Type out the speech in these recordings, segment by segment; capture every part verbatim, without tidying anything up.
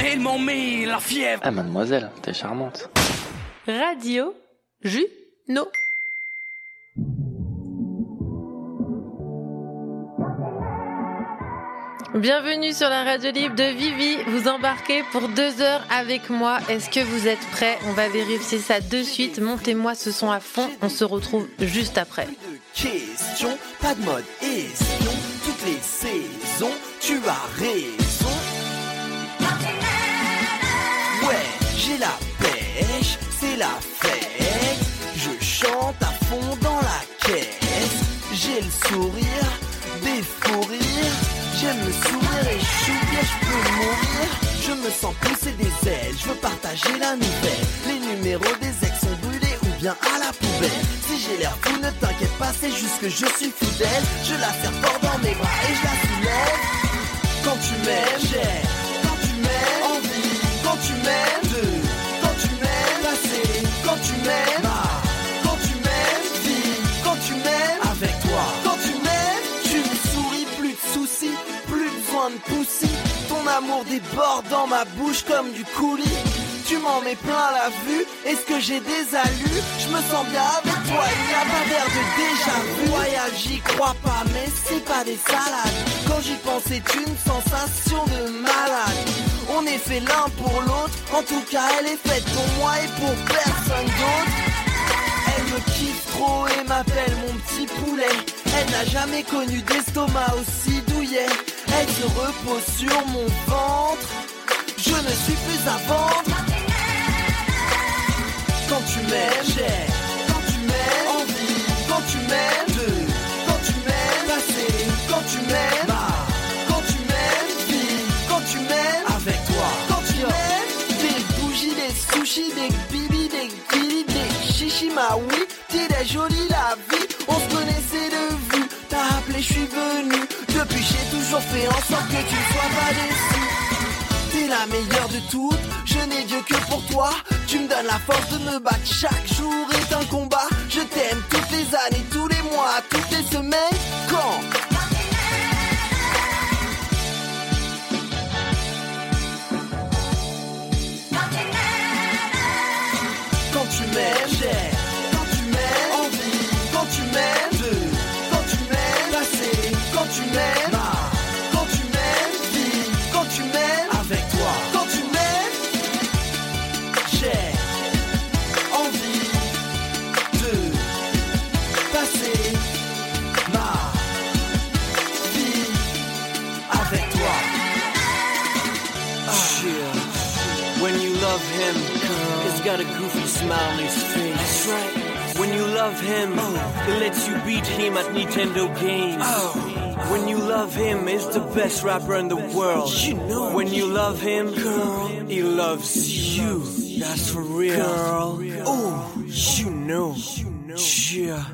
elle m'en met la fièvre. Ah mademoiselle, t'es charmante. Radio Juno. Bienvenue sur la radio libre de Vivi. Vous embarquez pour deux heures avec moi. Est-ce que vous êtes prêts? On va vérifier ça de suite. Montez-moi ce son à fond. On se retrouve juste après. Question, pas de mode espion. Toutes les saisons, tu as raison. Ouais, j'ai la pêche, c'est la fête. Je chante à fond dans la caisse. J'ai le sourire, des fous rires. J'aime le sourire et chouïa, je peux mourir. Je me sens pousser des ailes, je veux partager la nouvelle. Les numéros des ex sont brûlés ou bien à la poubelle. Si j'ai l'air fou, ne t'inquiète pas, c'est juste que je suis fidèle. Je la serre fort dans mes bras et je la soulève. Quand tu m'aimes, j'aime. Quand tu m'aimes, envie. Quand tu m'aimes, deux. Quand tu m'aimes, passé. Quand tu m'aimes, ah. Quand tu m'aimes, vie. Quand tu m'aimes, avec toi. Quand tu m'aimes, tu me souris, plus de soucis. Plus besoin de poussi. Ton amour déborde dans ma bouche comme du coulis. Tu m'en mets plein la vue. Est-ce que j'ai des allus? Je me sens bien avec toi. Il n'y a pas d'air de déjà vu. Royal, j'y crois pas, mais c'est pas des salades. Quand j'y pense, c'est une sensation de malade. On est fait l'un pour l'autre. En tout cas, elle est faite pour moi et pour personne d'autre. Elle me kiffe trop et m'appelle mon petit poulet. Elle n'a jamais connu d'estomac aussi douillet. Elle se repose sur mon ventre. Je ne suis plus à vendre. Quand tu m'aimes, j'aime. Quand tu m'aimes, envie. Quand tu m'aimes, deux. Quand tu m'aimes, passé. Quand tu m'aimes, ah. Quand tu m'aimes, vie. Quand tu m'aimes, avec toi. Quand tu m'aimes, des bougies, des sushis, des bibis, des guilis, des chichis, ma oui. T'es jolie la vie. On se connaissait de vue. T'as appelé, je suis venu. Depuis, j'ai toujours fait en sorte que tu ne sois pas déçu. T'es la meilleure de toutes, je n'ai Dieu que pour toi. Tu me donnes la force de me battre, chaque jour est un combat. Je t'aime toutes les années, tous les mois, toutes les semaines. Quand Quand tu m'aimes, j'aime. Quand tu m'aimes, envie. Quand tu m'aimes, deux. Quand tu m'aimes, passé. Quand tu m'aimes, ah. Quand tu m'aimes, vie. Quand tu m'aimes, avec toi. Quand tu m'aimes, j'ai envie de passer ma vie avec toi. Ah. When you love him, he's got a goofy smile on his face. That's right. When you love him, oh. It lets you beat him at Nintendo games. Oh. When you love him, he's the best rapper in the world. You know when you love him, girl, he loves you. That's for real, girl. Oh, you know. Yeah.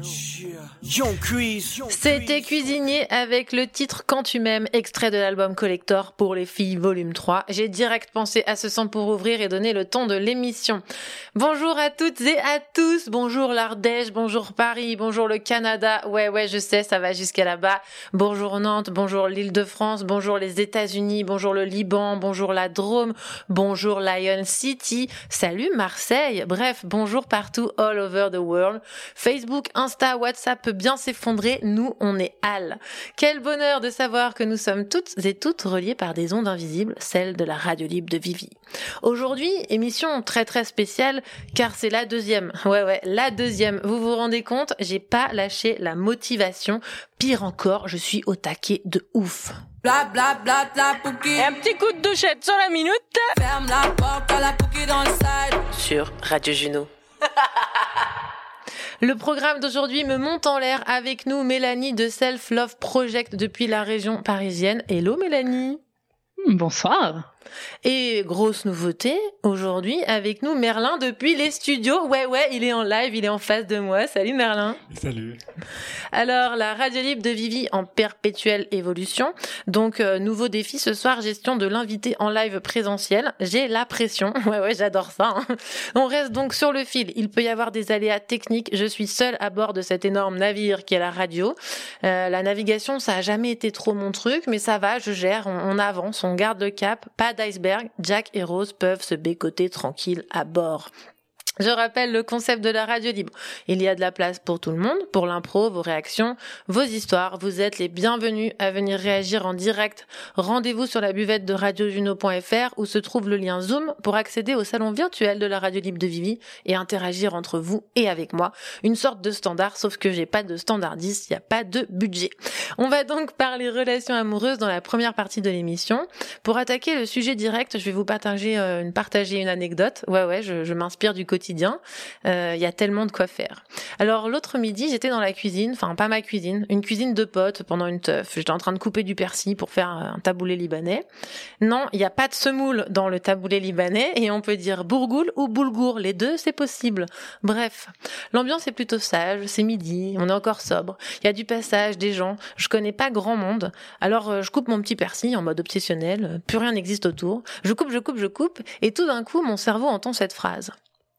C'était Cuisinier avec le titre Quand tu m'aimes, extrait de l'album Collector pour les filles volume trois. J'ai direct pensé à ce son pour ouvrir et donner le ton de l'émission. Bonjour à toutes et à tous, bonjour l'Ardèche, bonjour Paris, bonjour le Canada, ouais ouais je sais ça va jusqu'à là-bas, bonjour Nantes, bonjour l'Île-de-France, bonjour les États-Unis, bonjour le Liban, bonjour la Drôme, bonjour Lion City, salut Marseille, bref bonjour partout all over the world, Facebook, Insta, WhatsApp peut bien s'effondrer, nous on est Al. Quel bonheur de savoir que nous sommes toutes et toutes reliées par des ondes invisibles, celles de la radio libre de Vivi. Aujourd'hui, émission très très spéciale car c'est la deuxième. Ouais ouais, la deuxième. Vous vous rendez compte, j'ai pas lâché la motivation. Pire encore, je suis au taquet de ouf. Bla bla bla bla pouki. Et un petit coup de douchette sur la minute. Ferme la porte à la pouki dans le side. Sur Radio Juno. Le programme d'aujourd'hui me monte en l'air avec nous Mélanie de Self Love Project depuis la région parisienne. Hello Mélanie. Bonsoir. Et grosse nouveauté, aujourd'hui avec nous Merlin depuis les studios. Ouais ouais, il est en live, il est en face de moi. Salut Merlin. Salut. Alors, la radio libre de Vivi en perpétuelle évolution. Donc, euh, nouveau défi ce soir, gestion de l'invité en live présentiel. J'ai la pression. Ouais ouais, j'adore ça. Hein. On reste donc sur le fil. Il peut y avoir des aléas techniques. Je suis seule à bord de cet énorme navire qui est la radio. Euh, la navigation, ça a jamais été trop mon truc, mais ça va, je gère, on, on avance, on garde le cap, pas d'iceberg, Jack et Rose peuvent se bécoter tranquilles à bord. Je rappelle le concept de la radio libre. Il y a de la place pour tout le monde, pour l'impro, vos réactions, vos histoires. Vous êtes les bienvenus à venir réagir en direct. Rendez-vous sur la buvette de radio juno point f r où se trouve le lien Zoom pour accéder au salon virtuel de la radio libre de Vivi et interagir entre vous et avec moi. Une sorte de standard, sauf que j'ai pas de standardiste, il n'y a pas de budget. On va donc parler relations amoureuses dans la première partie de l'émission. Pour attaquer le sujet direct, je vais vous partager, euh, une, partager une anecdote. Ouais, ouais, je, je m'inspire du quotidien. Il euh, y a tellement de quoi faire. Alors l'autre midi, j'étais dans la cuisine, enfin pas ma cuisine, une cuisine de potes pendant une teuf. J'étais en train de couper du persil pour faire un taboulé libanais. Non, il n'y a pas de semoule dans le taboulé libanais et on peut dire bourgoul ou boulgour. Les deux, c'est possible. Bref, l'ambiance est plutôt sage, c'est midi, on est encore sobre. Il y a du passage, des gens, je connais pas grand monde. Alors euh, je coupe mon petit persil en mode obsessionnel, plus rien n'existe autour. Je coupe, je coupe, je coupe et tout d'un coup, mon cerveau entend cette phrase.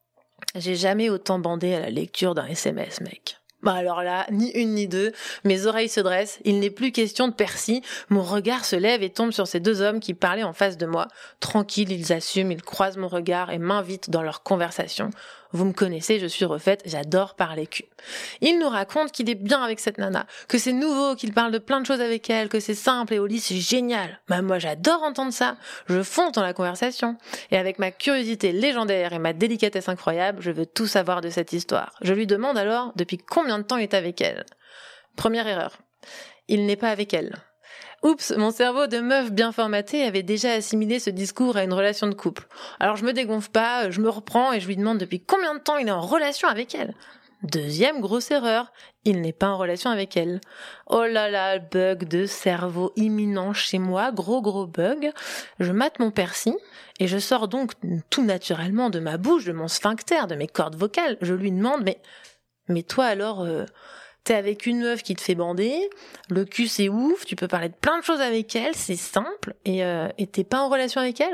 J'ai jamais autant bandé à la lecture d'un S M S, mec. Bah alors là, ni une ni deux, mes oreilles se dressent, il n'est plus question de persil, mon regard se lève et tombe sur ces deux hommes qui parlaient en face de moi. Tranquilles, ils assument, ils croisent mon regard et m'invitent dans leur conversation. Vous me connaissez, je suis refaite, j'adore parler cul. Il nous raconte qu'il est bien avec cette nana, que c'est nouveau, qu'il parle de plein de choses avec elle, que c'est simple et au lit c'est génial. Bah moi j'adore entendre ça, je fonce dans la conversation. Et avec ma curiosité légendaire et ma délicatesse incroyable, je veux tout savoir de cette histoire. Je lui demande alors depuis combien de temps il est avec elle. Première erreur, il n'est pas avec elle. Oups, mon cerveau de meuf bien formaté avait déjà assimilé ce discours à une relation de couple. Alors je me dégonfle pas, je me reprends et je lui demande depuis combien de temps il est en relation avec elle. Deuxième grosse erreur, il n'est pas en relation avec elle. Oh là là, bug de cerveau imminent chez moi, gros gros bug. Je mate mon persil et je sors donc tout naturellement de ma bouche, de mon sphincter, de mes cordes vocales. Je lui demande, mais, mais toi alors... Euh, T'es avec une meuf qui te fait bander, le cul c'est ouf, tu peux parler de plein de choses avec elle, c'est simple, et, euh, et t'es pas en relation avec elle ?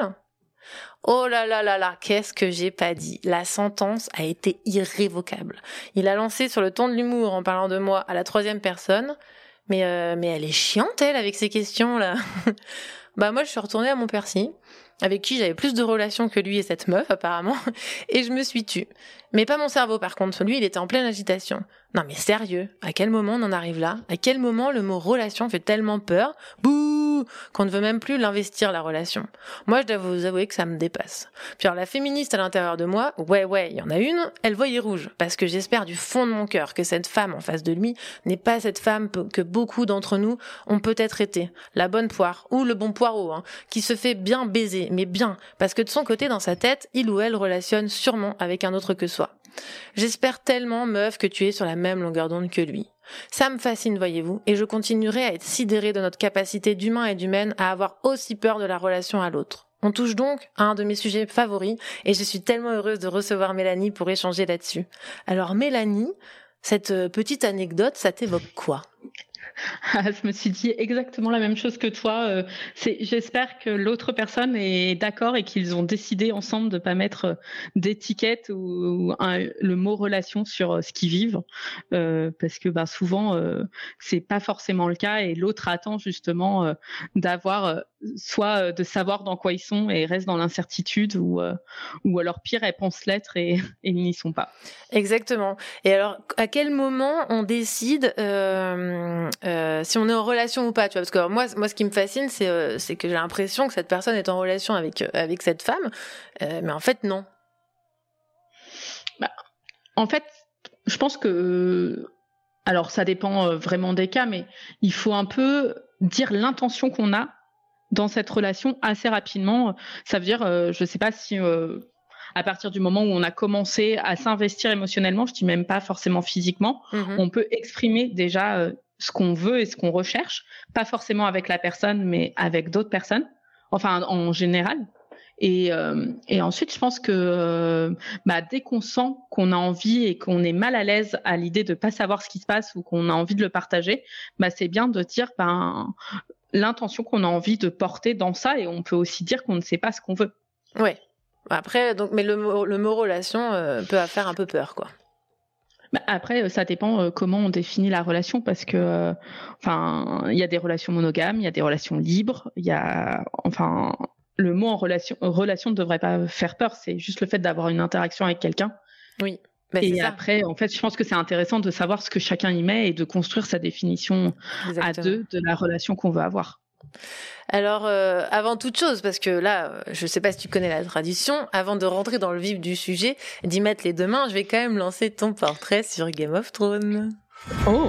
Oh là là là là, qu'est-ce que j'ai pas dit ? La sentence a été irrévocable. Il a lancé sur le ton de l'humour en parlant de moi à la troisième personne, mais, euh, mais elle est chiante elle avec ces questions là. Bah moi je suis retournée à mon persil, avec qui j'avais plus de relations que lui et cette meuf apparemment, et je me suis tue. Mais pas mon cerveau par contre, lui il était en pleine agitation. Non mais sérieux, à quel moment on en arrive là ? À quel moment le mot relation fait tellement peur, bouh, qu'on ne veut même plus l'investir la relation ? Moi je dois vous avouer que ça me dépasse. Puis alors la féministe à l'intérieur de moi, ouais ouais, il y en a une, elle voyait rouge, parce que j'espère du fond de mon cœur que cette femme en face de lui n'est pas cette femme que beaucoup d'entre nous ont peut-être été, la bonne poire, ou le bon poireau, hein, qui se fait bien baiser, mais bien, parce que de son côté dans sa tête, il ou elle relationne sûrement avec un autre que soi. J'espère tellement, meuf, que tu es sur la même longueur d'onde que lui. Ça me fascine, voyez-vous, et je continuerai à être sidérée de notre capacité d'humain et d'humaine à avoir aussi peur de la relation à l'autre. On touche donc à un de mes sujets favoris, et je suis tellement heureuse de recevoir Mélanie pour échanger là-dessus. Alors Mélanie, cette petite anecdote, ça t'évoque quoi ? Je me suis dit exactement la même chose que toi. Euh, c'est, j'espère que l'autre personne est d'accord et qu'ils ont décidé ensemble de pas mettre d'étiquette ou, ou un, le mot relation sur ce qu'ils vivent, euh, parce que ben souvent euh, c'est pas forcément le cas et l'autre attend justement euh, d'avoir euh, soit euh, de savoir dans quoi ils sont et reste dans l'incertitude ou euh, ou alors pire elle pense l'être et, et ils n'y sont pas. Exactement. Et alors à quel moment on décide euh, Euh, si on est en relation ou pas, tu vois, parce que moi, moi, ce qui me fascine, c'est, euh, c'est que j'ai l'impression que cette personne est en relation avec euh, avec cette femme, euh, mais en fait non. Bah, en fait, je pense que, alors ça dépend vraiment des cas, mais il faut un peu dire l'intention qu'on a dans cette relation assez rapidement. Ça veut dire, euh, je sais pas si euh, à partir du moment où on a commencé à s'investir émotionnellement, je dis même pas forcément physiquement, mm-hmm. on peut exprimer déjà euh, ce qu'on veut et ce qu'on recherche, pas forcément avec la personne, mais avec d'autres personnes, enfin en général. Et, euh, et ensuite, je pense que euh, bah, dès qu'on sent qu'on a envie et qu'on est mal à l'aise à l'idée de pas savoir ce qui se passe ou qu'on a envie de le partager, bah, c'est bien de dire ben, l'intention qu'on a envie de porter dans ça, et on peut aussi dire qu'on ne sait pas ce qu'on veut. Ouais. Après, donc, mais le mot, le mot relation euh, peut faire un peu peur, quoi. Après, ça dépend comment on définit la relation, parce que, euh, enfin, il y a des relations monogames, il y a des relations libres, il y a, enfin, le mot en relation, relation ne devrait pas faire peur. C'est juste le fait d'avoir une interaction avec quelqu'un. Oui. Ben, et après, en fait, je pense que c'est intéressant de savoir ce que chacun y met et de construire sa définition Exactement. à deux de la relation qu'on veut avoir. Alors, euh, avant toute chose, parce que là, je ne sais pas si tu connais la tradition, avant de rentrer dans le vif du sujet, d'y mettre les deux mains, je vais quand même lancer ton portrait sur Game of Thrones. Oh.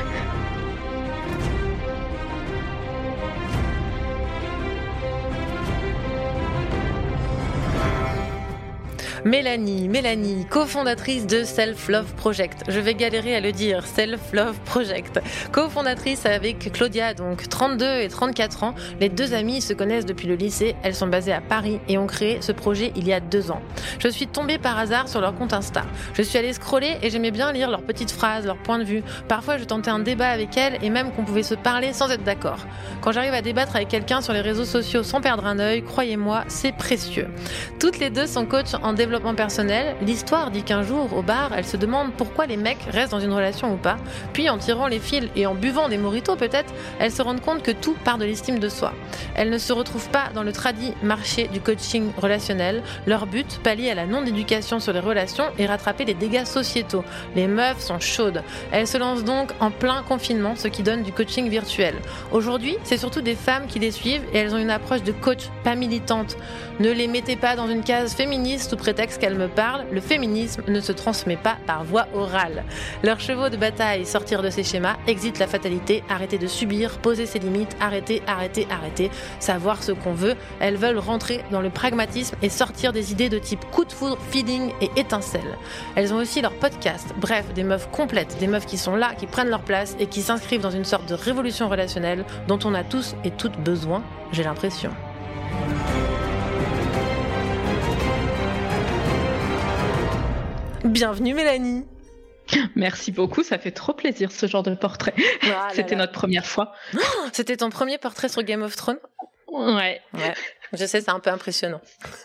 Mélanie, Mélanie, cofondatrice de Self Love Project. Je vais galérer à le dire, Self Love Project. Cofondatrice avec Claudia, donc trente-deux et trente-quatre ans. Les deux amies se connaissent depuis le lycée. Elles sont basées à Paris et ont créé ce projet il y a deux ans. Je suis tombée par hasard sur leur compte Insta. Je suis allée scroller et j'aimais bien lire leurs petites phrases, leurs points de vue. Parfois, je tentais un débat avec elles et même qu'on pouvait se parler sans être d'accord. Quand j'arrive à débattre avec quelqu'un sur les réseaux sociaux sans perdre un œil, croyez-moi, c'est précieux. Toutes les deux sont coachs en développement personnel. L'histoire dit qu'un jour, au bar, elles se demandent pourquoi les mecs restent dans une relation ou pas. Puis, en tirant les fils et en buvant des mojitos peut-être, elles se rendent compte que tout part de l'estime de soi. Elles ne se retrouvent pas dans le tradit marché du coaching relationnel. Leur but, pallier à la non-éducation sur les relations et rattraper les dégâts sociétaux. Les meufs sont chaudes. Elles se lancent donc en plein confinement, ce qui donne du coaching virtuel. Aujourd'hui, c'est surtout des femmes qui les suivent et elles ont une approche de coach, pas militante. Ne les mettez pas dans une case féministe sous prétexte qu'elles me parlent. Le féminisme ne se transmet pas par voie orale. Leurs chevaux de bataille, sortir de ces schémas, exit la fatalité, arrêter de subir, poser ses limites, arrêter, arrêter, arrêter, savoir ce qu'on veut. Elles veulent rentrer dans le pragmatisme et sortir des idées de type coup de foudre, feeling et étincelle. Elles ont aussi leur podcast, bref, des meufs complètes, des meufs qui sont là, qui prennent leur place et qui s'inscrivent dans une sorte de révolution relationnelle dont on a tous et toutes besoin, j'ai l'impression. Bienvenue Mélanie. Merci beaucoup, ça fait trop plaisir ce genre de portrait. Oh là C'était là. Notre première fois. Oh, c'était ton premier portrait sur Game of Thrones ? Ouais. Ouais. Je sais, c'est un peu impressionnant.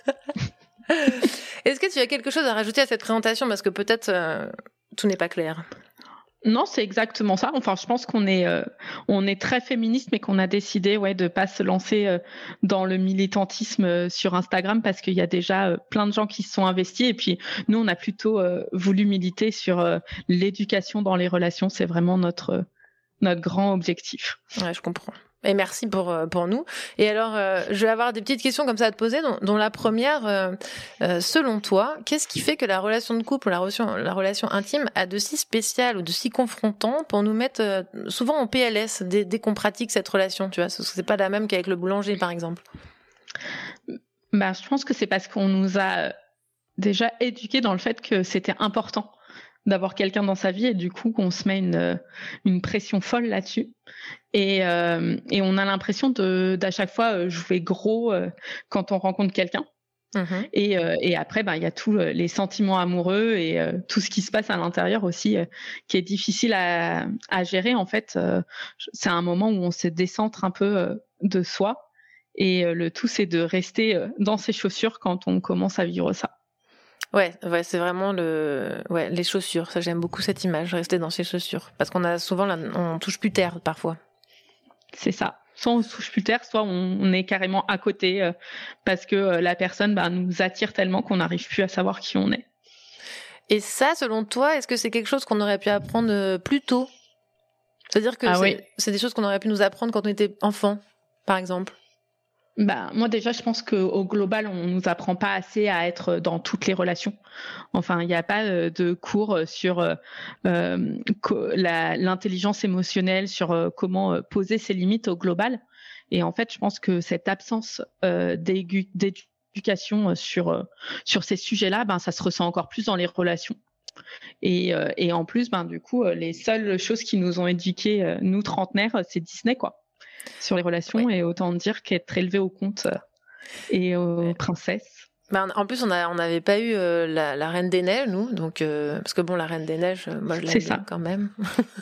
Est-ce que tu as quelque chose à rajouter à cette présentation ? Parce que peut-être euh, tout n'est pas clair. Non, c'est exactement ça. Enfin, je pense qu'on est, euh, on est très féministe, mais qu'on a décidé, ouais, de pas se lancer euh, dans le militantisme euh, sur Instagram parce qu'il y a déjà euh, plein de gens qui se sont investis. Et puis, nous, on a plutôt euh, voulu militer sur euh, l'éducation dans les relations. C'est vraiment notre euh, notre grand objectif. Ouais, je comprends. Et merci pour pour nous. Et alors, euh, je vais avoir des petites questions comme ça à te poser, dont, dont la première, euh, euh, selon toi, qu'est-ce qui fait que la relation de couple ou la relation, la relation intime a de si spécial ou de si confrontant pour nous mettre euh, souvent en P L S dès, dès qu'on pratique cette relation, tu vois, parce que c'est pas la même qu'avec le boulanger, par exemple. Bah, je pense que c'est parce qu'on nous a déjà éduqués dans le fait que c'était important d'avoir quelqu'un dans sa vie et du coup qu'on se met une une pression folle là-dessus et euh, et on a l'impression de d'à chaque fois jouer gros euh, quand on rencontre quelqu'un. Mmh. Et euh, et après ben il y a tous les sentiments amoureux et euh, tout ce qui se passe à l'intérieur aussi euh, qui est difficile à à gérer en fait. Euh, c'est un moment où on se décentre un peu euh, de soi et euh, le tout c'est de rester euh, dans ses chaussures quand on commence à vivre ça. Ouais, ouais, c'est vraiment le, ouais, les chaussures. Ça, j'aime beaucoup cette image, rester dans ses chaussures, parce qu'on a souvent, la... on touche plus terre parfois. C'est ça. Soit on touche plus terre, soit on est carrément à côté euh, parce que euh, la personne, bah, nous attire tellement qu'on n'arrive plus à savoir qui on est. Et ça, selon toi, est-ce que c'est quelque chose qu'on aurait pu apprendre plus tôt ? C'est-à-dire que ah, c'est, oui. c'est des choses qu'on aurait pu nous apprendre quand on était enfant, par exemple. Bah, moi déjà, je pense qu'au global, on nous apprend pas assez à être dans toutes les relations. Enfin, il n'y a pas euh, de cours sur euh, euh, co- la, l'intelligence émotionnelle, sur euh, comment euh, poser ses limites au global. Et en fait, je pense que cette absence euh, d'égu- d'éducation sur euh, sur ces sujets-là, ben ça se ressent encore plus dans les relations. Et, euh, et en plus, ben du coup, les seules choses qui nous ont éduqués, euh, nous trentenaires, c'est Disney, quoi. Sur les relations, ouais. Et autant dire qu'être élevé au conte et aux ouais. princesses. Ben, en plus, on a, on n'avait pas eu euh, la, la Reine des Neiges, nous, donc euh, parce que bon, la Reine des Neiges, euh, moi je l'aime bien quand même.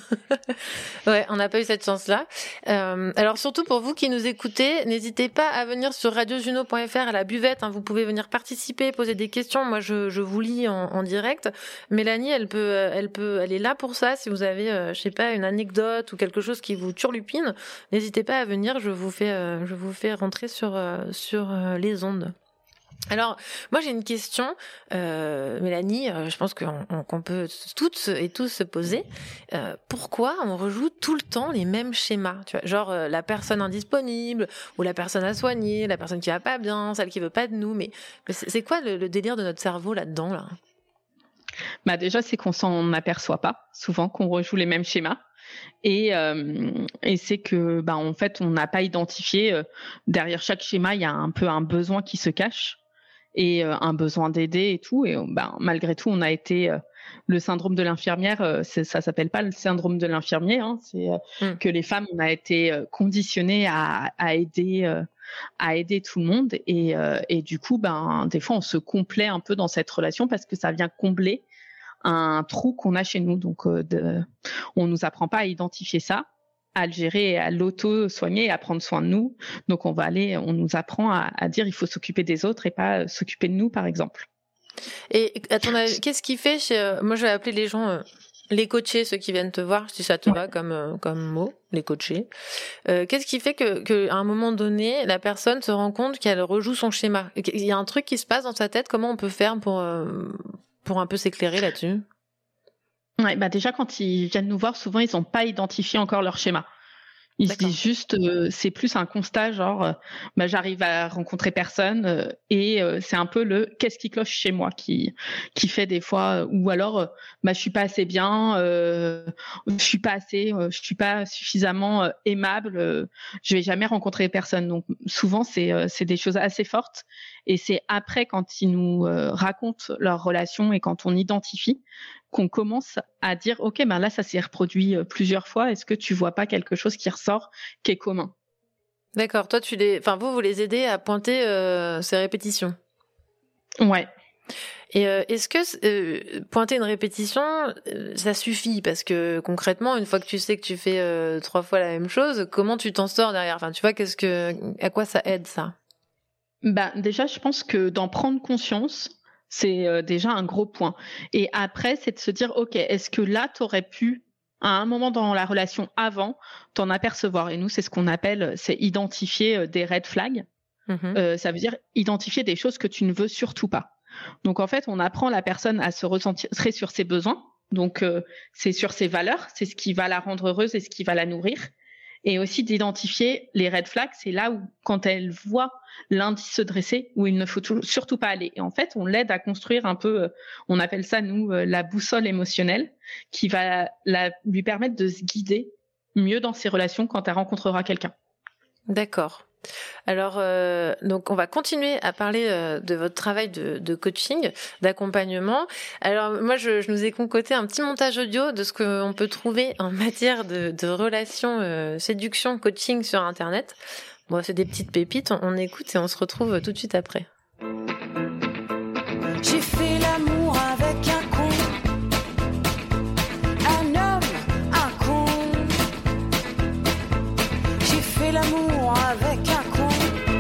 Ouais, on n'a pas eu cette chance-là. Euh, alors surtout pour vous qui nous écoutez, n'hésitez pas à venir sur radio juno point f r à la buvette. Hein, vous pouvez venir participer, poser des questions. Moi, je, je vous lis en, en direct. Mélanie, elle peut, elle peut, elle est là pour ça. Si vous avez, euh, je sais pas, une anecdote ou quelque chose qui vous turlupine, n'hésitez pas à venir. Je vous fais, euh, je vous fais rentrer sur, euh, sur euh, les ondes. Alors, moi j'ai une question, euh, Mélanie, euh, je pense qu'on, qu'on peut toutes et tous se poser. Euh, pourquoi on rejoue tout le temps les mêmes schémas, tu vois, genre euh, la personne indisponible, ou la personne à soigner, la personne qui va pas bien, celle qui veut pas de nous, mais c'est, c'est quoi le, le délire de notre cerveau là-dedans, là? Bah déjà, c'est qu'on s'en aperçoit pas, souvent, qu'on rejoue les mêmes schémas. Et, euh, et c'est que, bah, en fait, on n'a pas identifié, euh, derrière chaque schéma, il y a un peu un besoin qui se cache. Et euh, un besoin d'aider et tout. Et ben, malgré tout, on a été euh, le syndrome de l'infirmière. Euh, c'est, ça s'appelle pas le syndrome de l'infirmier. Hein, c'est euh, mm. que les femmes, on a été euh, conditionnées à, à aider, euh, à aider tout le monde. Et, euh, et du coup, ben, des fois, on se complaît un peu dans cette relation parce que ça vient combler un trou qu'on a chez nous. Donc, euh, de, on nous apprend pas à identifier ça, à le gérer, à l'auto-soigner et à prendre soin de nous. Donc, on va aller, on nous apprend à, à dire il faut s'occuper des autres et pas euh, s'occuper de nous, par exemple. Et à ton avis, qu'est-ce qui fait chez, euh, moi, je vais appeler les gens, euh, les coachés, ceux qui viennent te voir, si ça te ouais. va comme, euh, comme mot, les coachés. Euh, qu'est-ce qui fait que, que, à un moment donné, la personne se rend compte qu'elle rejoue son schéma? Il y a un truc qui se passe dans sa tête. Comment on peut faire pour, euh, pour un peu s'éclairer là-dessus? Ouais, bah déjà quand ils viennent nous voir, souvent ils n'ont pas identifié encore leur schéma. Ils D'accord. se disent juste, euh, c'est plus un constat genre, euh, bah j'arrive à rencontrer personne euh, et euh, c'est un peu le qu'est-ce qui cloche chez moi qui qui fait des fois, euh, ou alors euh, bah je suis pas assez bien, euh, je suis pas assez, euh, je suis pas suffisamment euh, aimable, euh, je vais jamais rencontrer personne. Donc souvent c'est euh, c'est des choses assez fortes et c'est après quand ils nous euh, racontent leur relation et quand on identifie qu'on commence à dire ok ben là ça s'est reproduit plusieurs fois, est-ce que tu vois pas quelque chose qui ressort qui est commun? D'accord, toi tu les enfin vous vous les aidez à pointer euh, ces répétitions. Ouais. Et euh, est-ce que euh, pointer une répétition euh, ça suffit, parce que concrètement une fois que tu sais que tu fais euh, trois fois la même chose, comment tu t'en sors derrière? Enfin tu vois, qu'est-ce que à quoi ça aide ça? Ben déjà je pense que d'en prendre conscience, c'est euh, déjà un gros point. Et après, c'est de se dire, OK, est-ce que là, tu aurais pu, à un moment dans la relation avant, t'en apercevoir? Et nous, c'est ce qu'on appelle, c'est identifier euh, des red flags. Mm-hmm. Euh, ça veut dire identifier des choses que tu ne veux surtout pas. Donc, en fait, on apprend la personne à se recentrer sur ses besoins. Donc, euh, c'est sur ses valeurs, c'est ce qui va la rendre heureuse et ce qui va la nourrir. Et aussi d'identifier les red flags, c'est là où, quand elle voit l'indice se dresser, où il ne faut tout, surtout pas aller. Et en fait, on l'aide à construire un peu, euh, on appelle ça, nous, euh, la boussole émotionnelle, qui va la, lui permettre de se guider mieux dans ses relations quand elle rencontrera quelqu'un. D'accord. Alors, euh, donc on va continuer à parler euh, de votre travail de, de coaching, d'accompagnement. Alors moi, je, je nous ai concocté un petit montage audio de ce qu'on peut trouver en matière de, de relations, euh, séduction, coaching sur Internet. Bon, c'est des petites pépites, on, on écoute et on se retrouve tout de suite après. J'ai fait l'amour avec un con, un homme, un con. J'ai fait l'amour avec un con,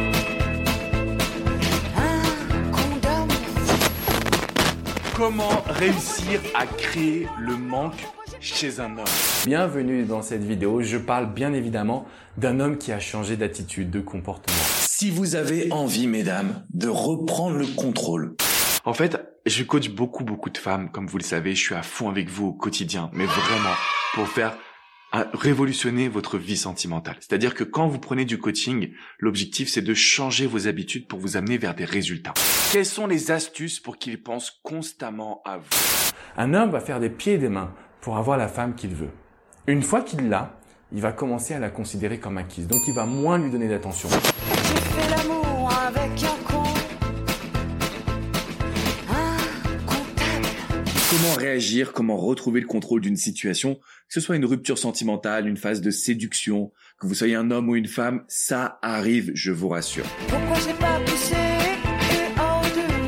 un condom. Comment réussir à créer le manque chez un homme? Bienvenue dans cette vidéo, je parle bien évidemment d'un homme qui a changé d'attitude, de comportement. Si vous avez envie, mesdames, de reprendre le contrôle. En fait, je coach beaucoup, beaucoup de femmes, comme vous le savez, je suis à fond avec vous au quotidien, mais vraiment pour faire un, révolutionner votre vie sentimentale. C'est-à-dire que quand vous prenez du coaching, l'objectif c'est de changer vos habitudes pour vous amener vers des résultats. Quelles sont les astuces pour qu'il pense constamment à vous? Un homme va faire des pieds et des mains pour avoir la femme qu'il veut. Une fois qu'il l'a, il va commencer à la considérer comme acquise. Donc il va moins lui donner d'attention. J'ai fait l'amour avec un con, un comptable. Comment réagir, comment retrouver le contrôle d'une situation, que ce soit une rupture sentimentale, une phase de séduction, que vous soyez un homme ou une femme, ça arrive, je vous rassure. Pourquoi j'ai pas poussé et en deux?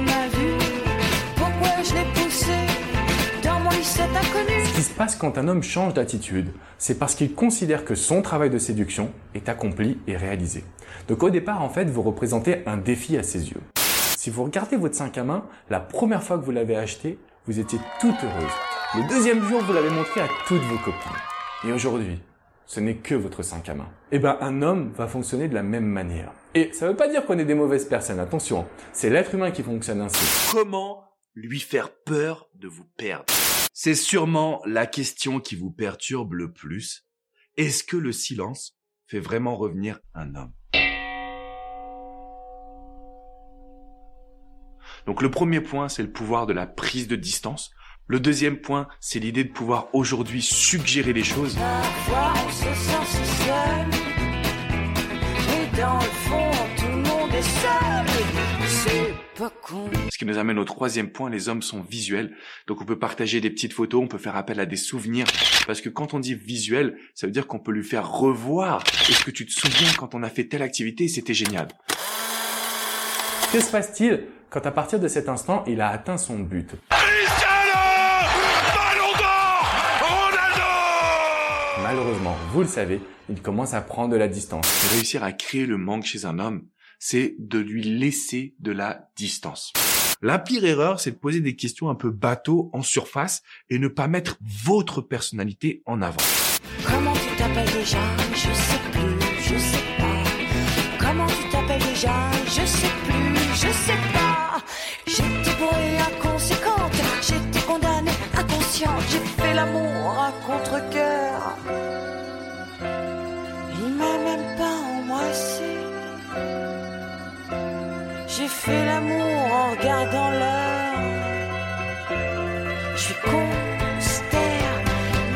passe quand un homme change d'attitude, c'est parce qu'il considère que son travail de séduction est accompli et réalisé. Donc au départ, en fait, vous représentez un défi à ses yeux. Si vous regardez votre sac à main, la première fois que vous l'avez acheté, vous étiez toute heureuse. Le deuxième jour, vous l'avez montré à toutes vos copines. Et aujourd'hui, ce n'est que votre sac à main. Eh ben, un homme va fonctionner de la même manière. Et ça ne veut pas dire qu'on est des mauvaises personnes, attention. C'est l'être humain qui fonctionne ainsi. Comment lui faire peur de vous perdre? C'est sûrement la question qui vous perturbe le plus. Est-ce que le silence fait vraiment revenir un homme? Donc le premier point, c'est le pouvoir de la prise de distance. Le deuxième point, c'est l'idée de pouvoir aujourd'hui suggérer les choses. Parfois on se sent si seul, et dans le fond tout le monde est seul. C'est pas con. Ce qui nous amène au troisième point, les hommes sont visuels. Donc on peut partager des petites photos, on peut faire appel à des souvenirs. Parce que quand on dit visuel, ça veut dire qu'on peut lui faire revoir. Est-ce que tu te souviens quand on a fait telle activité et c'était génial? Que se passe-t-il quand à partir de cet instant, il a atteint son but? Malheureusement, vous le savez, il commence à prendre de la distance. Pour réussir à créer le manque chez un homme, c'est de lui laisser de la distance. La pire erreur, c'est de poser des questions un peu bateau en surface et ne pas mettre votre personnalité en avant. Comment tu t'appelles déjà? Je sais plus, je sais pas. Comment tu t'appelles déjà? Je sais plus, je sais pas. J'étais bourrée inconséquente, j'étais condamnée inconsciente. J'ai fait l'amour à contre-cœur. Il m'a même pas embrassé. J'ai fait l'amour en regardant l'heure. Je suis consternée.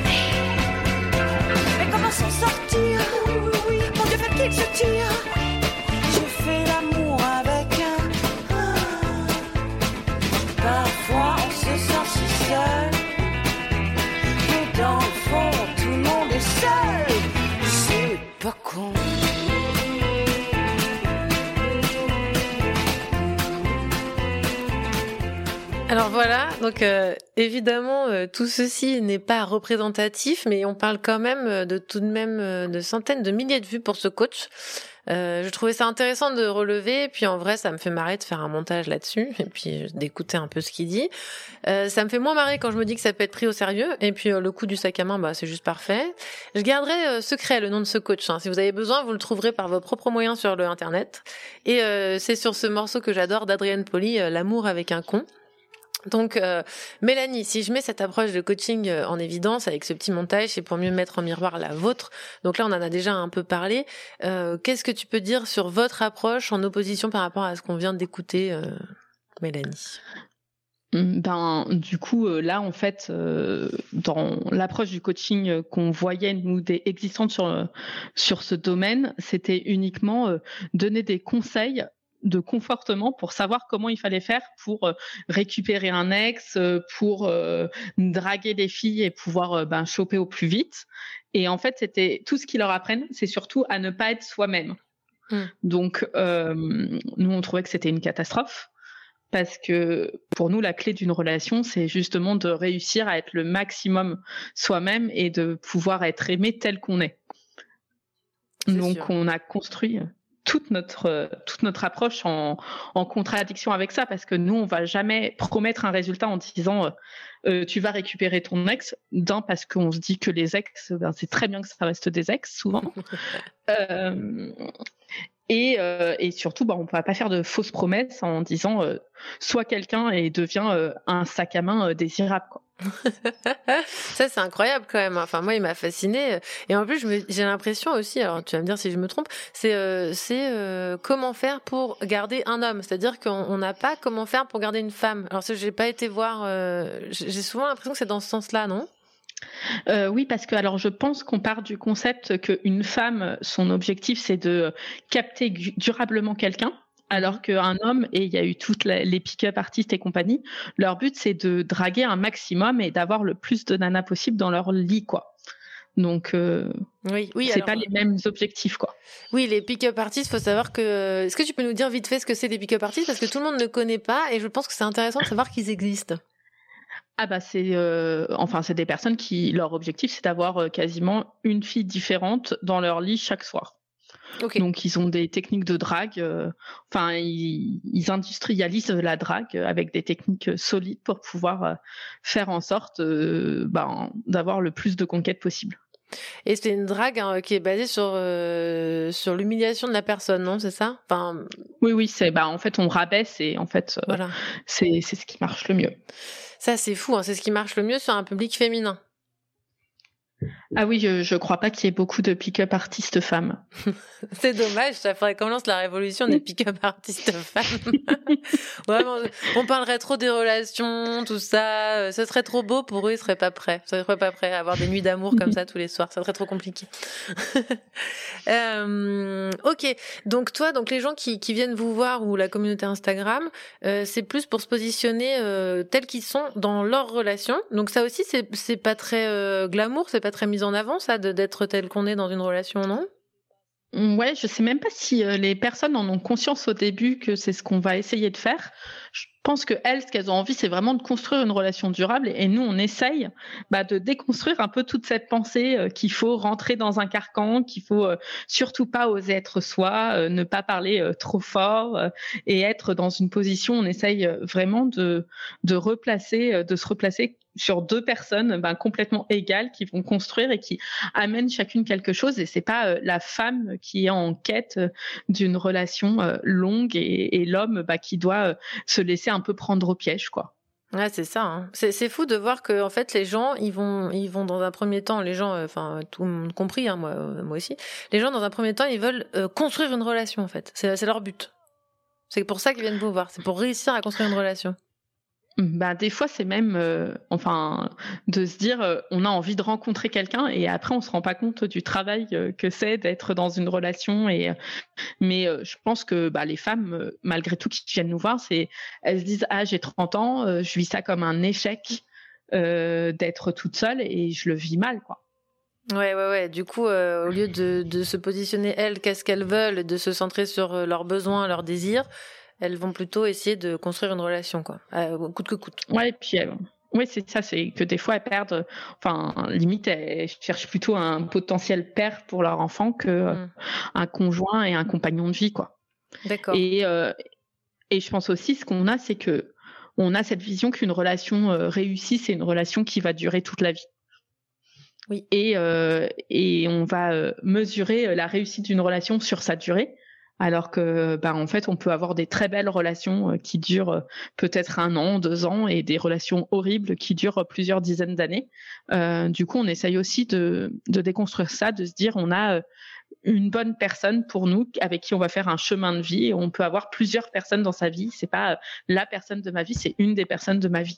Mais comment s'en sortir? Oui, oui, oui, mon Dieu, fait qu'il se tire. J'ai fait l'amour avec un... Ah. Parfois on se sent si seul, mais dans le fond tout le monde est seul. C'est pas con. Alors voilà, donc euh, évidemment euh, tout ceci n'est pas représentatif, mais on parle quand même euh, de tout de même euh, de centaines de milliers de vues pour ce coach. Euh, je trouvais ça intéressant de relever, puis en vrai ça me fait marrer de faire un montage là-dessus, et puis d'écouter un peu ce qu'il dit. Euh, ça me fait moins marrer quand je me dis que ça peut être pris au sérieux, et puis euh, le coup du sac à main, bah c'est juste parfait. Je garderai euh, secret le nom de ce coach, hein. Si vous avez besoin, vous le trouverez par vos propres moyens sur le internet. Et euh, c'est sur ce morceau que j'adore d'Adrienne Pauly, euh, L'amour avec un con. Donc euh, Mélanie, si je mets cette approche de coaching euh, en évidence avec ce petit montage, c'est pour mieux mettre en miroir la vôtre. Donc là, on en a déjà un peu parlé. Euh, qu'est-ce que tu peux dire sur votre approche en opposition par rapport à ce qu'on vient d'écouter, euh, Mélanie? Ben, du coup, euh, là, en fait, euh, dans l'approche du coaching euh, qu'on voyait, nous, des existantes sur, euh, sur ce domaine, c'était uniquement euh, donner des conseils de comportement pour savoir comment il fallait faire pour euh, récupérer un ex, euh, pour euh, draguer des filles et pouvoir euh, ben, choper au plus vite. Et en fait, c'était tout ce qu'ils leur apprennent, c'est surtout à ne pas être soi-même. Mmh. Donc, euh, nous, on trouvait que c'était une catastrophe parce que pour nous, la clé d'une relation, c'est justement de réussir à être le maximum soi-même et de pouvoir être aimé tel qu'on est. C'est Donc, sûr. On a construit toute notre toute notre approche en, en contradiction avec ça, parce que nous on va jamais promettre un résultat en disant euh, tu vas récupérer ton ex, d'un parce qu'on se dit que les ex, ben, c'est très bien que ça reste des ex souvent euh, et, euh, et surtout ben, on ne va pas faire de fausses promesses en disant euh, sois quelqu'un et deviens euh, un sac à main euh, désirable, quoi. Ça c'est incroyable quand même. Enfin moi il m'a fasciné et en plus je me, j'ai l'impression aussi, alors tu vas me dire si je me trompe, c'est euh, c'est euh, comment faire pour garder un homme, c'est-à-dire qu'on n'a pas comment faire pour garder une femme. Alors ça j'ai pas été voir, euh, j'ai souvent l'impression que c'est dans ce sens-là, non? Euh, oui, parce que alors je pense qu'on part du concept qu'une femme, son objectif c'est de capter durablement quelqu'un. Alors qu'un homme, et il y a eu toutes les pick-up artistes et compagnie, leur but c'est de draguer un maximum et d'avoir le plus de nanas possible dans leur lit, quoi. Donc, euh, oui, oui, c'est alors, pas les mêmes objectifs, quoi. Oui, les pick-up artistes, faut savoir que. Est-ce que tu peux nous dire vite fait ce que c'est les pick-up artistes, parce que tout le monde ne connaît pas et je pense que c'est intéressant de savoir qu'ils existent. Ah bah c'est euh, enfin c'est des personnes qui leur objectif c'est d'avoir euh, quasiment une fille différente dans leur lit chaque soir. Ok. Donc ils ont des techniques de drague, euh, enfin ils, ils industrialisent la drague avec des techniques solides pour pouvoir euh, faire en sorte euh, ben, d'avoir le plus de conquêtes possible. Et c'est une drague hein, qui est basée sur euh, sur l'humiliation de la personne, non? C'est ça? Enfin. Oui, oui, c'est bah en fait on rabaisse et en fait euh, voilà. c'est c'est ce qui marche le mieux. Ça c'est fou, hein, c'est ce qui marche le mieux sur un public féminin. Ah oui, je, je crois pas qu'il y ait beaucoup de pick-up artistes femmes. C'est dommage, ça ferait qu'on lance la révolution des pick-up artistes femmes. Vraiment, on parlerait trop des relations, tout ça. Ce serait trop beau pour eux, ils seraient pas prêts. Ils seraient pas prêts à avoir des nuits d'amour comme ça tous les soirs. Ça serait trop compliqué. euh, ok, donc toi, donc les gens qui, qui viennent vous voir ou la communauté Instagram, euh, c'est plus pour se positionner euh, tels qu'ils sont dans leur relation. Donc ça aussi, c'est c'est pas très euh, glamour, c'est pas très mis en avant ça, de, d'être tel qu'on est dans une relation, non? Ouais, je sais même pas si euh, les personnes en ont conscience au début que c'est ce qu'on va essayer de faire. Je pense que elles, ce qu'elles ont envie, c'est vraiment de construire une relation durable. Et, et nous, on essaye bah, de déconstruire un peu toute cette pensée euh, qu'il faut rentrer dans un carcan, qu'il faut euh, surtout pas oser être soi, euh, ne pas parler euh, trop fort euh, et être dans une position. On essaye vraiment de de replacer, euh, de se replacer sur deux personnes ben, complètement égales qui vont construire et qui amènent chacune quelque chose. Et c'est pas euh, la femme qui est en quête euh, d'une relation euh, longue et, et l'homme bah, qui doit euh, se laisser un peu prendre au piège, quoi. Ouais, c'est ça. Hein. C'est, c'est fou de voir que en fait les gens, ils vont, ils vont dans un premier temps, les gens, enfin euh, tout le monde compris, hein, moi, euh, moi aussi. Les gens dans un premier temps, ils veulent euh, construire une relation en fait. C'est, c'est leur but. C'est pour ça qu'ils viennent vous voir. C'est pour réussir à construire une relation. Bah, des fois, c'est même, euh, enfin, de se dire, euh, on a envie de rencontrer quelqu'un et après, on se rend pas compte du travail euh, que c'est d'être dans une relation. Et, euh, mais euh, je pense que bah, les femmes, euh, malgré tout, qui viennent nous voir, c'est, elles se disent, ah, j'ai trente ans, euh, je vis ça comme un échec euh, d'être toute seule et je le vis mal, quoi. Ouais, ouais, ouais. Du coup, euh, au lieu de, de se positionner elles, qu'est-ce qu'elles veulent, de se centrer sur euh, leurs besoins, leurs désirs, elles vont plutôt essayer de construire une relation, quoi, euh, coûte que coûte. Ouais, et puis, euh, oui, c'est ça, c'est que des fois elles perdent, enfin, limite, elles cherchent plutôt un potentiel père pour leur enfant que euh, mmh. un conjoint et un compagnon de vie, quoi. D'accord. Et, euh, et je pense aussi, ce qu'on a, c'est que on a cette vision qu'une relation euh, réussie, c'est une relation qui va durer toute la vie. Oui. Et, euh, et on va euh, mesurer la réussite d'une relation sur sa durée. Alors que, bah, en fait, on peut avoir des très belles relations qui durent peut-être un an, deux ans, et des relations horribles qui durent plusieurs dizaines d'années. Euh, du coup, on essaye aussi de, de déconstruire ça, de se dire, on a une bonne personne pour nous, avec qui on va faire un chemin de vie, et on peut avoir plusieurs personnes dans sa vie. C'est pas la personne de ma vie, c'est une des personnes de ma vie.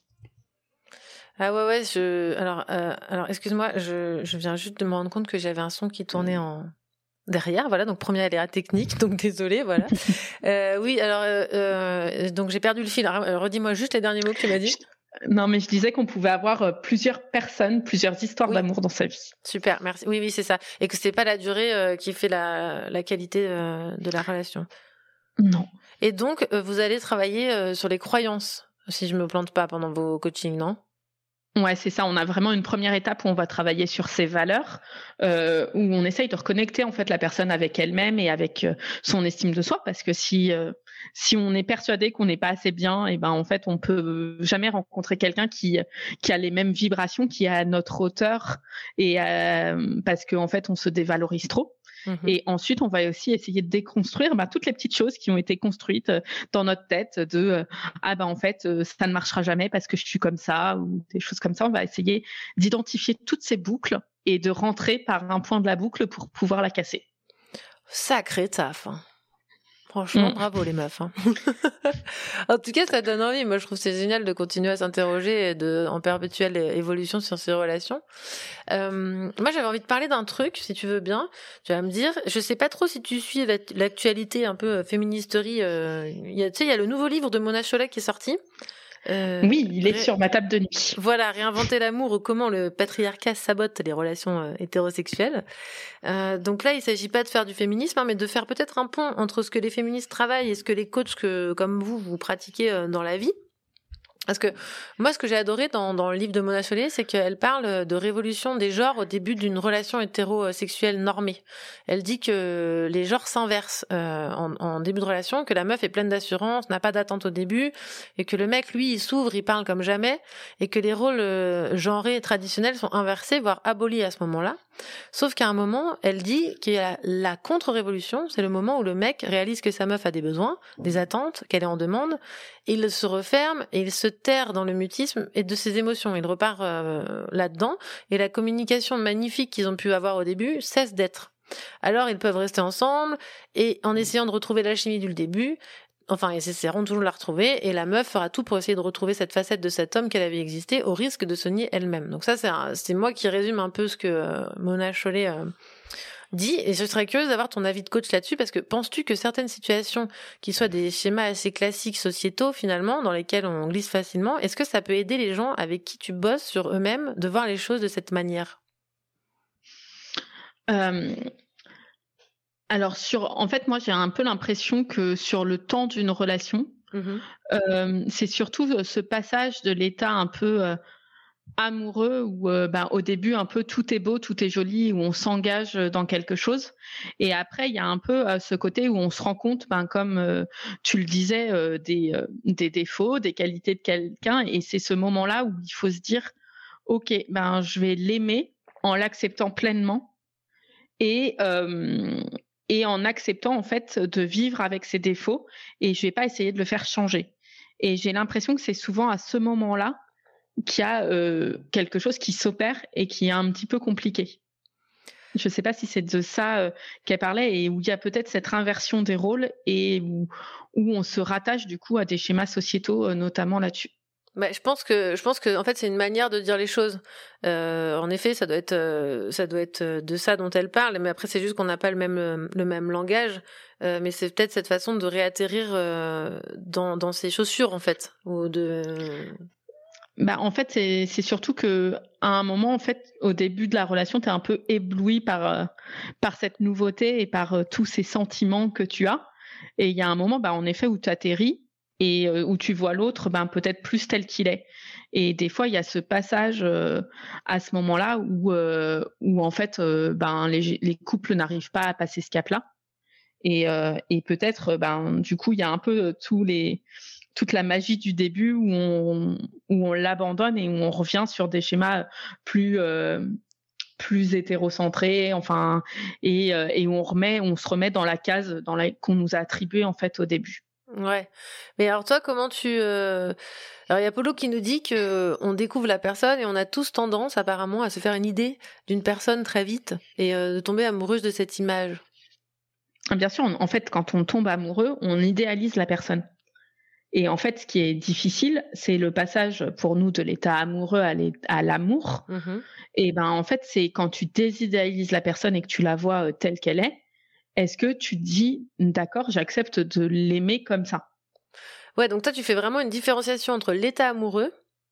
Ah ouais, ouais, je, alors, euh, alors, excuse-moi, je, je viens juste de me rendre compte que j'avais un son qui tournait en, derrière, voilà, donc première aléa technique, donc désolée, voilà. euh, oui, alors, euh, euh, donc j'ai perdu le fil. Alors, redis-moi juste les derniers mots que tu m'as dit. Non, mais je disais qu'on pouvait avoir plusieurs personnes, plusieurs histoires oui. d'amour dans sa vie. Super, merci. Oui, oui, c'est ça. Et que c'est pas la durée euh, qui fait la, la qualité euh, de la relation. Non. Et donc, euh, vous allez travailler euh, sur les croyances, si je me plante pas pendant vos coachings, non ? Ouais, c'est ça. On a vraiment une première étape où on va travailler sur ses valeurs, euh, où on essaye de reconnecter en fait la personne avec elle-même et avec euh, son estime de soi, parce que si euh, si on est persuadé qu'on n'est pas assez bien, et ben en fait on peut jamais rencontrer quelqu'un qui qui a les mêmes vibrations, qui est à notre hauteur, et euh, parce qu'en fait on se dévalorise trop. Mmh. Et ensuite, on va aussi essayer de déconstruire bah, toutes les petites choses qui ont été construites dans notre tête de euh, ah ben en fait euh, ça ne marchera jamais parce que je suis comme ça ou des choses comme ça. On va essayer d'identifier toutes ces boucles et de rentrer par un point de la boucle pour pouvoir la casser. Sacré taf. Hein. Franchement, mmh. bravo les meufs. Hein. En tout cas, ça donne envie. Moi, je trouve que c'est génial de continuer à s'interroger et de, en perpétuelle évolution sur ces relations. Euh, moi, j'avais envie de parler d'un truc, si tu veux bien. Tu vas me dire, je sais pas trop si tu suis l'actualité un peu féministerie. Euh, il y a, tu sais, il y a le nouveau livre de Mona Chollet qui est sorti. Euh, oui, il est ré... sur ma table de nuit. Voilà, réinventer l'amour ou comment le patriarcat sabote les relations euh, hétérosexuelles. Euh, donc là, il s'agit pas de faire du féminisme, hein, mais de faire peut-être un pont entre ce que les féministes travaillent et ce que les coachs que, comme vous, vous pratiquez euh, dans la vie. Parce que moi, ce que j'ai adoré dans, dans le livre de Mona Chollet, c'est qu'elle parle de révolution des genres au début d'une relation hétérosexuelle normée. Elle dit que les genres s'inversent euh, en, en début de relation, que la meuf est pleine d'assurance, n'a pas d'attente au début, et que le mec, lui, il s'ouvre, il parle comme jamais, et que les rôles euh, genrés traditionnels sont inversés, voire abolis à ce moment-là. Sauf qu'à un moment, elle dit qu'il y a la contre-révolution, c'est le moment où le mec réalise que sa meuf a des besoins, des attentes, qu'elle est en demande, et il se referme et il se terre dans le mutisme et de ses émotions. Il repart euh, là-dedans et la communication magnifique qu'ils ont pu avoir au début cesse d'être. Alors ils peuvent rester ensemble et en essayant de retrouver l'alchimie du début, enfin ils essaieront toujours de la retrouver et la meuf fera tout pour essayer de retrouver cette facette de cet homme qu'elle avait existé au risque de se nier elle-même. Donc ça c'est, un, c'est moi qui résume un peu ce que euh, Mona Chollet euh, dit, et je serais curieuse d'avoir ton avis de coach là-dessus, parce que penses-tu que certaines situations qui soient des schémas assez classiques sociétaux finalement, dans lesquels on glisse facilement, est-ce que ça peut aider les gens avec qui tu bosses sur eux-mêmes de voir les choses de cette manière? euh... Alors, sur, en fait, moi, j'ai un peu l'impression que sur le temps d'une relation, mmh. euh, c'est surtout ce passage de l'état un peu euh, amoureux où euh, ben, au début, un peu tout est beau, tout est joli, où on s'engage dans quelque chose. Et après, il y a un peu euh, ce côté où on se rend compte, ben, comme euh, tu le disais, euh, des, euh, des défauts, des qualités de quelqu'un. Et c'est ce moment-là où il faut se dire, OK, ben, je vais l'aimer en l'acceptant pleinement. Et... Euh, et en acceptant en fait de vivre avec ses défauts, et je vais pas essayer de le faire changer. Et j'ai l'impression que c'est souvent à ce moment-là qu'il y a euh, quelque chose qui s'opère et qui est un petit peu compliqué. Je sais pas si c'est de ça euh, qu'elle parlait, et où il y a peut-être cette inversion des rôles et où, où on se rattache du coup à des schémas sociétaux, euh, notamment là-dessus. Bah, je pense que je pense que en fait c'est une manière de dire les choses. Euh, en effet, ça doit être euh, ça doit être de ça dont elle parle, mais après c'est juste qu'on n'a pas le même le même langage. Euh, mais c'est peut-être cette façon de réatterrir euh, dans dans ses chaussures en fait, ou de. Bah en fait c'est c'est surtout que à un moment en fait au début de la relation t'es un peu ébloui par euh, par cette nouveauté et par euh, tous ces sentiments que tu as, et il y a un moment bah en effet où tu atterris et euh, où tu vois l'autre ben peut-être plus tel qu'il est, et des fois il y a ce passage euh, à ce moment-là où euh, où en fait euh, ben les les couples n'arrivent pas à passer ce cap-là, et euh, et peut-être ben du coup il y a un peu tous les toute la magie du début où on où on l'abandonne et où on revient sur des schémas plus euh, plus hétérocentrés, enfin, et euh, et où on remet on se remet dans la case dans la qu'on nous a attribuée en fait au début. Ouais. Mais alors toi, comment tu... Euh... Alors il y a Polo qui nous dit que on découvre la personne et on a tous tendance apparemment à se faire une idée d'une personne très vite et euh, de tomber amoureuse de cette image. Bien sûr, on, en fait, quand on tombe amoureux, on idéalise la personne. Et en fait, ce qui est difficile, c'est le passage pour nous de l'état amoureux à, à l'amour. Mmh. Et ben en fait, c'est quand tu désidéalises la personne et que tu la vois telle qu'elle est, est-ce que tu te dis, d'accord, j'accepte de l'aimer comme ça? Ouais, donc toi, tu fais vraiment une différenciation entre l'état amoureux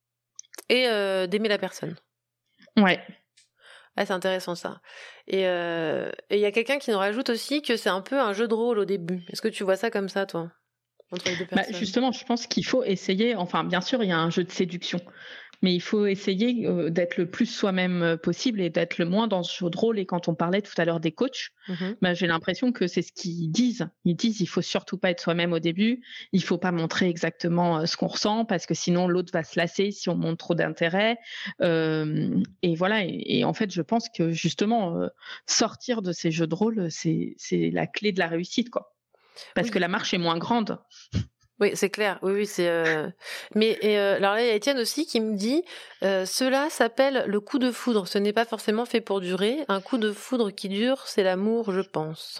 et euh, d'aimer la personne. Ouais. Ah, c'est intéressant ça. Et il euh, y a quelqu'un qui nous rajoute aussi que c'est un peu un jeu de rôle au début. Est-ce que tu vois ça comme ça, toi, entre les deux personnes? Bah, justement, je pense qu'il faut essayer, enfin, bien sûr, il y a un jeu de séduction, mais il faut essayer euh, d'être le plus soi-même possible et d'être le moins dans ce jeu de rôle. Et quand on parlait tout à l'heure des coachs, mm-hmm. bah, j'ai l'impression que c'est ce qu'ils disent. Ils disent il faut surtout pas être soi-même au début, il faut pas montrer exactement euh, ce qu'on ressent parce que sinon l'autre va se lasser si on montre trop d'intérêt. Euh, et voilà. Et, et en fait, je pense que justement euh, sortir de ces jeux de rôle, c'est c'est la clé de la réussite, quoi. Parce oui. que la marche est moins grande. Oui, c'est clair. Oui, oui, c'est. Euh... Mais et, euh, alors là, il y a Étienne aussi qui me dit euh, cela s'appelle le coup de foudre. Ce n'est pas forcément fait pour durer. Un coup de foudre qui dure, c'est l'amour, je pense.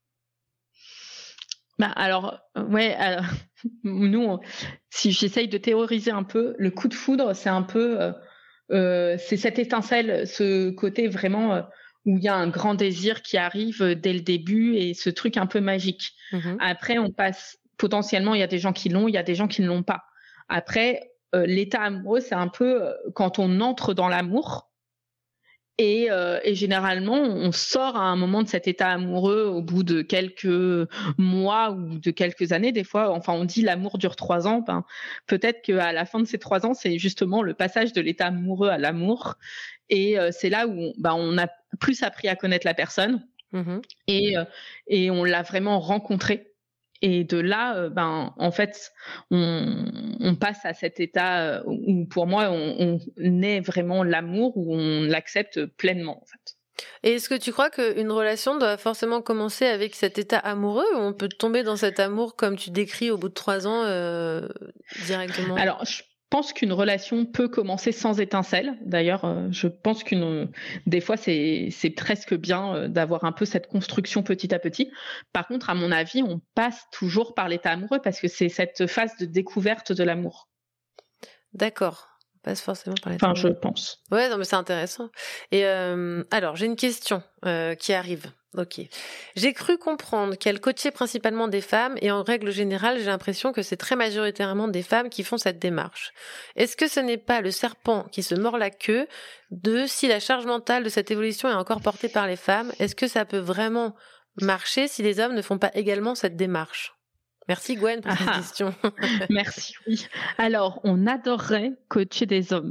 Bah alors, ouais. Alors, nous, on, si j'essaye de théoriser un peu, le coup de foudre, c'est un peu, euh, euh, c'est cette étincelle, ce côté vraiment. Euh, où il y a un grand désir qui arrive dès le début et ce truc un peu magique. Mmh. Après, on passe, potentiellement, il y a des gens qui l'ont, il y a des gens qui ne l'ont pas. Après, euh, l'état amoureux, c'est un peu euh, quand on entre dans l'amour Et, euh, et généralement, on sort à un moment de cet état amoureux au bout de quelques mois ou de quelques années. Des fois, enfin, on dit l'amour dure trois ans. Ben, peut-être qu'à la fin de ces trois ans, c'est justement le passage de l'état amoureux à l'amour. Et euh, c'est là où ben, on a plus appris à connaître la personne mmh. et, euh, et on l'a vraiment rencontrée. Et de là, euh, ben, en fait, on, on passe à cet état où, pour moi, on, on est vraiment l'amour, où on l'accepte pleinement, en fait. Et est-ce que tu crois qu'une relation doit forcément commencer avec cet état amoureux, ou on peut tomber dans cet amour, comme tu décris, au bout de trois ans, euh, directement ? Alors, je Je pense qu'une relation peut commencer sans étincelle. D'ailleurs, euh, je pense qu'une, des fois, c'est, c'est presque bien euh, d'avoir un peu cette construction petit à petit. Par contre, à mon avis, on passe toujours par l'état amoureux parce que c'est cette phase de découverte de l'amour. D'accord. On passe forcément par l'état Enfin, amoureux. je pense. Ouais, non, mais c'est intéressant. Et euh, alors, j'ai une question euh, qui arrive. Ok. J'ai cru comprendre qu'elle coachait principalement des femmes et en règle générale, j'ai l'impression que c'est très majoritairement des femmes qui font cette démarche. Est-ce que ce n'est pas le serpent qui se mord la queue de si la charge mentale de cette évolution est encore portée par les femmes? Est-ce que ça peut vraiment marcher si les hommes ne font pas également cette démarche? Merci Gwen pour cette Ah, question. Merci, oui. Alors, on adorerait coacher des hommes.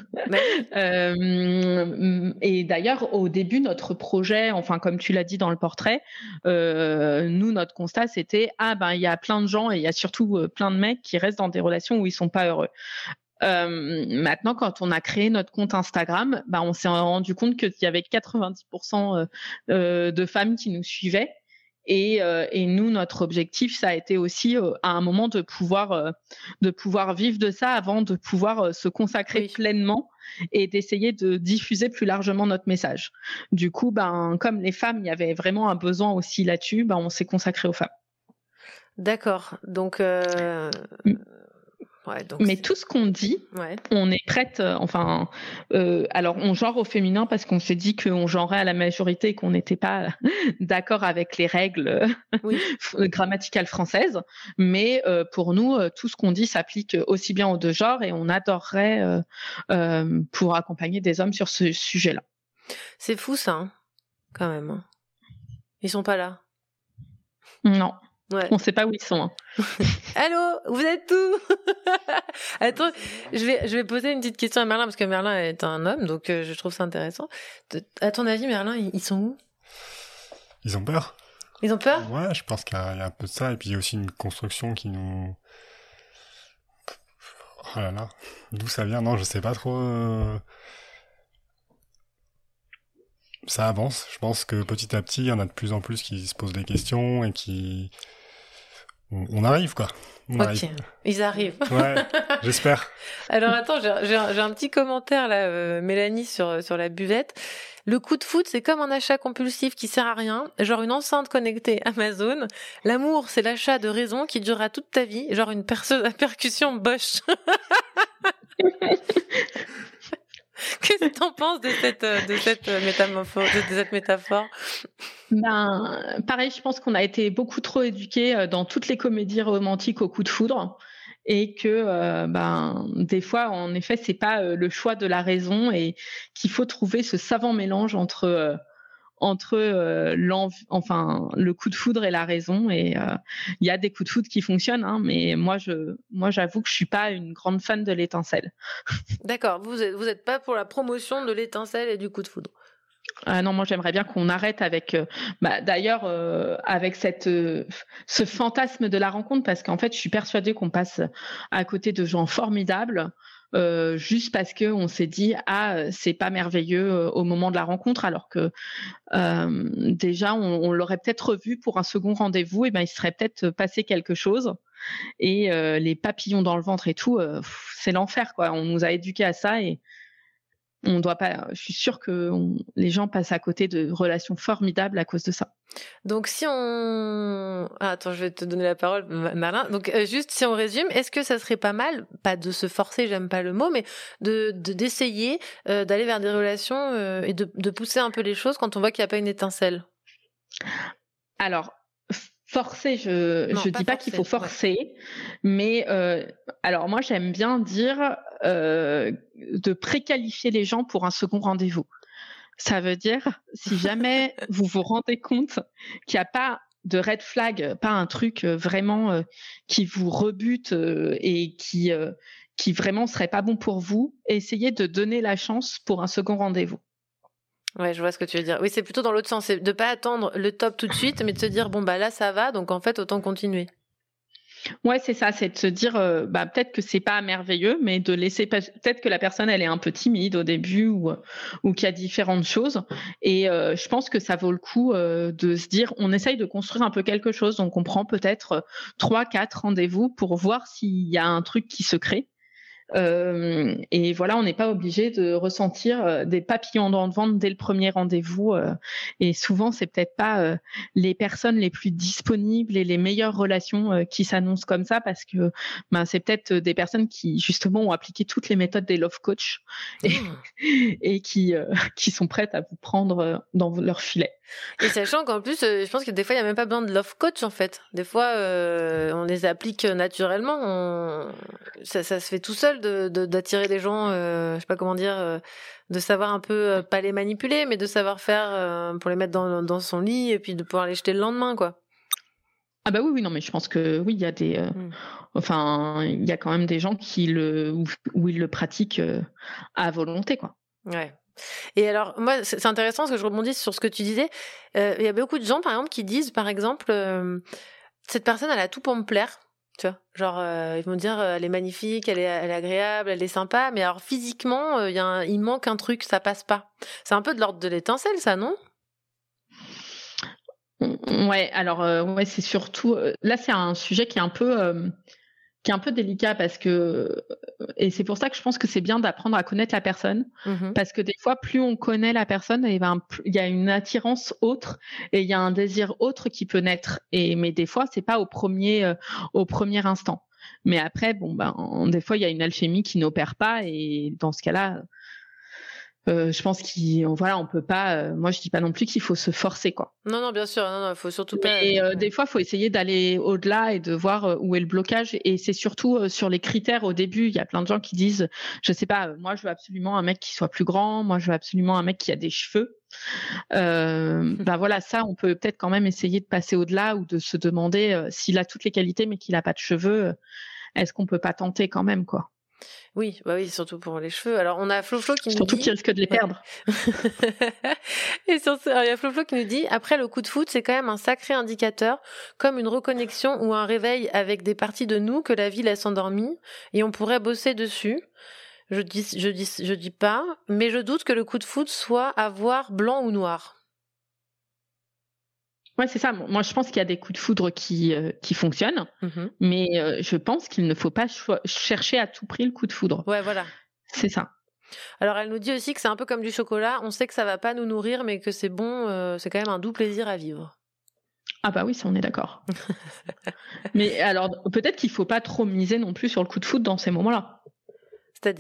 euh, et d'ailleurs, au début, notre projet, enfin, comme tu l'as dit dans le portrait, euh, nous, notre constat, c'était « Ah, ben, il y a plein de gens et il y a surtout euh, plein de mecs qui restent dans des relations où ils sont pas heureux. » Euh, maintenant, quand on a créé notre compte Instagram, ben, on s'est rendu compte qu'il y avait quatre-vingt-dix pour cent euh, de femmes qui nous suivaient. Et, euh, et nous, notre objectif, ça a été aussi euh, à un moment de pouvoir, euh, de pouvoir vivre de ça avant de pouvoir euh, se consacrer oui. pleinement et d'essayer de diffuser plus largement notre message. Du coup, ben, comme les femmes, il y avait vraiment un besoin aussi là-dessus, ben, on s'est consacré aux femmes. D'accord. Donc... Euh... Ouais, donc mais c'est... tout ce qu'on dit, ouais. on est prête. Euh, enfin, euh, alors on genre au féminin parce qu'on s'est dit qu'on genrait à la majorité et qu'on n'était pas d'accord avec les règles oui. grammaticales françaises. Mais euh, pour nous, euh, tout ce qu'on dit s'applique aussi bien aux deux genres et on adorerait euh, euh, pour accompagner des hommes sur ce sujet-là. C'est fou ça, hein, quand même. Ils sont pas là. Non. Ouais. On ne sait pas où ils sont. Hein. Allô, vous êtes où? Attends, je vais, je vais poser une petite question à Merlin parce que Merlin est un homme, donc euh, je trouve ça intéressant. À ton avis, Merlin, ils sont où? Ils ont peur. Ils ont peur? Ouais, je pense qu'il y a, il y a un peu de ça, et puis il y a aussi une construction qui nous... Oh là là, d'où ça vient? Non, je sais pas trop... Euh... Ça avance. Je pense que petit à petit, il y en a de plus en plus qui se posent des questions et qui... On, on arrive, quoi. On ok, arrive. Ils arrivent. Ouais, j'espère. Alors attends, j'ai, j'ai, un, j'ai un petit commentaire là, euh, Mélanie, sur, sur la buvette. Le coup de foot, c'est comme un achat compulsif qui sert à rien, genre une enceinte connectée Amazon. L'amour, c'est l'achat de raison qui durera toute ta vie, genre une perceuse à percussion Bosch. Qu'est-ce que t'en penses de cette, de cette métaphore, de cette métaphore? Ben, pareil, je pense qu'on a été beaucoup trop éduqués dans toutes les comédies romantiques au coup de foudre. Et que euh, ben des fois en effet c'est pas euh, le choix de la raison et qu'il faut trouver ce savant mélange entre euh, entre euh, l'envie, enfin le coup de foudre et la raison. Et il euh, y a des coups de foudre qui fonctionnent, hein, mais moi je moi j'avoue que je suis pas une grande fan de l'étincelle. D'accord, vous êtes vous êtes pas pour la promotion de l'étincelle et du coup de foudre. Ah non, moi j'aimerais bien qu'on arrête avec, euh, bah, d'ailleurs euh, avec cette, euh, ce fantasme de la rencontre, parce qu'en fait je suis persuadée qu'on passe à côté de gens formidables euh, juste parce que on s'est dit ah c'est pas merveilleux euh, au moment de la rencontre, alors que euh, déjà on, on l'aurait peut-être revu pour un second rendez-vous, et ben il serait peut-être passé quelque chose. Et euh, les papillons dans le ventre et tout, euh, c'est l'enfer quoi. On nous a éduqués à ça et on doit pas. Je suis sûre que on, les gens passent à côté de relations formidables à cause de ça. Donc si on, ah, attends, je vais te donner la parole, Merlin. Donc euh, juste si on résume, est-ce que ça serait pas mal, pas de se forcer, j'aime pas le mot, mais de, de d'essayer euh, d'aller vers des relations euh, et de, de pousser un peu les choses quand on voit qu'il n'y a pas une étincelle? Alors. Forcer, je non, je pas dis pas forcer, qu'il faut forcer, ouais. mais euh, alors moi j'aime bien dire euh, de préqualifier les gens pour un second rendez-vous. Ça veut dire, si jamais vous vous rendez compte qu'il n'y a pas de red flag, pas un truc vraiment euh, qui vous rebute euh, et qui, euh, qui vraiment serait pas bon pour vous, essayez de donner la chance pour un second rendez-vous. Ouais, je vois ce que tu veux dire. Oui, c'est plutôt dans l'autre sens, c'est de pas attendre le top tout de suite, mais de se dire bon bah là ça va, donc en fait autant continuer. Ouais, c'est ça, c'est de se dire euh, bah peut-être que c'est pas merveilleux, mais de laisser peut-être que la personne elle est un peu timide au début ou ou qu'il y a différentes choses. Et euh, je pense que ça vaut le coup euh, de se dire on essaye de construire un peu quelque chose, donc on prend peut-être trois, quatre rendez-vous pour voir s'il y a un truc qui se crée. Euh, et voilà, on n'est pas obligé de ressentir des papillons dans le ventre dès le premier rendez-vous. Euh, et souvent, c'est peut-être pas euh, les personnes les plus disponibles et les meilleures relations euh, qui s'annoncent comme ça, parce que ben, c'est peut-être des personnes qui justement ont appliqué toutes les méthodes des love coach et, mmh. et qui euh, qui sont prêtes à vous prendre dans leur filet. Et sachant qu'en plus, euh, je pense que des fois, il n'y a même pas besoin de love coach, en fait. Des fois, euh, on les applique naturellement. On... Ça, ça se fait tout seul de, de, d'attirer des gens, euh, je sais pas comment dire, euh, de savoir un peu, euh, pas les manipuler, mais de savoir faire euh, pour les mettre dans, dans son lit et puis de pouvoir les jeter le lendemain, quoi. Ah bah oui, oui, non, mais je pense que oui, il y a des... Euh, mm. Enfin, il y a quand même des gens qui le... où, où ils le pratiquent euh, à volonté, quoi. Ouais. Et alors, moi, c'est intéressant parce que je rebondis sur ce que tu disais. Euh, il y a beaucoup de gens, par exemple, qui disent, par exemple, euh, cette personne, elle a tout pour me plaire. Tu vois, genre, euh, ils vont dire, euh, elle est magnifique, elle est, elle est agréable, elle est sympa, mais alors physiquement, euh, y a un, il manque un truc, ça passe pas. C'est un peu de l'ordre de l'étincelle, ça, non ? Ouais, alors, euh, ouais, c'est surtout... Euh, là, c'est un sujet qui est un peu... Euh, qui est un peu délicat parce que, et c'est pour ça que je pense que c'est bien d'apprendre à connaître la personne, mmh. parce que des fois, plus on connaît la personne, et ben, il y a une attirance autre et il y a un désir autre qui peut naître. Et, mais des fois, c'est pas au premier, euh, au premier instant. Mais après, bon, ben, des fois, il y a une alchimie qui n'opère pas et dans ce cas-là, Euh, je pense qu'on voilà, on peut pas. Euh, moi, je dis pas non plus qu'il faut se forcer, quoi. Non, non, bien sûr, non, non, faut surtout pas. Et euh, ouais. Des fois, il faut essayer d'aller au-delà et de voir euh, où est le blocage. Et c'est surtout euh, sur les critères. Au début, il y a plein de gens qui disent, je sais pas, euh, moi, je veux absolument un mec qui soit plus grand. Moi, je veux absolument un mec qui a des cheveux. Euh, ben voilà, ça, on peut peut-être quand même essayer de passer au-delà ou de se demander euh, s'il a toutes les qualités mais qu'il a pas de cheveux. Euh, est-ce qu'on peut pas tenter quand même, quoi? Oui, bah oui, surtout pour les cheveux. Alors, on a Flo-Flo qui nous surtout dit... Surtout qu'il risque de les perdre. Et sur ce, alors, il y a Flo-Flo qui nous dit, après le coup de foot, c'est quand même un sacré indicateur, comme une reconnexion ou un réveil avec des parties de nous que la vie laisse endormies, et on pourrait bosser dessus. Je dis, je dis, je dis pas, mais je doute que le coup de foot soit à voir blanc ou noir. Ouais, c'est ça. Moi, je pense qu'il y a des coups de foudre qui euh, qui fonctionnent, mm-hmm. mais euh, je pense qu'il ne faut pas cho- chercher à tout prix le coup de foudre. Ouais, voilà. C'est ça. Alors, elle nous dit aussi que c'est un peu comme du chocolat. On sait que ça va pas nous nourrir, mais que c'est bon. Euh, c'est quand même un doux plaisir à vivre. Ah bah oui, ça on est d'accord. Mais alors, peut-être qu'il faut pas trop miser non plus sur le coup de foudre dans ces moments-là. C'est-à-dire ?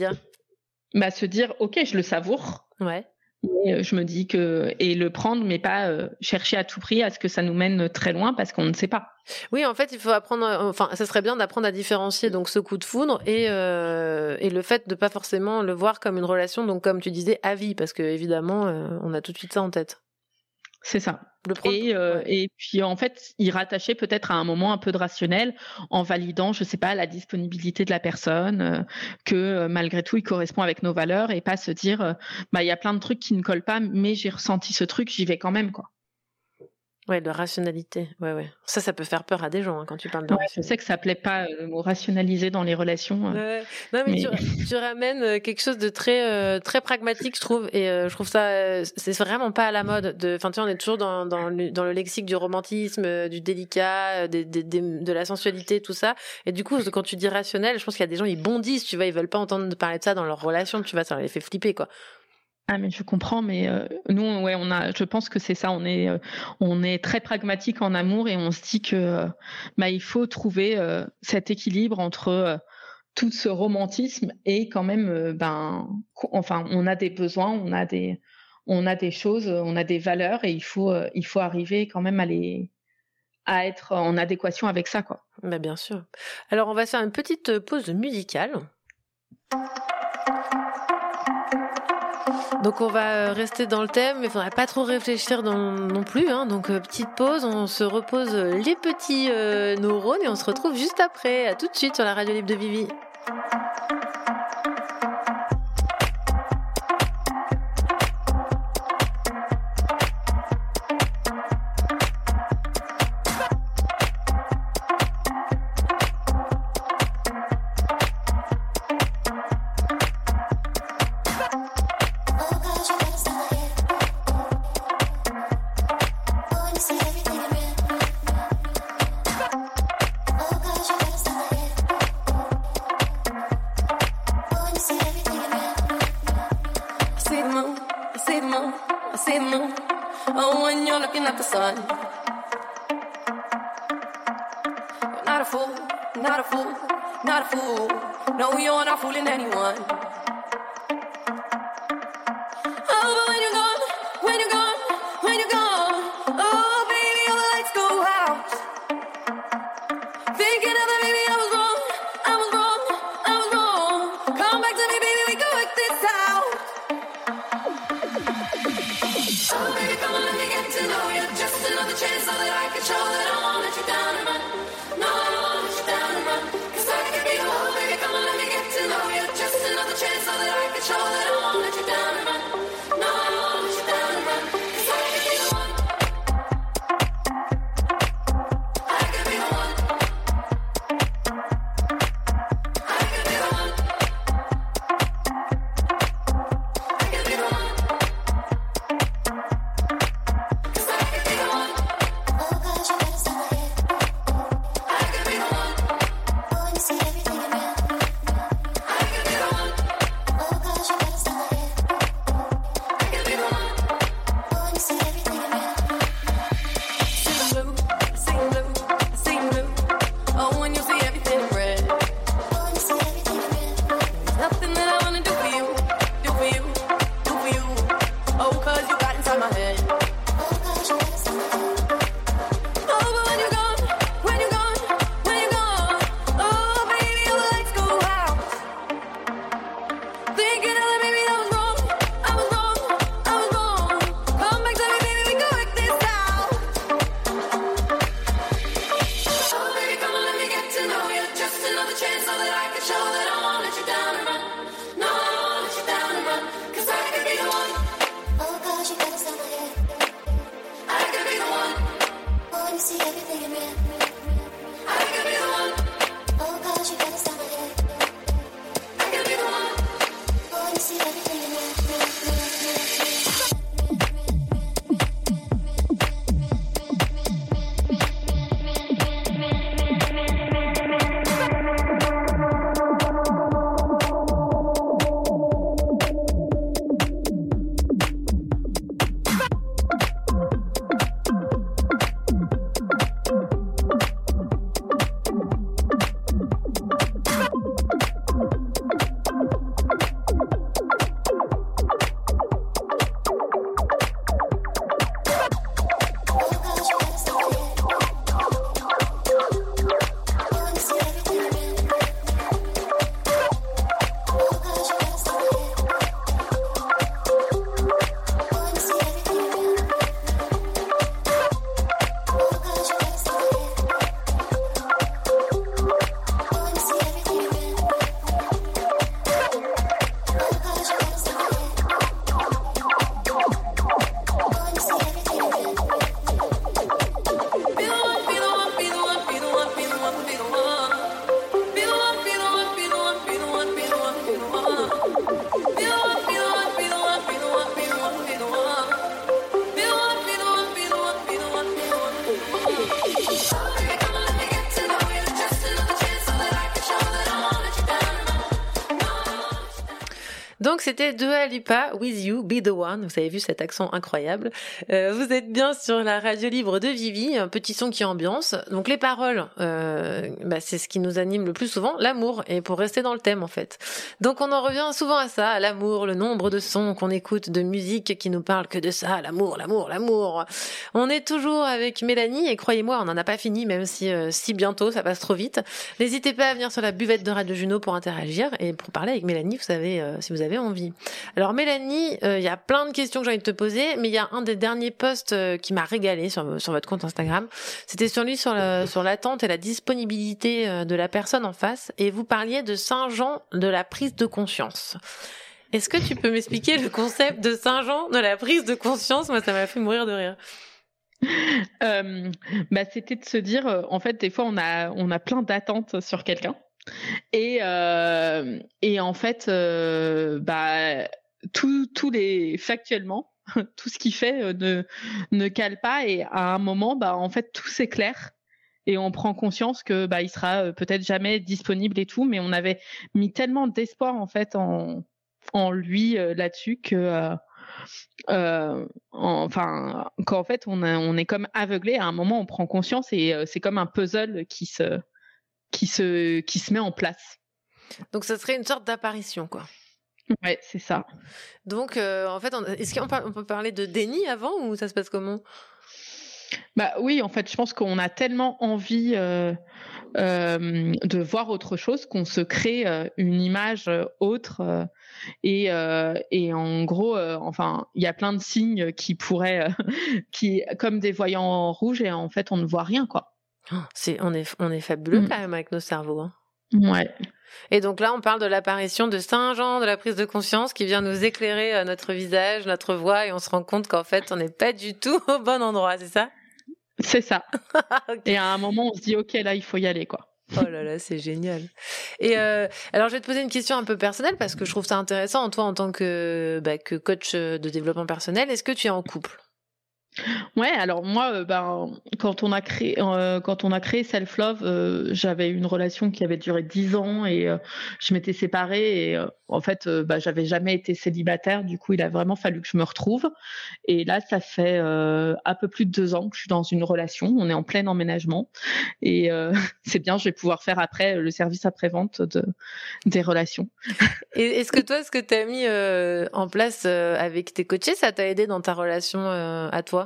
Bah se dire, ok, je le savoure. Ouais. Mais je me dis que et le prendre, mais pas euh, chercher à tout prix à ce que ça nous mène très loin parce qu'on ne sait pas. Oui, en fait, il faut apprendre. Enfin, ça serait bien d'apprendre à différencier donc ce coup de foudre et euh, et le fait de pas forcément le voir comme une relation, donc comme tu disais, à vie, parce que évidemment, euh, on a tout de suite ça en tête. C'est ça. Le prendre... Et, euh, ouais. et puis en fait, y rattacher peut-être à un moment un peu de rationnel en validant, je sais pas, la disponibilité de la personne, euh, que euh, malgré tout il correspond avec nos valeurs et pas se dire, euh, bah il y a plein de trucs qui ne collent pas, mais j'ai ressenti ce truc, j'y vais quand même, quoi. Ouais, de rationalité. Ouais, ouais. Ça, ça peut faire peur à des gens hein, quand tu parles de. Ouais, je sais que ça plaît pas le mot rationaliser dans les relations. Euh, ouais. Non, mais, mais... Tu, tu ramènes quelque chose de très, euh, très pragmatique, je trouve, et euh, je trouve ça, euh, c'est vraiment pas à la mode. De, enfin, tu vois, on est toujours dans, dans, le, dans le lexique du romantisme, euh, du délicat, euh, des, des, des, de la sensualité, tout ça. Et du coup, quand tu dis rationnel, je pense qu'il y a des gens, ils bondissent, tu vois, ils veulent pas entendre parler de ça dans leur relation, tu vois, ça les fait flipper, quoi. Ah mais je comprends, mais euh, nous ouais on a, je pense que c'est ça, on est euh, on est très pragmatique en amour et on se dit que euh, bah il faut trouver euh, cet équilibre entre euh, tout ce romantisme et quand même euh, ben enfin on a des besoins, on a des on a des choses, on a des valeurs et il faut euh, il faut arriver quand même à les à être en adéquation avec ça, quoi. Bah bien sûr. Alors on va faire une petite pause musicale. Donc on va rester dans le thème, mais il faudrait pas trop réfléchir dans, non plus. Hein. Donc euh, petite pause, on se repose les petits euh, neurones et on se retrouve juste après. À tout de suite sur la radio libre de Vivi. Donc c'était Dua Lipa, With You, Be The One. Vous avez vu cet accent incroyable. Euh, vous êtes bien sur la radio libre de Vivi, un petit son qui ambiance. Donc les paroles, euh, bah, c'est ce qui nous anime le plus souvent, l'amour. Et pour rester dans le thème en fait. Donc on en revient souvent à ça, à l'amour, le nombre de sons qu'on écoute, de musique qui nous parlent que de ça, l'amour, l'amour, l'amour. On est toujours avec Mélanie et croyez-moi, on n'en a pas fini, même si, euh, si bientôt, ça passe trop vite. N'hésitez pas à venir sur la buvette de Radio Juno pour interagir et pour parler avec Mélanie. Vous savez, euh, si vous avez avez envie. Alors Mélanie, il euh, y a plein de questions que j'ai envie de te poser, mais il y a un des derniers posts euh, qui m'a régalé sur, sur votre compte Instagram. C'était sur lui, sur, le, sur l'attente et la disponibilité euh, de la personne en face, et vous parliez de Saint-Jean de la prise de conscience. Est-ce que tu peux m'expliquer le concept de Saint-Jean de la prise de conscience ? Moi, ça m'a fait mourir de rire. Euh, bah, c'était de se dire, euh, en fait, des fois, on a, on a plein d'attentes sur quelqu'un. Et, euh, et en fait, euh, bah, tout, tout les, factuellement, tout ce qu'il fait euh, ne, ne cale pas. Et à un moment, bah, en fait, tout s'éclaire. Et on prend conscience que bah, il sera euh, peut-être jamais disponible et tout. Mais on avait mis tellement d'espoir, en fait, en, en lui euh, là-dessus que... Euh, Euh, enfin, qu'en fait, on, a, on est comme aveuglé. À un moment, on prend conscience et euh, c'est comme un puzzle qui se, qui se, qui se met en place. Donc, ça serait une sorte d'apparition, quoi. Ouais, c'est ça. Donc, euh, en fait, on, est-ce qu'on parle, on peut parler de déni avant ou ça se passe comment ? Bah oui, en fait, je pense qu'on a tellement envie euh, euh, de voir autre chose qu'on se crée euh, une image euh, autre. Euh, et, euh, et en gros, euh, enfin, il y a plein de signes qui pourraient, euh, qui, comme des voyants rouges, et en fait, on ne voit rien, quoi. C'est, on est, on est fabuleux mmh. quand même avec nos cerveaux. Hein. Ouais. Et donc là, on parle de l'apparition de Saint-Jean, de la prise de conscience qui vient nous éclairer euh, notre visage, notre voix, et on se rend compte qu'en fait, on n'est pas du tout au bon endroit, c'est ça ? C'est ça. Okay. Et à un moment, on se dit, OK, là, il faut y aller, quoi. Oh là là, c'est génial. Et euh, alors, je vais te poser une question un peu personnelle parce que je trouve ça intéressant, toi, en tant que, bah, que coach de développement personnel. Est-ce que tu es en couple ? Ouais, alors moi, euh, ben, quand on a créé, euh, quand on a créé Self Love, euh, j'avais une relation qui avait duré dix ans et euh, je m'étais séparée et euh, en fait, euh, bah, j'avais jamais été célibataire. Du coup, il a vraiment fallu que je me retrouve. Et là, ça fait euh, un peu plus de deux ans que je suis dans une relation. On est en plein emménagement et euh, c'est bien. Je vais pouvoir faire après le service après-vente de des relations. Et est-ce que toi, ce que tu as mis euh, en place euh, avec tes coachés, ça t'a aidé dans ta relation euh, à toi ?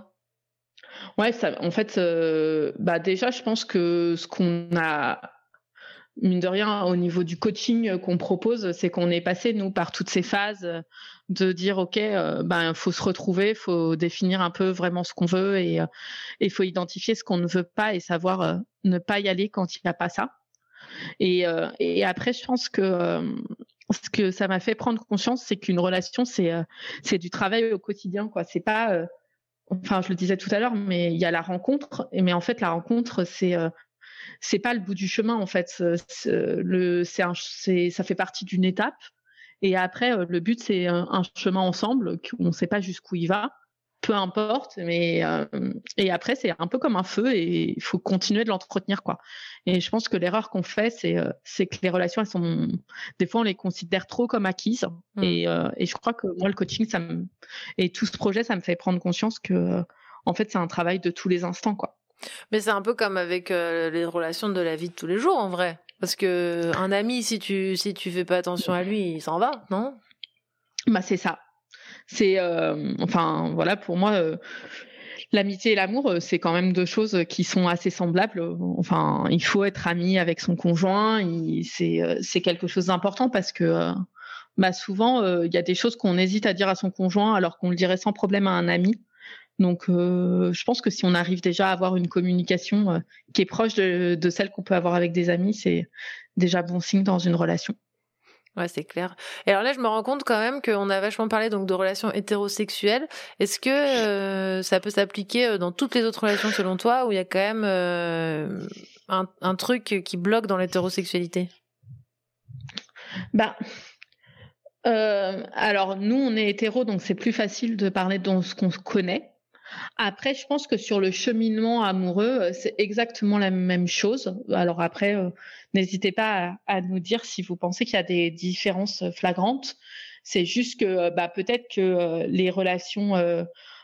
Ouais, ça, en fait, euh, bah déjà, je pense que ce qu'on a, mine de rien, au niveau du coaching qu'on propose, c'est qu'on est passé, nous, par toutes ces phases de dire, OK, euh, ben, faut se retrouver, faut définir un peu vraiment ce qu'on veut et il faut identifier ce qu'on ne veut pas et savoir euh, ne pas y aller quand il n'y a pas ça. Et, euh, et après, je pense que euh, ce que ça m'a fait prendre conscience, c'est qu'une relation, c'est, euh, c'est du travail au quotidien, quoi. C'est pas... Euh, Enfin, je le disais tout à l'heure, mais il y a la rencontre. Mais en fait, la rencontre, c'est euh, c'est pas le bout du chemin. En fait, c'est, le, c'est un, c'est, ça fait partie d'une étape. Et après, euh, le but, c'est un, un chemin ensemble. On ne sait pas jusqu'où il va, peu importe. Mais euh, et après, c'est un peu comme un feu et il faut continuer de l'entretenir, quoi. Et je pense que l'erreur qu'on fait, c'est euh, c'est que les relations, elles sont des fois on les considère trop comme acquises. Mmh. Et euh, et je crois que moi, le coaching, ça me et tout ce projet, ça me fait prendre conscience que euh, en fait, c'est un travail de tous les instants, quoi. Mais c'est un peu comme avec euh, les relations de la vie de tous les jours, en vrai. Parce que un ami, si tu si tu fais pas attention à lui, il s'en va, non ? Bah c'est ça. C'est euh, enfin voilà, pour moi euh, l'amitié et l'amour, c'est quand même deux choses qui sont assez semblables. Enfin, il faut être ami avec son conjoint, il, c'est c'est quelque chose d'important parce que euh, bah souvent il euh, y a des choses qu'on hésite à dire à son conjoint alors qu'on le dirait sans problème à un ami. Donc, euh, je pense que si on arrive déjà à avoir une communication euh, qui est proche de, de celle qu'on peut avoir avec des amis, c'est déjà bon signe dans une relation. Ouais, c'est clair. Et alors là, je me rends compte quand même qu'on a vachement parlé donc de relations hétérosexuelles. Est-ce que euh, ça peut s'appliquer dans toutes les autres relations selon toi, où il y a quand même euh, un, un truc qui bloque dans l'hétérosexualité ? Bah. Euh, alors, nous, on est hétéros, donc c'est plus facile de parler de ce qu'on connaît. Après, je pense que sur le cheminement amoureux, c'est exactement la même chose. Alors après, euh, n'hésitez pas à, à nous dire si vous pensez qu'il y a des différences flagrantes. C'est juste que bah, peut-être que euh, les relations euh,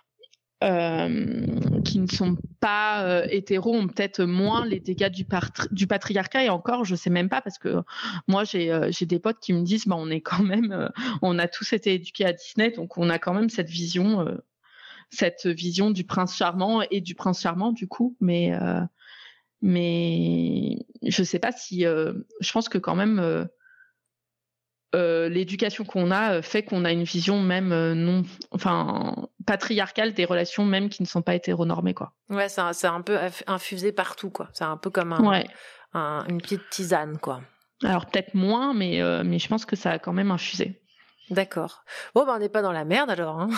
euh, qui ne sont pas euh, hétéros ont peut-être moins les dégâts du, par- du patriarcat. Et encore, je sais même pas parce que moi, j'ai, euh, j'ai des potes qui me disent bah, on est quand même, euh, on a tous été éduqués à Disney, donc on a quand même cette vision... Euh, cette vision du prince charmant et du prince charmant du coup, mais euh, mais je sais pas si euh, je pense que quand même euh, euh, l'éducation qu'on a fait qu'on a une vision même euh, non, enfin patriarcale des relations même qui ne sont pas hétéronormées, quoi. Ouais, c'est un, c'est un peu infusé partout, quoi. C'est un peu comme un, ouais. un, une petite tisane, quoi. Alors peut-être moins, mais euh, mais je pense que ça a quand même infusé. D'accord. Bon, ben on n'est pas dans la merde alors. Hein.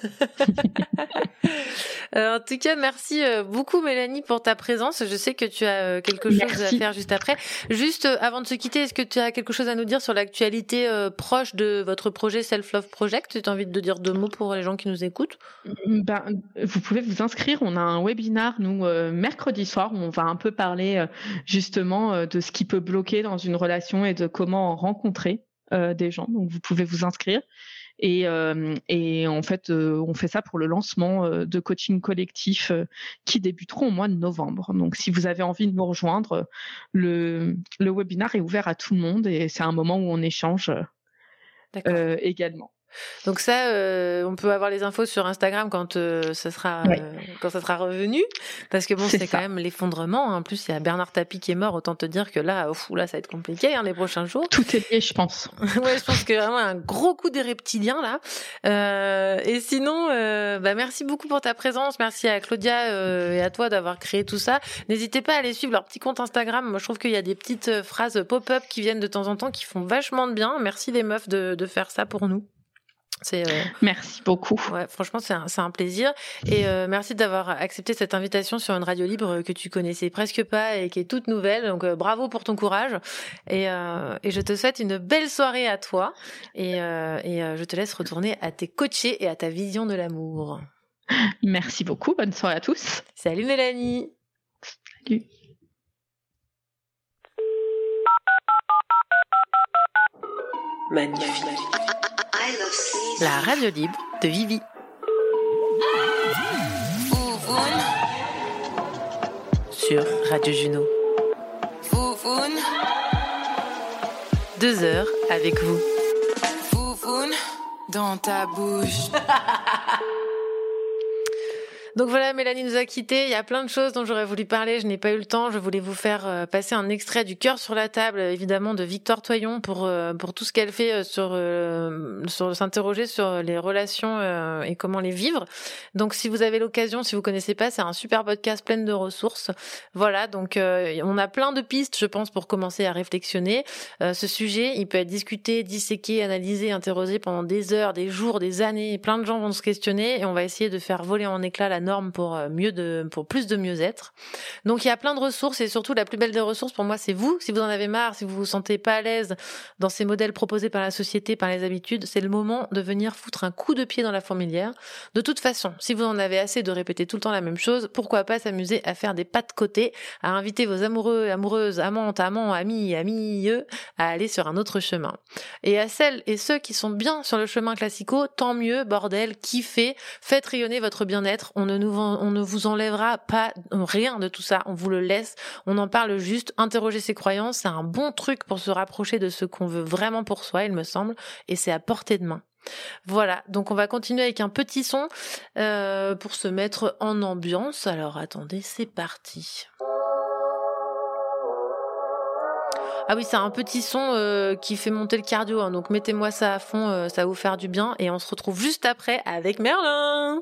euh, en tout cas, merci beaucoup Mélanie pour ta présence. Je sais que tu as quelque chose merci. à faire juste après. Juste euh, avant de se quitter, est-ce que tu as quelque chose à nous dire sur l'actualité euh, proche de votre projet Self Love Project ? Tu as envie de dire deux mots pour les gens qui nous écoutent ? Ben, vous pouvez vous inscrire. On a un webinar, nous, euh, mercredi soir, où on va un peu parler euh, justement euh, de ce qui peut bloquer dans une relation et de comment en rencontrer. Euh, des gens, donc vous pouvez vous inscrire et, euh, et en fait euh, on fait ça pour le lancement euh, de coaching collectif euh, qui débuteront au mois de novembre. Donc si vous avez envie de nous rejoindre, le, le webinaire est ouvert à tout le monde et c'est un moment où on échange euh, également. Donc ça, euh, on peut avoir les infos sur Instagram quand euh, ça sera ouais. euh, quand ça sera revenu, parce que bon, c'est, c'est quand même l'effondrement. En plus, il y a Bernard Tapie qui est mort. Autant te dire que là, oh, là, ça va être compliqué hein, les prochains jours. Tout est lié, je pense. ouais, je pense que vraiment un gros coup des reptiliens là. Euh, et sinon, euh, bah merci beaucoup pour ta présence. Merci à Claudia euh, et à toi d'avoir créé tout ça. N'hésitez pas à aller suivre leur petit compte Instagram. Moi, je trouve qu'il y a des petites phrases pop-up qui viennent de temps en temps qui font vachement de bien. Merci les meufs de, de faire ça pour nous. C'est, euh... Merci beaucoup. Ouais, franchement, c'est un, c'est un plaisir. Et euh, merci d'avoir accepté cette invitation sur une radio libre que tu connaissais presque pas et qui est toute nouvelle. Donc, euh, bravo pour ton courage. Et, euh, et je te souhaite une belle soirée à toi. Et, euh, et euh, je te laisse retourner à tes coachés et à ta vision de l'amour. Merci beaucoup. Bonne soirée à tous. Salut Mélanie. Salut. Magnifique. La radio libre de Vivi. Sur Radio Juno. Deux heures avec vous. Dans ta bouche. Donc voilà, Mélanie nous a quittés. Il y a plein de choses dont j'aurais voulu parler. Je n'ai pas eu le temps. Je voulais vous faire passer un extrait du Cœur sur la table, évidemment, de Victoire Toyon pour pour tout ce qu'elle fait sur sur s'interroger sur les relations et comment les vivre. Donc si vous avez l'occasion, si vous connaissez pas, c'est un super podcast plein de ressources. Voilà, donc on a plein de pistes, je pense, pour commencer à réflexionner. Ce sujet, il peut être discuté, disséqué, analysé, interrogé pendant des heures, des jours, des années. Plein de gens vont se questionner et on va essayer de faire voler en éclats la norme pour mieux de pour plus de mieux-être. Donc il y a plein de ressources et surtout la plus belle des ressources pour moi c'est vous. Si vous en avez marre, si vous vous sentez pas à l'aise dans ces modèles proposés par la société, par les habitudes, c'est le moment de venir foutre un coup de pied dans la fourmilière. De toute façon, si vous en avez assez de répéter tout le temps la même chose, pourquoi pas s'amuser à faire des pas de côté, à inviter vos amoureux, amoureuses, amantes, amants, amis, amieux à aller sur un autre chemin. Et à celles et ceux qui sont bien sur le chemin classico, tant mieux, bordel, kiffez, faites rayonner votre bien-être. On ne Nous, on ne vous enlèvera pas rien de tout ça, on vous le laisse, on en parle juste, interroger ses croyances, c'est un bon truc pour se rapprocher de ce qu'on veut vraiment pour soi, il me semble, et c'est à portée de main. Voilà, donc on va continuer avec un petit son euh, pour se mettre en ambiance. Alors attendez, c'est parti. Ah oui, c'est un petit son euh, qui fait monter le cardio, hein, donc mettez-moi ça à fond, euh, ça va vous faire du bien, et on se retrouve juste après avec Merlin.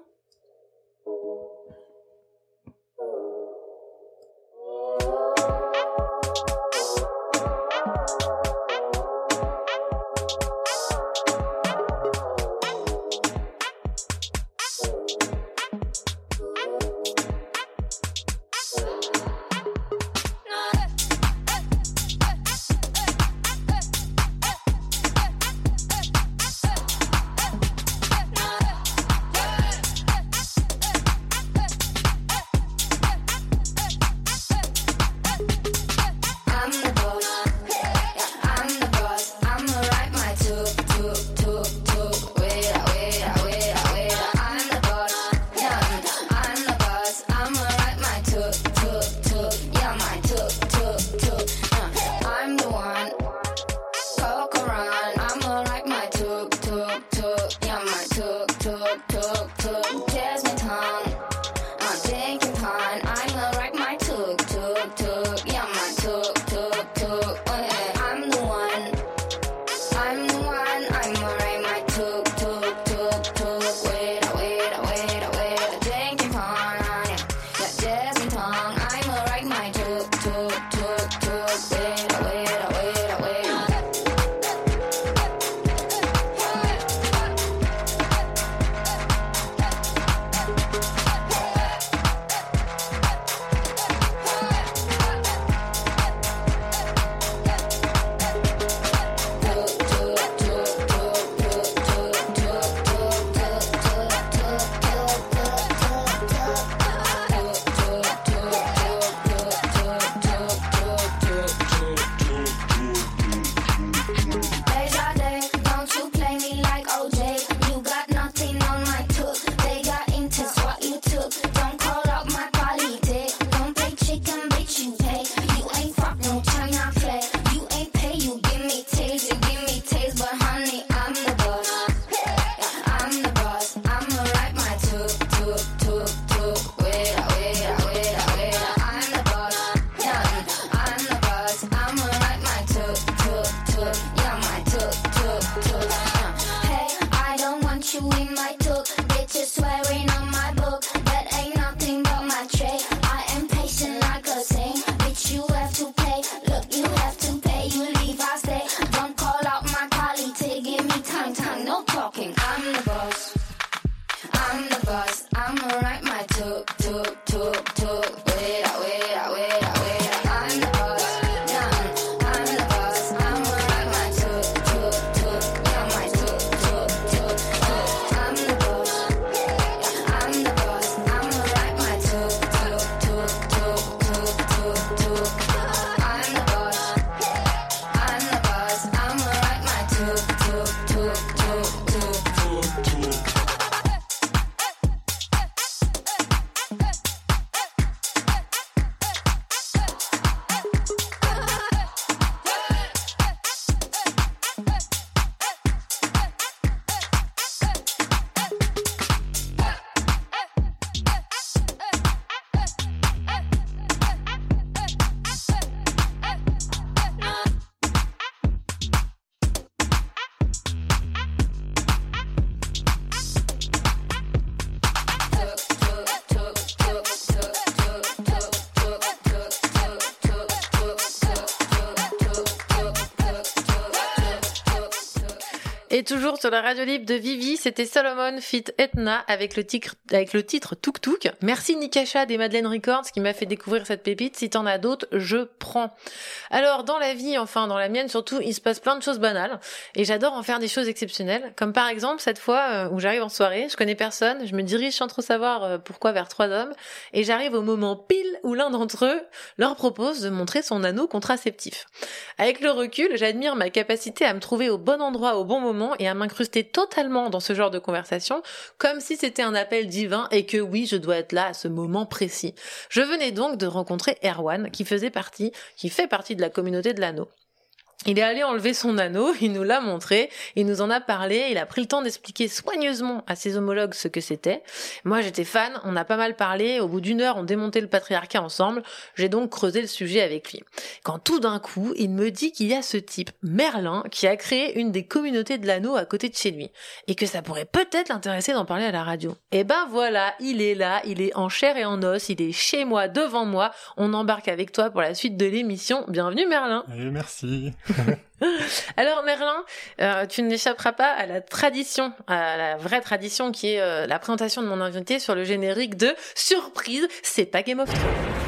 Et toujours sur la radio libre de Vivi, c'était Solomon Fit Etna avec le titre, avec le titre Tuk Tuk. Merci Nikasha des Madeleine Records qui m'a fait découvrir cette pépite. Si t'en as d'autres, je prends. Alors, dans la vie, enfin, dans la mienne surtout, il se passe plein de choses banales. Et j'adore en faire des choses exceptionnelles. Comme par exemple, cette fois euh, où j'arrive en soirée, je connais personne, je me dirige sans trop savoir euh, pourquoi vers trois hommes. Et j'arrive au moment pile où l'un d'entre eux leur propose de montrer son anneau contraceptif. Avec le recul, j'admire ma capacité à me trouver au bon endroit au bon moment et à m'incruster totalement dans ce genre de conversation, comme si c'était un appel divin et que oui, je dois être là à ce moment précis. Je venais donc de rencontrer Erwan, qui faisait partie, qui fait partie de la communauté de l'anneau. Il est allé enlever son anneau, il nous l'a montré, il nous en a parlé, il a pris le temps d'expliquer soigneusement à ses homologues ce que c'était. Moi j'étais fan, on a pas mal parlé, au bout d'une heure on démontait le patriarcat ensemble, j'ai donc creusé le sujet avec lui. Quand tout d'un coup, il me dit qu'il y a ce type, Merlin, qui a créé une des communautés de l'anneau à côté de chez lui, et que ça pourrait peut-être l'intéresser d'en parler à la radio. Et ben voilà, il est là, il est en chair et en os, il est chez moi, devant moi, on embarque avec toi pour la suite de l'émission. Bienvenue Merlin. Et merci. Alors Merlin, euh, tu n'échapperas pas à la tradition, à la vraie tradition qui est euh, la présentation de mon invité sur le générique de Surprise, c'est pas Game of Thrones.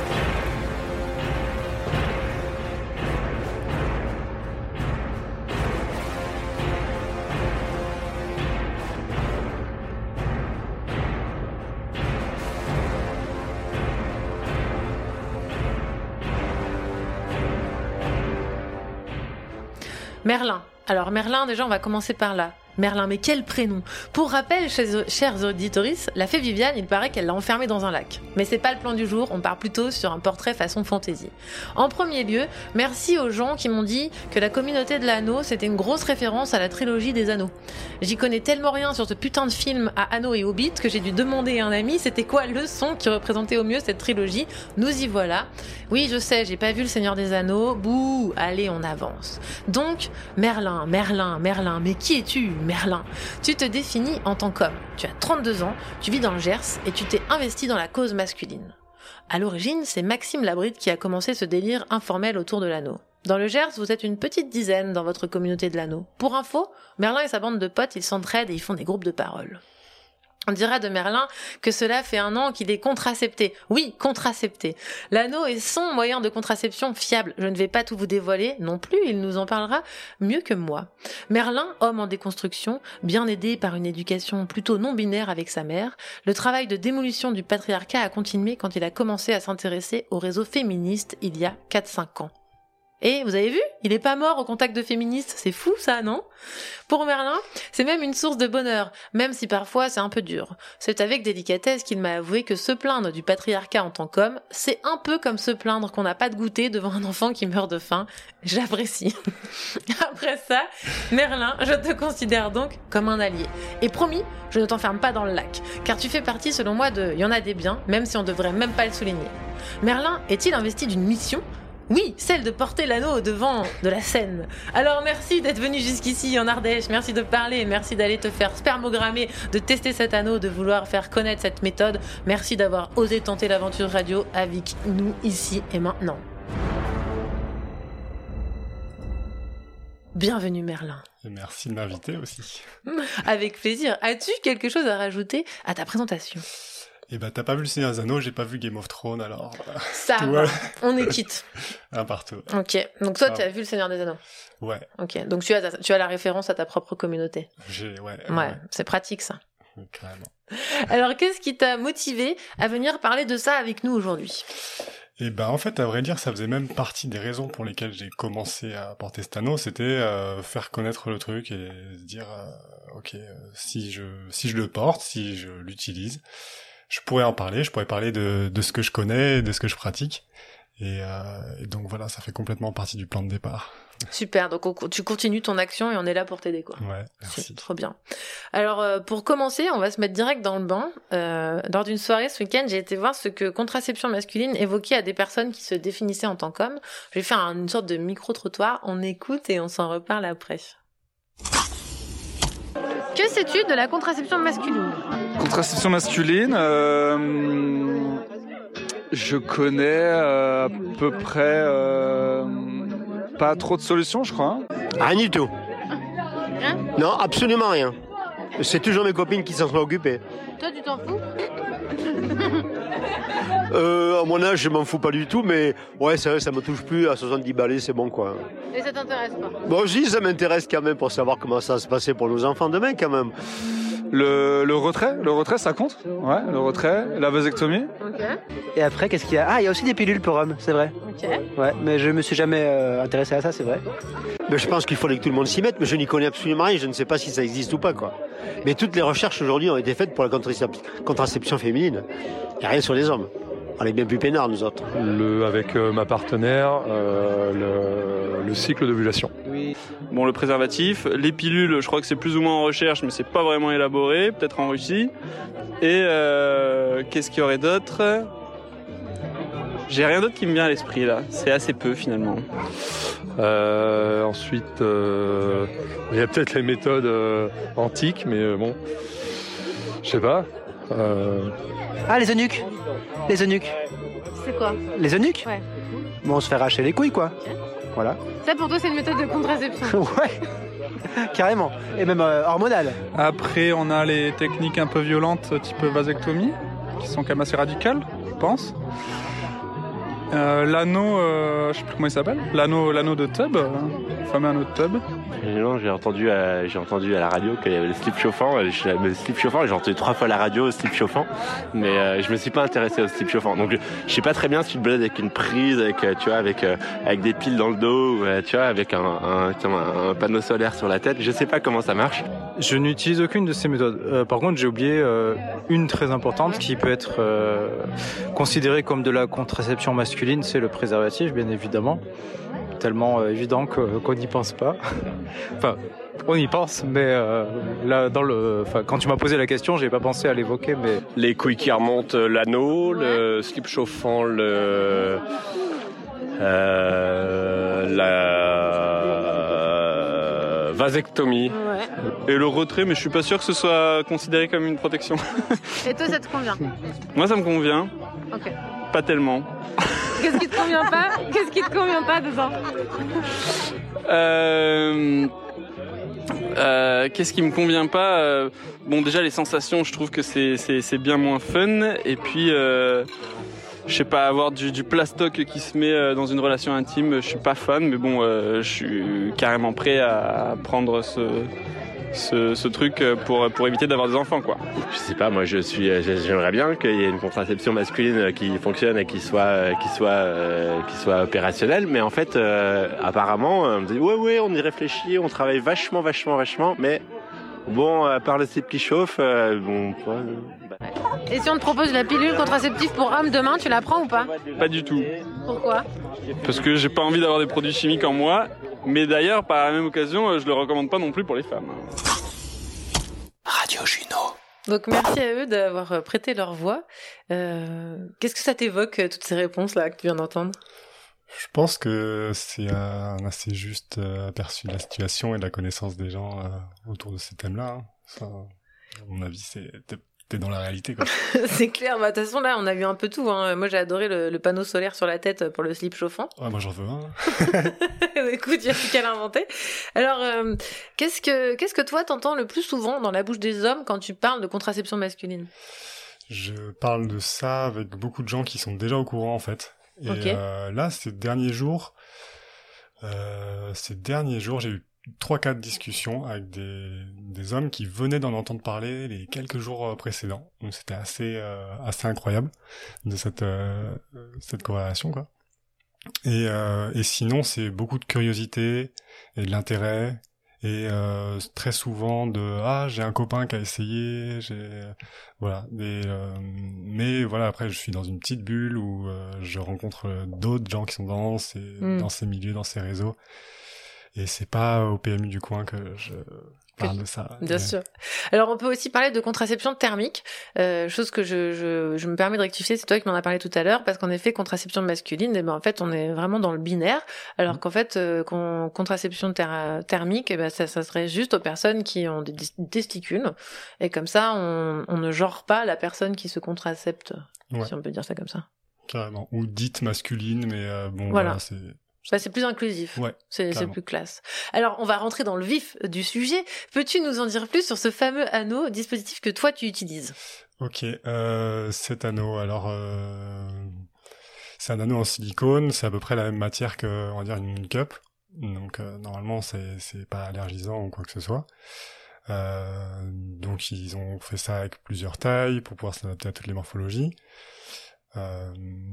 Merlin. Alors Merlin, déjà on va commencer par là. Merlin, mais quel prénom! Pour rappel, chers auditoris, la fée Viviane, il paraît qu'elle l'a enfermée dans un lac. Mais c'est pas le plan du jour, on part plutôt sur un portrait façon fantasy. En premier lieu, merci aux gens qui m'ont dit que la communauté de l'anneau, c'était une grosse référence à la trilogie des anneaux. J'y connais tellement rien sur ce putain de film à anneaux et hobbits que j'ai dû demander à un ami c'était quoi le son qui représentait au mieux cette trilogie. Nous y voilà. Oui, je sais, j'ai pas vu le Seigneur des Anneaux. Bouh, allez, on avance. Donc, Merlin, Merlin, Merlin, mais qui es-tu? Merlin, tu te définis en tant qu'homme. Tu as trente-deux ans, tu vis dans le Gers et tu t'es investi dans la cause masculine. À l'origine, c'est Maxime Labride qui a commencé ce délire informel autour de l'anneau. Dans le Gers, vous êtes une petite dizaine dans votre communauté de l'anneau. Pour info, Merlin et sa bande de potes, ils s'entraident et ils font des groupes de parole. On dira de Merlin que cela fait un an qu'il est contracepté. Oui, contracepté. L'anneau est son moyen de contraception fiable. Je ne vais pas tout vous dévoiler non plus, il nous en parlera mieux que moi. Merlin, homme en déconstruction, bien aidé par une éducation plutôt non-binaire avec sa mère, le travail de démolition du patriarcat a continué quand il a commencé à s'intéresser au réseau féministe il y a quatre cinq ans. Et vous avez vu, il est pas mort au contact de féministes, c'est fou ça, non? Pour Merlin, c'est même une source de bonheur, même si parfois c'est un peu dur. C'est avec délicatesse qu'il m'a avoué que se plaindre du patriarcat en tant qu'homme, c'est un peu comme se plaindre qu'on n'a pas de goûter devant un enfant qui meurt de faim. J'apprécie. Après ça, Merlin, je te considère donc comme un allié. Et promis, je ne t'enferme pas dans le lac, car tu fais partie selon moi de « y en a des biens », même si on devrait même pas le souligner. Merlin est-il investi d'une mission ? Oui, celle de porter l'anneau au devant de la scène. Alors merci d'être venu jusqu'ici en Ardèche, merci de parler, merci d'aller te faire spermogrammer, de tester cet anneau, de vouloir faire connaître cette méthode. Merci d'avoir osé tenter l'aventure radio avec nous ici et maintenant. Bienvenue Merlin. Et merci de m'inviter aussi. Avec plaisir. As-tu quelque chose à rajouter à ta présentation ? Eh ben, t'as pas vu le Seigneur des Anneaux, j'ai pas vu Game of Thrones, alors... Ça va, on est quitte. Un partout. Ok, donc toi, tu as vu le Seigneur des Anneaux. Ouais. Ok, donc tu as, tu as la référence à ta propre communauté. J'ai, ouais. Ouais, ouais. C'est pratique, ça. Carrément. Alors, qu'est-ce qui t'a motivé à venir parler de ça avec nous aujourd'hui ? Et ben en fait, à vrai dire, ça faisait même partie des raisons pour lesquelles j'ai commencé à porter cet anneau, c'était euh, faire connaître le truc et se dire, euh, ok, euh, si je si je le porte, si je l'utilise, je pourrais en parler, je pourrais parler de, de ce que je connais, de ce que je pratique. Et, euh, et donc voilà, ça fait complètement partie du plan de départ. Super, donc on, tu continues ton action et on est là pour t'aider, quoi. Ouais, merci. C'est trop bien. Alors, euh, pour commencer, on va se mettre direct dans le bain. Euh, lors d'une soirée ce week-end, j'ai été voir ce que contraception masculine évoquait à des personnes qui se définissaient en tant qu'hommes. J'ai fait un, une sorte de micro-trottoir, on écoute et on s'en reparle après. Que sais-tu de la contraception masculine ? Contraception masculine, euh, je connais euh, à peu près euh, pas trop de solutions, je crois. Rien du tout. Rien ? Non, absolument rien. C'est toujours mes copines qui s'en sont occupées. Toi, tu t'en fous ? Euh, à mon âge, je m'en fous pas du tout, mais ouais, c'est vrai, ça me touche plus. À soixante-dix balais, c'est bon, quoi. Et ça t'intéresse pas ? Bon, si, ça m'intéresse quand même pour savoir comment ça va se passer pour nos enfants demain, quand même. Le, le retrait, le retrait, ça compte ? Ouais, le retrait, la vasectomie. Ok. Et après, qu'est-ce qu'il y a ? Ah, il y a aussi des pilules pour hommes, c'est vrai. Ok. Ouais, mais je me suis jamais euh, intéressé à ça, c'est vrai. Mais je pense qu'il fallait que tout le monde s'y mette, mais je n'y connais absolument rien. Je ne sais pas si ça existe ou pas, quoi. Mais toutes les recherches aujourd'hui ont été faites pour la contracep- contraception féminine. Il n'y a rien sur les hommes. On est bien plus peinards, nous autres. Le, avec euh, ma partenaire, euh, le, le cycle d'ovulation. Oui. Bon, le préservatif, les pilules, je crois que c'est plus ou moins en recherche, mais c'est pas vraiment élaboré, peut-être en Russie. Et euh, qu'est-ce qu'il y aurait d'autre ? J'ai rien d'autre qui me vient à l'esprit là. C'est assez peu finalement. Euh, ensuite, euh, il y a peut-être les méthodes euh, antiques, mais euh, bon, je sais pas. Euh... Ah, les eunuques. Les eunuques. C'est quoi ? Les eunuques ? Ouais. Bon, on se fait arracher les couilles, quoi. Ok. Voilà. Ça, pour toi, c'est une méthode de contraception ? Ouais. Carrément. Et même euh, hormonale. Après, on a les techniques un peu violentes, type vasectomie, qui sont quand même assez radicales, je pense. Euh, l'anneau, euh, je sais plus comment il s'appelle, l'anneau, l'anneau de tub, euh, le fameux anneau de tub. Non, j'ai entendu, euh, j'ai entendu à la radio qu'il y avait le slip chauffant. Le slip chauffant, j'ai entendu trois fois à la radio, le slip chauffant, mais euh, je me suis pas intéressé au slip chauffant. Donc, je sais pas très bien si tu te balades avec une prise, avec, euh, tu vois, avec euh, avec des piles dans le dos, ou, euh, tu vois, avec un, un, un, un panneau solaire sur la tête. Je sais pas comment ça marche. Je n'utilise aucune de ces méthodes. Euh, par contre, j'ai oublié euh, une très importante qui peut être euh, considérée comme de la contraception masculine, c'est le préservatif, bien évidemment. Tellement euh, évident que, qu'on n'y pense pas. Enfin, on y pense, mais euh, là, dans le, enfin, quand tu m'as posé la question, j'ai pas pensé à l'évoquer, mais les couilles qui remontent, l'anneau, le slip chauffant, le euh, la vasectomie. Ouais. Et le retrait, mais je suis pas sûr que ce soit considéré comme une protection. Et toi, ça te convient ? Moi, ça me convient. Ok. Pas tellement. Qu'est-ce qui te convient pas ? Qu'est-ce qui te convient pas dedans ? Euh... Euh, qu'est-ce qui me convient pas ? euh, Bon, déjà les sensations, je trouve que c'est c'est c'est bien moins fun. Et puis, euh, je sais pas, avoir du, du plastoc qui se met dans une relation intime, je suis pas fan. Mais bon, euh, je suis carrément prêt à prendre ce ce, ce truc pour pour éviter d'avoir des enfants, quoi. Je sais pas, moi je suis, j'aimerais bien qu'il y ait une contraception masculine qui fonctionne et qui soit, qui soit, euh, qui soit opérationnelle, mais en fait, euh, apparemment, on me dit ouais ouais, on y réfléchit, on travaille vachement, vachement, vachement, mais bon, à part le slip qui chauffe, euh, bon. Ouais, bah. Et si on te propose la pilule contraceptive pour homme demain, tu la prends ou pas ? Pas du tout. Pourquoi ? Parce que j'ai pas envie d'avoir des produits chimiques en moi. Mais d'ailleurs, par la même occasion, je le recommande pas non plus pour les femmes. Radio Juno. Donc merci à eux d'avoir prêté leur voix. Euh, qu'est-ce que ça t'évoque, toutes ces réponses-là que tu viens d'entendre ? Je pense que c'est un assez juste aperçu de la situation et de la connaissance des gens autour de ces thèmes-là. Ça, à mon avis, c'est... T'es dans la réalité, quoi. C'est clair. Bah, de toute façon, là, on a vu un peu tout, hein. Moi, j'ai adoré le, le panneau solaire sur la tête pour le slip chauffant. Ouais, moi, j'en veux un. Écoute, il y a plus qu'à l'inventer. Alors, euh, qu'est-ce que, qu'est-ce que toi, t'entends le plus souvent dans la bouche des hommes quand tu parles de contraception masculine ? Je parle de ça avec beaucoup de gens qui sont déjà au courant, en fait. Et okay. euh, là, ces derniers jours, euh, ces derniers jours, j'ai eu trois quatre discussions avec des des hommes qui venaient d'en entendre parler les quelques jours précédents. Donc c'était assez euh, assez incroyable de cette euh, cette corrélation, quoi. Et euh, et sinon c'est beaucoup de curiosité et de l'intérêt et euh, très souvent de ah j'ai un copain qui a essayé, j'ai voilà des euh, mais voilà après je suis dans une petite bulle où euh, je rencontre d'autres gens qui sont dans ces mmh. dans ces milieux, dans ces réseaux. Et c'est pas au P M U du coin que je parle de ça. Bien mais... sûr. Alors on peut aussi parler de contraception thermique, euh, chose que je, je, je me permets de rectifier, c'est toi qui m'en as parlé tout à l'heure, parce qu'en effet contraception masculine, eh ben en fait on est vraiment dans le binaire, alors mmh. qu'en fait euh, con, contraception ter- thermique, eh ben ça, ça serait juste aux personnes qui ont des testicules, et comme ça on, on ne genre pas la personne qui se contracepte, ouais. si on peut dire ça comme ça. Carrément. Ou dite masculine, mais euh, bon voilà, voilà c'est Ça, c'est plus inclusif. Ouais, c'est, c'est carrément. plus classe. Alors, on va rentrer dans le vif du sujet. Peux-tu nous en dire plus sur ce fameux anneau, dispositif que toi, tu utilises ? Ok, euh, cet anneau, alors... Euh... C'est un anneau en silicone, c'est à peu près la même matière que, on va dire, une cup. Donc, euh, normalement, c'est, c'est pas allergisant ou quoi que ce soit. Euh, donc, ils ont fait ça avec plusieurs tailles pour pouvoir s'adapter à toutes les morphologies. Euh...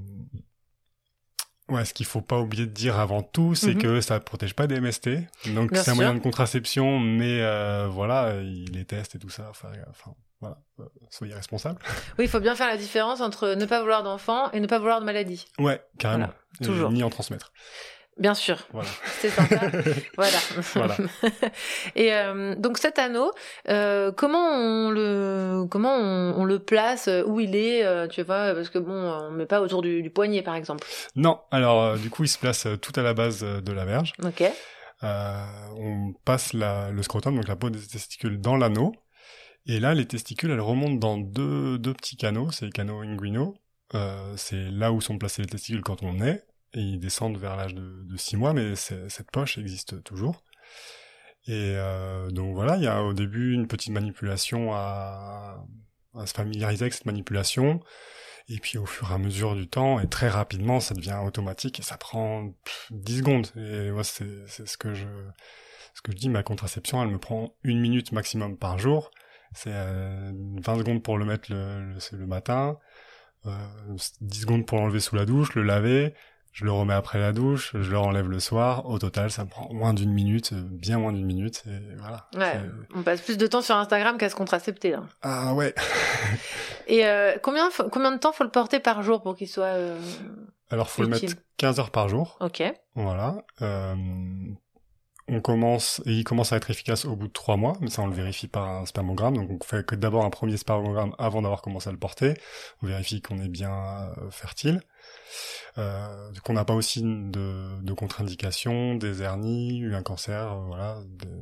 Ouais, ce qu'il faut pas oublier de dire avant tout, c'est mm-hmm. que ça protège pas des M S T. Donc, Bien c'est sûr. un moyen de contraception, mais euh, voilà, ils les testent et tout ça. Enfin, enfin voilà, euh, soyez responsables. Oui, il faut bien faire la différence entre ne pas vouloir d'enfant et ne pas vouloir de maladie. Ouais, carrément. Voilà, toujours. Et ni en transmettre. Bien sûr. Voilà. C'est sympa. voilà. voilà. Et euh, donc cet anneau, euh, comment on le comment on, on le place, où il est, euh, tu vois, parce que bon, on met pas autour du, du poignet par exemple. Non. Alors euh, du coup, il se place euh, tout à la base euh, de la verge. Ok. Euh, on passe la, le scrotum, donc la peau des testicules, dans l'anneau. Et là, les testicules, elles remontent dans deux deux petits canaux, c'est les canaux inguinaux. Euh, c'est là où sont placés les testicules quand on naît. Et ils descendent vers l'âge de, de six mois, mais cette poche existe toujours. Et euh, donc voilà, il y a au début une petite manipulation à, à se familiariser avec cette manipulation. Et puis au fur et à mesure du temps, et très rapidement, ça devient automatique et ça prend pff, dix secondes. Et moi, c'est, c'est ce que je ce que je dis, ma contraception, elle me prend une minute maximum par jour. C'est euh, vingt secondes pour le mettre le, le, le matin, euh, dix secondes pour l'enlever sous la douche, le laver. Je le remets après la douche, je le renlève le soir. Au total, ça me prend moins d'une minute, bien moins d'une minute. Et voilà. Ouais, c'est... on passe plus de temps sur Instagram qu'à se contracepter, là. Ah ouais. Et euh, combien, combien de temps faut le porter par jour pour qu'il soit euh, Alors, faut utile. Le mettre quinze heures par jour. Ok. Voilà. Euh, on commence, et il commence à être efficace au bout de trois mois, mais ça, on le vérifie par un spermogramme. Donc, on fait que d'abord un premier spermogramme avant d'avoir commencé à le porter. On vérifie qu'on est bien euh, fertile. Euh, qu'on n'a pas aussi de, de contre-indications, des hernies, un cancer, euh, voilà,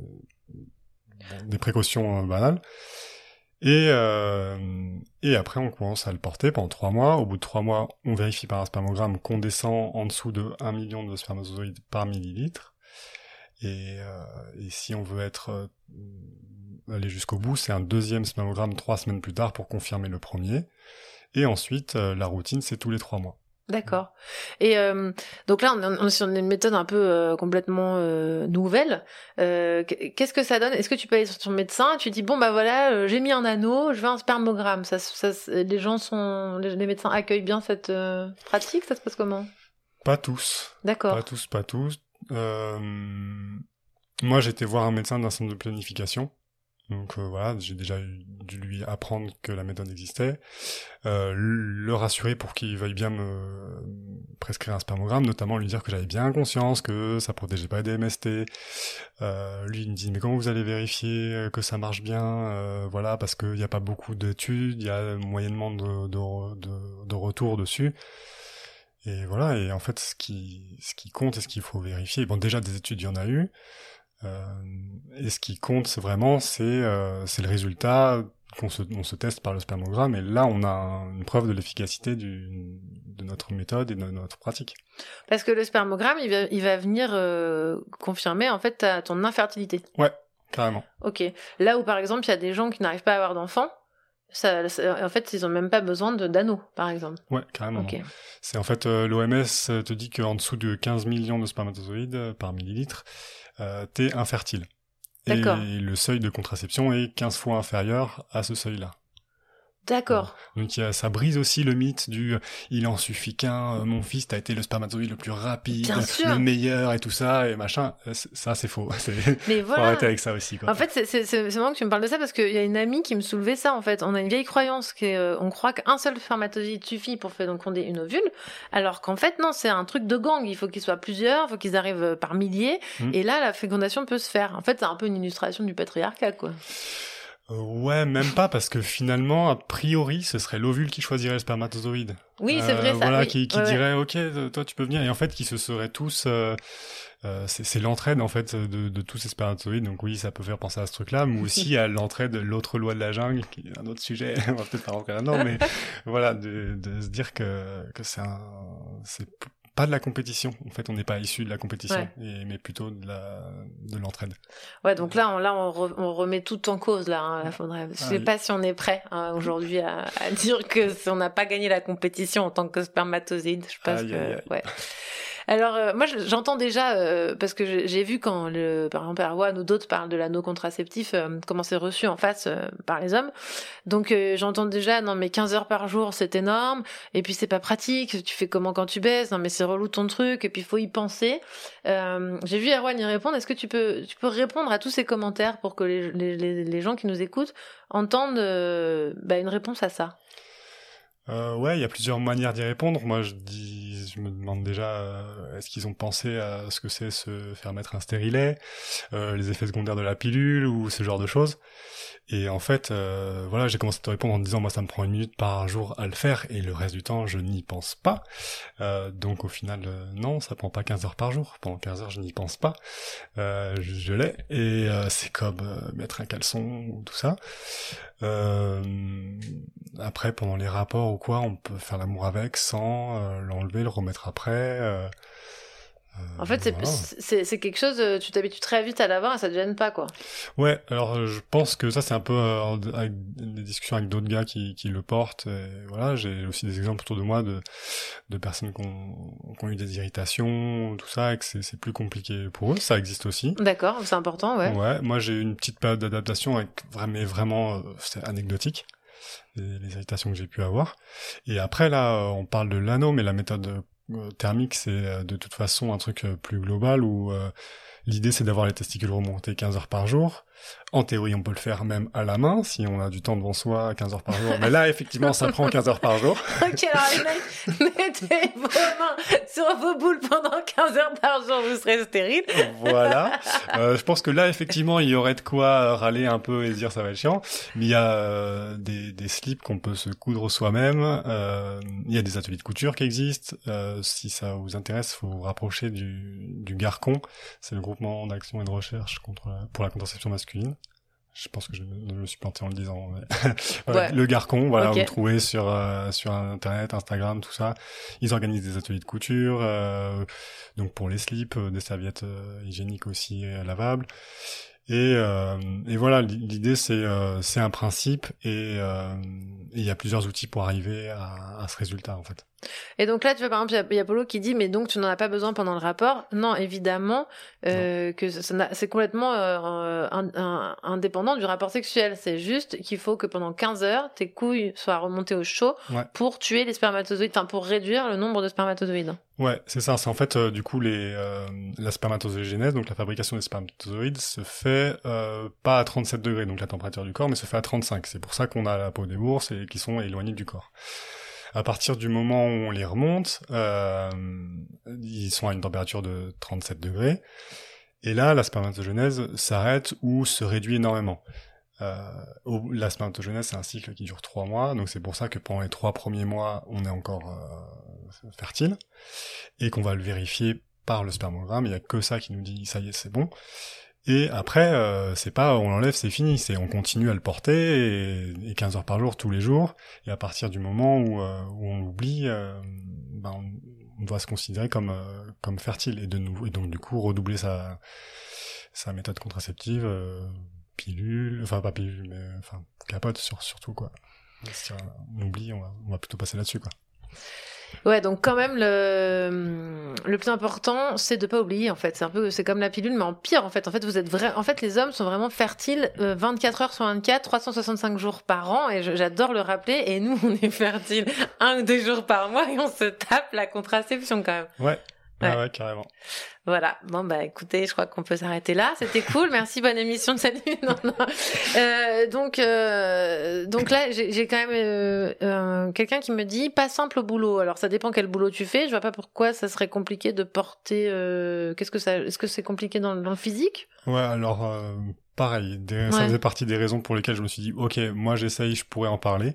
des, des précautions euh, banales. Et, euh, et après, on commence à le porter pendant trois mois. Au bout de trois mois, on vérifie par un spermogramme qu'on descend en dessous de un million de spermatozoïdes par millilitre. Et, euh, et si on veut être euh, aller jusqu'au bout, c'est un deuxième spermogramme trois semaines plus tard pour confirmer le premier. Et ensuite, euh, la routine, c'est tous les trois mois. D'accord. Et euh, donc là, on est sur une méthode un peu euh, complètement euh, nouvelle. Euh, qu'est-ce que ça donne ? Est-ce que tu peux aller sur ton médecin, tu dis bon bah voilà, euh, j'ai mis un anneau, je veux un spermogramme. Ça, ça, les gens sont, les, les médecins accueillent bien cette euh, pratique. Ça se passe comment ? Pas tous. D'accord. Pas tous, pas tous. Euh, moi, j'ai été voir un médecin d'un centre de planification. Donc euh, voilà, j'ai déjà eu, dû lui apprendre que la méthode existait, euh, le rassurer pour qu'il veuille bien me prescrire un spermogramme, notamment lui dire que j'avais bien conscience que ça protégeait pas des M S T. Euh, lui il me dit mais comment vous allez vérifier que ça marche bien, euh, voilà, parce qu'il n'y a pas beaucoup d'études, il y a moyennement de, de, de, de retours dessus. Et voilà, et en fait ce qui, ce qui compte et ce qu'il faut vérifier, bon déjà des études il y en a eu. Euh, et ce qui compte c'est vraiment c'est euh, c'est le résultat qu'on se on se teste par le spermogramme, et là on a une preuve de l'efficacité du de notre méthode et de notre pratique. Parce que le spermogramme il va il va venir euh, confirmer en fait ta, ton infertilité. Ouais, carrément. Ok. Là où par exemple il y a des gens qui n'arrivent pas à avoir d'enfants, ça, ça en fait ils ont même pas besoin de d'anneaux par exemple. Ouais, carrément. Okay. C'est en fait euh, l'O M S te dit qu'en dessous de quinze millions de spermatozoïdes par millilitre, Euh, t'es infertile. D'accord. Et le seuil de contraception est quinze fois inférieur à ce seuil-là. D'accord. Donc y a, ça brise aussi le mythe du euh, il en suffit qu'un, euh, mon fils t'as été le spermatozoïde le plus rapide, Bien sûr. le meilleur et tout ça et machin. Euh, ça c'est faux. C'est... Mais voilà. Faut arrêter avec ça aussi, quoi. En fait, c'est, c'est, c'est, c'est marrant que tu me parles de ça parce qu'il y a une amie qui me soulevait ça en fait. On a une vieille croyance qu'on euh, croit qu'un seul spermatozoïde suffit pour féconder une ovule, alors qu'en fait non, c'est un truc de gang. Il faut qu'ils soient plusieurs, il faut qu'ils arrivent par milliers, mmh. et là la fécondation peut se faire. En fait, c'est un peu une illustration du patriarcat, quoi. Ouais, même pas, parce que finalement, a priori, ce serait l'ovule qui choisirait le spermatozoïde. Oui, c'est vrai, euh, ça. Voilà, oui. qui, qui ouais, dirait, ouais. ok, toi tu peux venir, et en fait, qui se seraient tous, euh, euh, c'est, c'est l'entraide en fait de, de tous ces spermatozoïdes. Donc oui, ça peut faire penser à ce truc-là, mais aussi à l'entraide de l'autre loi de la jungle, qui est un autre sujet. On va peut-être pas rentrer là-dedans, mais voilà, de, de se dire que que c'est un, c'est pas de la compétition. En fait, on n'est pas issu de la compétition, Ouais. et, mais plutôt de la de l'entraide. Ouais, donc là, on, là, on, re- on remet tout en cause, là. Hein, là faudrait... Je Ah sais oui. pas si on est prêt hein, aujourd'hui à, à dire que si on n'a pas gagné la compétition en tant que spermatozoïde. Je pense Aïe, que... aïe, aïe. Ouais. Alors, euh, moi, je- j'entends déjà, euh, parce que j'ai j'ai vu quand, le, par exemple, Erwan ou d'autres parlent de l'anneau contraceptif, euh, comment c'est reçu en face euh, par les hommes. Donc, euh, j'entends déjà, non, mais quinze heures par jour, c'est énorme. Et puis, c'est pas pratique. Tu fais comment quand tu baisses? Non, mais c'est relou ton truc. Et puis, il faut y penser. Euh, j'ai vu Erwan y répondre. Est-ce que tu peux, tu peux répondre à tous ces commentaires pour que les, les, les, les gens qui nous écoutent entendent euh, bah, une réponse à ça? Euh, ouais, il y a plusieurs manières d'y répondre. Moi, je dis, je me demande déjà, euh, est-ce qu'ils ont pensé à ce que c'est se faire mettre un stérilet, euh, les effets secondaires de la pilule ou ce genre de choses. Et en fait, euh, voilà, j'ai commencé à te répondre en disant, moi, ça me prend une minute par jour à le faire, et le reste du temps, je n'y pense pas. Euh, donc, au final, euh, non, ça prend pas quinze heures par jour. Pendant quinze heures, je n'y pense pas. Euh, je, je l'ai. Et euh, c'est comme euh, mettre un caleçon ou tout ça. Euh, après, pendant les rapports ou quoi, on peut faire l'amour avec sans euh, l'enlever, le remettre après. Euh, En fait, c'est, voilà. c'est, c'est quelque chose, euh, tu t'habitues très vite à l'avoir et ça te gêne pas, quoi. Ouais, alors euh, je pense que ça c'est un peu euh, avec des discussions avec d'autres gars qui, qui le portent. Et voilà, j'ai aussi des exemples autour de moi de, de personnes qui ont, qui ont eu des irritations, tout ça, et que c'est, c'est plus compliqué pour eux. Ça existe aussi. D'accord, c'est important, ouais. Ouais, moi j'ai eu une petite période d'adaptation avec vraiment, vraiment, euh, c'est anecdotique. Les, les irritations que j'ai pu avoir. Et après là, euh, on parle de l'anneau, mais la méthode euh, thermique, c'est euh, de toute façon un truc euh, plus global où euh, l'idée c'est d'avoir les testicules remontés quinze heures par jour. En théorie, on peut le faire même à la main si on a du temps devant soi, quinze heures par jour. Mais là, effectivement, ça prend quinze heures par jour. Ok, alors les mecs, mettez vos mains sur vos boules pendant quinze heures par jour, vous serez stérile. Voilà. Euh, je pense que là, effectivement, il y aurait de quoi râler un peu et se dire ça va être chiant. Mais il y a euh, des, des slips qu'on peut se coudre soi-même. Euh, il y a des ateliers de couture qui existent. Euh, si ça vous intéresse, faut vous rapprocher du, du Garcon. C'est le groupement d'action et de recherche contre la, pour la contraception masculine. Je pense que je me, me suis planté en le disant. Mais... voilà, Ouais. Le Garcon, voilà, Ok. vous le trouvez sur euh, sur internet, Instagram, tout ça. Ils organisent des ateliers de couture, euh, donc pour les slips, euh, des serviettes euh, hygiéniques aussi euh, lavables. Et, euh, et voilà, l'idée c'est euh, c'est un principe et euh, et il y a plusieurs outils pour arriver à, à ce résultat en fait. Et donc là, tu vois, par exemple, il y a- il y a Polo qui dit, mais donc tu n'en as pas besoin pendant le rapport. Non, évidemment, euh, que ça, ça n'a- c'est complètement euh, un- un- indépendant du rapport sexuel. C'est juste qu'il faut que pendant quinze heures, tes couilles soient remontées au chaud Ouais. pour tuer les spermatozoïdes, enfin pour réduire le nombre de spermatozoïdes. Ouais, c'est ça. C'est en fait euh, du coup les euh, la spermatozoïgénèse, donc la fabrication des spermatozoïdes, se fait euh, pas à trente-sept degrés, donc la température du corps, mais se fait à trente-cinq. C'est pour ça qu'on a la peau des bourses et qui sont éloignées du corps. À partir du moment où on les remonte, euh, ils sont à une température de trente-sept degrés. Et là, la spermatogenèse s'arrête ou se réduit énormément. Euh, au- la spermatogenèse, c'est un cycle qui dure trois mois, donc c'est pour ça que pendant les trois premiers mois, on est encore euh, fertile, et qu'on va le vérifier par le spermogramme. Il y a que ça qui nous dit ça y est, c'est bon. Et après, euh, c'est pas on l'enlève, c'est fini, c'est on continue à le porter et, et quinze heures par jour tous les jours. Et à partir du moment où, euh, où on l'oublie, euh, ben on, on doit se considérer comme euh, comme fertile et de nouveau et donc du coup redoubler sa sa méthode contraceptive, euh, pilule, enfin pas pilule mais enfin capote sur, surtout quoi. Si on oublie, on va, on va plutôt passer là-dessus quoi. Ouais, donc quand même le le plus important, c'est de pas oublier en fait. C'est un peu, c'est comme la pilule, mais en pire en fait. En fait, vous êtes vrai. En fait, les hommes sont vraiment fertiles euh, vingt-quatre heures sur vingt-quatre, trois cent soixante-cinq jours par an, et je- j'adore le rappeler. Et nous, on est fertiles un ou deux jours par mois, et on se tape la contraception quand même. Ouais. Ouais. Ah ouais, carrément. Voilà. Bon, bah, écoutez, je crois qu'on peut s'arrêter là. C'était cool. Merci. Bonne émission de salut. Non, non. Euh, donc, euh, donc là, j'ai j'ai quand même euh, euh, quelqu'un qui me dit pas simple au boulot. Alors, ça dépend quel boulot tu fais. Je vois pas pourquoi ça serait compliqué de porter. Euh, Qu'est-ce que ça Est-ce que c'est compliqué dans, dans le physique? Ouais, alors euh, pareil, des, ça Ouais. faisait partie des raisons pour lesquelles je me suis dit, ok, moi j'essaye, je pourrais en parler.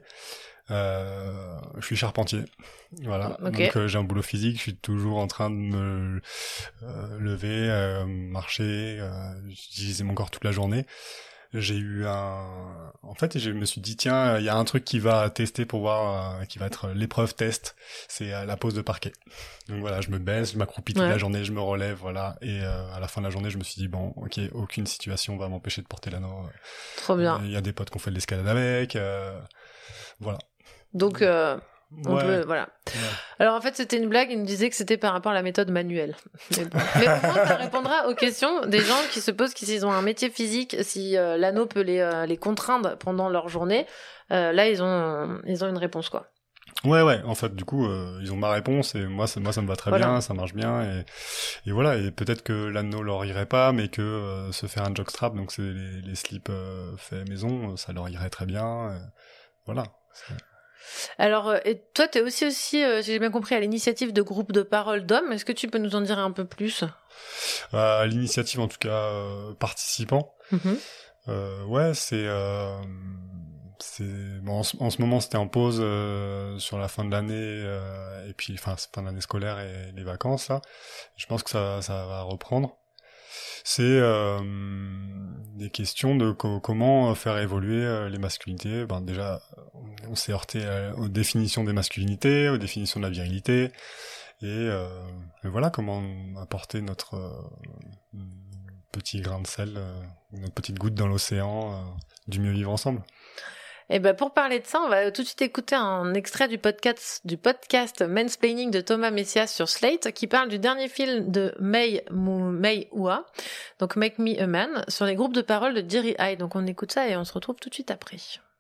Euh, je suis charpentier, voilà. Ok. Donc euh, j'ai un boulot physique, je suis toujours en train de me euh, lever, euh, marcher, euh, utiliser mon corps toute la journée. j'ai eu un, en fait, je me suis dit tiens, il y a un truc qui va tester pour voir, euh, qui va être l'épreuve test, c'est euh, la pose de parquet. Donc voilà, je me baisse, je m'accroupis toute Ouais. la journée, je me relève, voilà, et euh, à la fin de la journée, je me suis dit bon, ok, aucune situation va m'empêcher de porter l'anneau. Trop bien. Il y a des potes qui ont fait de l'escalade avec, euh, voilà. Donc, euh, on Ouais. peut, voilà. Ouais. Alors en fait, c'était une blague, il me disait que c'était par rapport à la méthode manuelle. Mais, bon. Mais au moins, ça répondra aux questions des gens qui se posent que s'ils ont un métier physique, si euh, l'anneau peut les, euh, les contraindre pendant leur journée. Euh, là, ils ont, ils ont une réponse, quoi. Ouais, ouais. En fait, du coup, euh, ils ont ma réponse et moi, ça, moi, ça me va très Voilà. bien, ça marche bien et, et voilà. Et peut-être que l'anneau leur irait pas, mais que euh, se faire un jockstrap, donc c'est les, les slips euh, faits maison, ça leur irait très bien. Et voilà. C'est... Alors, euh, et toi, t'es aussi, aussi, euh, si j'ai bien compris, à l'initiative de groupes de parole d'hommes. Est-ce que tu peux nous en dire un peu plus? Euh, à l'initiative, en tout cas, euh, participant. Mhm. Euh, ouais, c'est, euh, c'est bon, en, ce, en ce moment, c'était en pause euh, sur la fin de l'année euh, et puis, enfin, fin de l'année scolaire et les vacances là. Je pense que ça, ça va reprendre. C'est euh, des questions de co- comment faire évoluer euh, les masculinités. Ben déjà, on s'est heurté à- aux définitions des masculinités, aux définitions de la virilité, et, euh, et voilà comment apporter notre euh, petit grain de sel, euh, notre petite goutte dans l'océan euh, du mieux vivre ensemble. Et ben pour parler de ça, on va tout de suite écouter un extrait du podcast du podcast Mansplaining de Thomas Messias sur Slate qui parle du dernier film de Mei Mu- Mei Hua, donc Make Me a Man, sur les groupes de parole de Jerry Hyde. Donc on écoute ça et on se retrouve tout de suite après.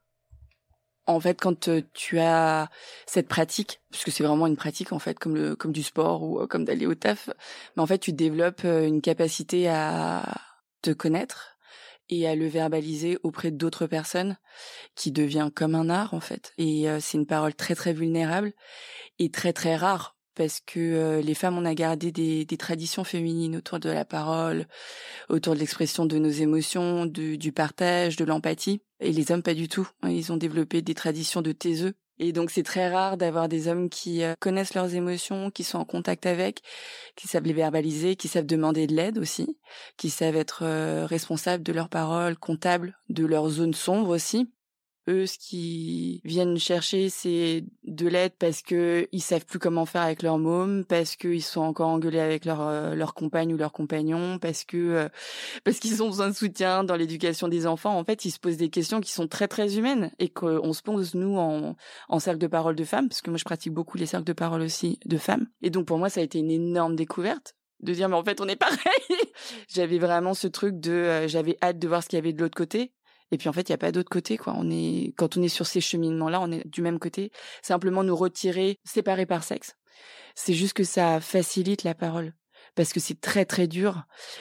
En fait, quand euh, tu as cette pratique, puisque c'est vraiment une pratique en fait, comme le comme du sport ou euh, comme d'aller au taf, mais en fait tu développes euh, une capacité à te connaître et à le verbaliser auprès d'autres personnes, qui devient comme un art en fait. Et euh, c'est une parole très très vulnérable et très très rare, parce que euh, les femmes, on a gardé des, des traditions féminines autour de la parole, autour de l'expression de nos émotions, de, du partage, de l'empathie. Et les hommes, pas du tout. Ils ont développé des traditions de taiseux. Et donc, c'est très rare d'avoir des hommes qui euh, connaissent leurs émotions, qui sont en contact avec, qui savent les verbaliser, qui savent demander de l'aide aussi, qui savent être euh, responsables de leurs paroles, comptables de leurs zones sombres aussi. Eux, ce qu'ils viennent chercher, c'est de l'aide parce que ils savent plus comment faire avec leur môme, parce qu'ils sont encore engueulés avec leur euh, leur compagne ou leur compagnon, parce que euh, parce qu'ils ont besoin de soutien dans l'éducation des enfants. En fait, ils se posent des questions qui sont très très humaines et qu'on se pose nous en en cercle de parole de femmes, parce que moi je pratique beaucoup les cercles de parole aussi de femmes. Et donc pour moi, ça a été une énorme découverte de dire mais en fait on est pareil. J'avais vraiment ce truc de euh, j'avais hâte de voir ce qu'il y avait de l'autre côté. Et puis en fait, il y a pas d'autre côté, quoi. On est, quand on est sur ces cheminements-là, on est du même côté. Simplement nous retirer, séparer par sexe. C'est juste que ça facilite la parole. Parce que c'est très très dur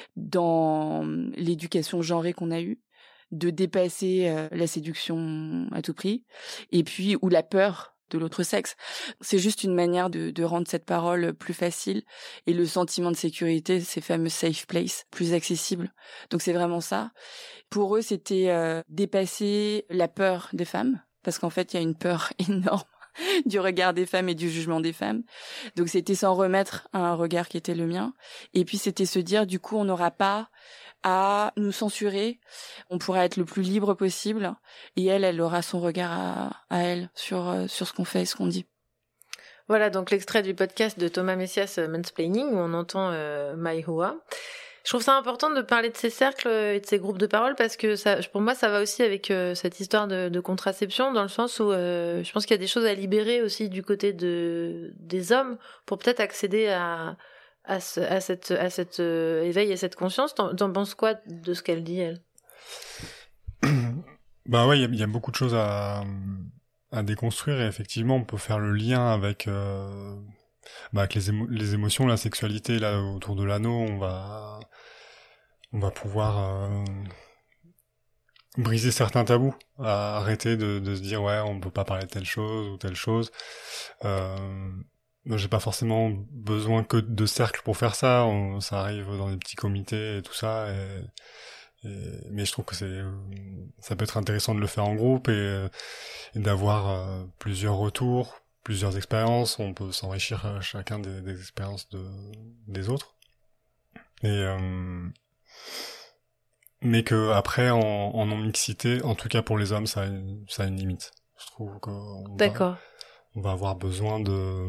dans l'éducation genrée qu'on a eue, de dépasser euh, la séduction à tout prix. Et puis, ou la peur de l'autre sexe. C'est juste une manière de, de rendre cette parole plus facile et le sentiment de sécurité, ces fameux safe places, plus accessible. Donc c'est vraiment ça. Pour eux, c'était euh, dépasser la peur des femmes, parce qu'en fait, il y a une peur énorme du regard des femmes et du jugement des femmes. Donc c'était s'en remettre à un regard qui était le mien. Et puis c'était se dire, du coup, on n'aura pas à nous censurer, on pourra être le plus libre possible, et elle, elle aura son regard à, à elle sur, euh, sur ce qu'on fait et ce qu'on dit. Voilà donc l'extrait du podcast de Thomas Messias Mansplaining où on entend euh, Mei Hua. Je trouve ça important de parler de ces cercles et de ces groupes de parole parce que ça, pour moi, ça va aussi avec euh, cette histoire de, de contraception, dans le sens où euh, je pense qu'il y a des choses à libérer aussi du côté de des hommes pour peut-être accéder à à, ce, à cette à cet euh, éveil et cette conscience. T'en, t'en penses quoi de ce qu'elle dit, elle? Bah ouais, il y, y a beaucoup de choses à à déconstruire et effectivement, on peut faire le lien avec euh, bah avec les, émo- les émotions, la sexualité là autour de l'anneau. On va on va pouvoir euh, briser certains tabous, arrêter de, de se dire ouais on peut pas parler de telle chose ou telle chose. Euh, j'ai pas forcément besoin que de cercles pour faire ça. On, ça arrive dans des petits comités et tout ça. Et, et, mais je trouve que c'est ça peut être intéressant de le faire en groupe et, et d'avoir euh, plusieurs retours, plusieurs expériences. On peut s'enrichir euh, chacun des, des expériences de des autres. Et euh, mais que après en, en non-mixité, en tout cas pour les hommes, ça a une, ça a une limite. Je trouve qu'on D'accord. va, on va avoir besoin de,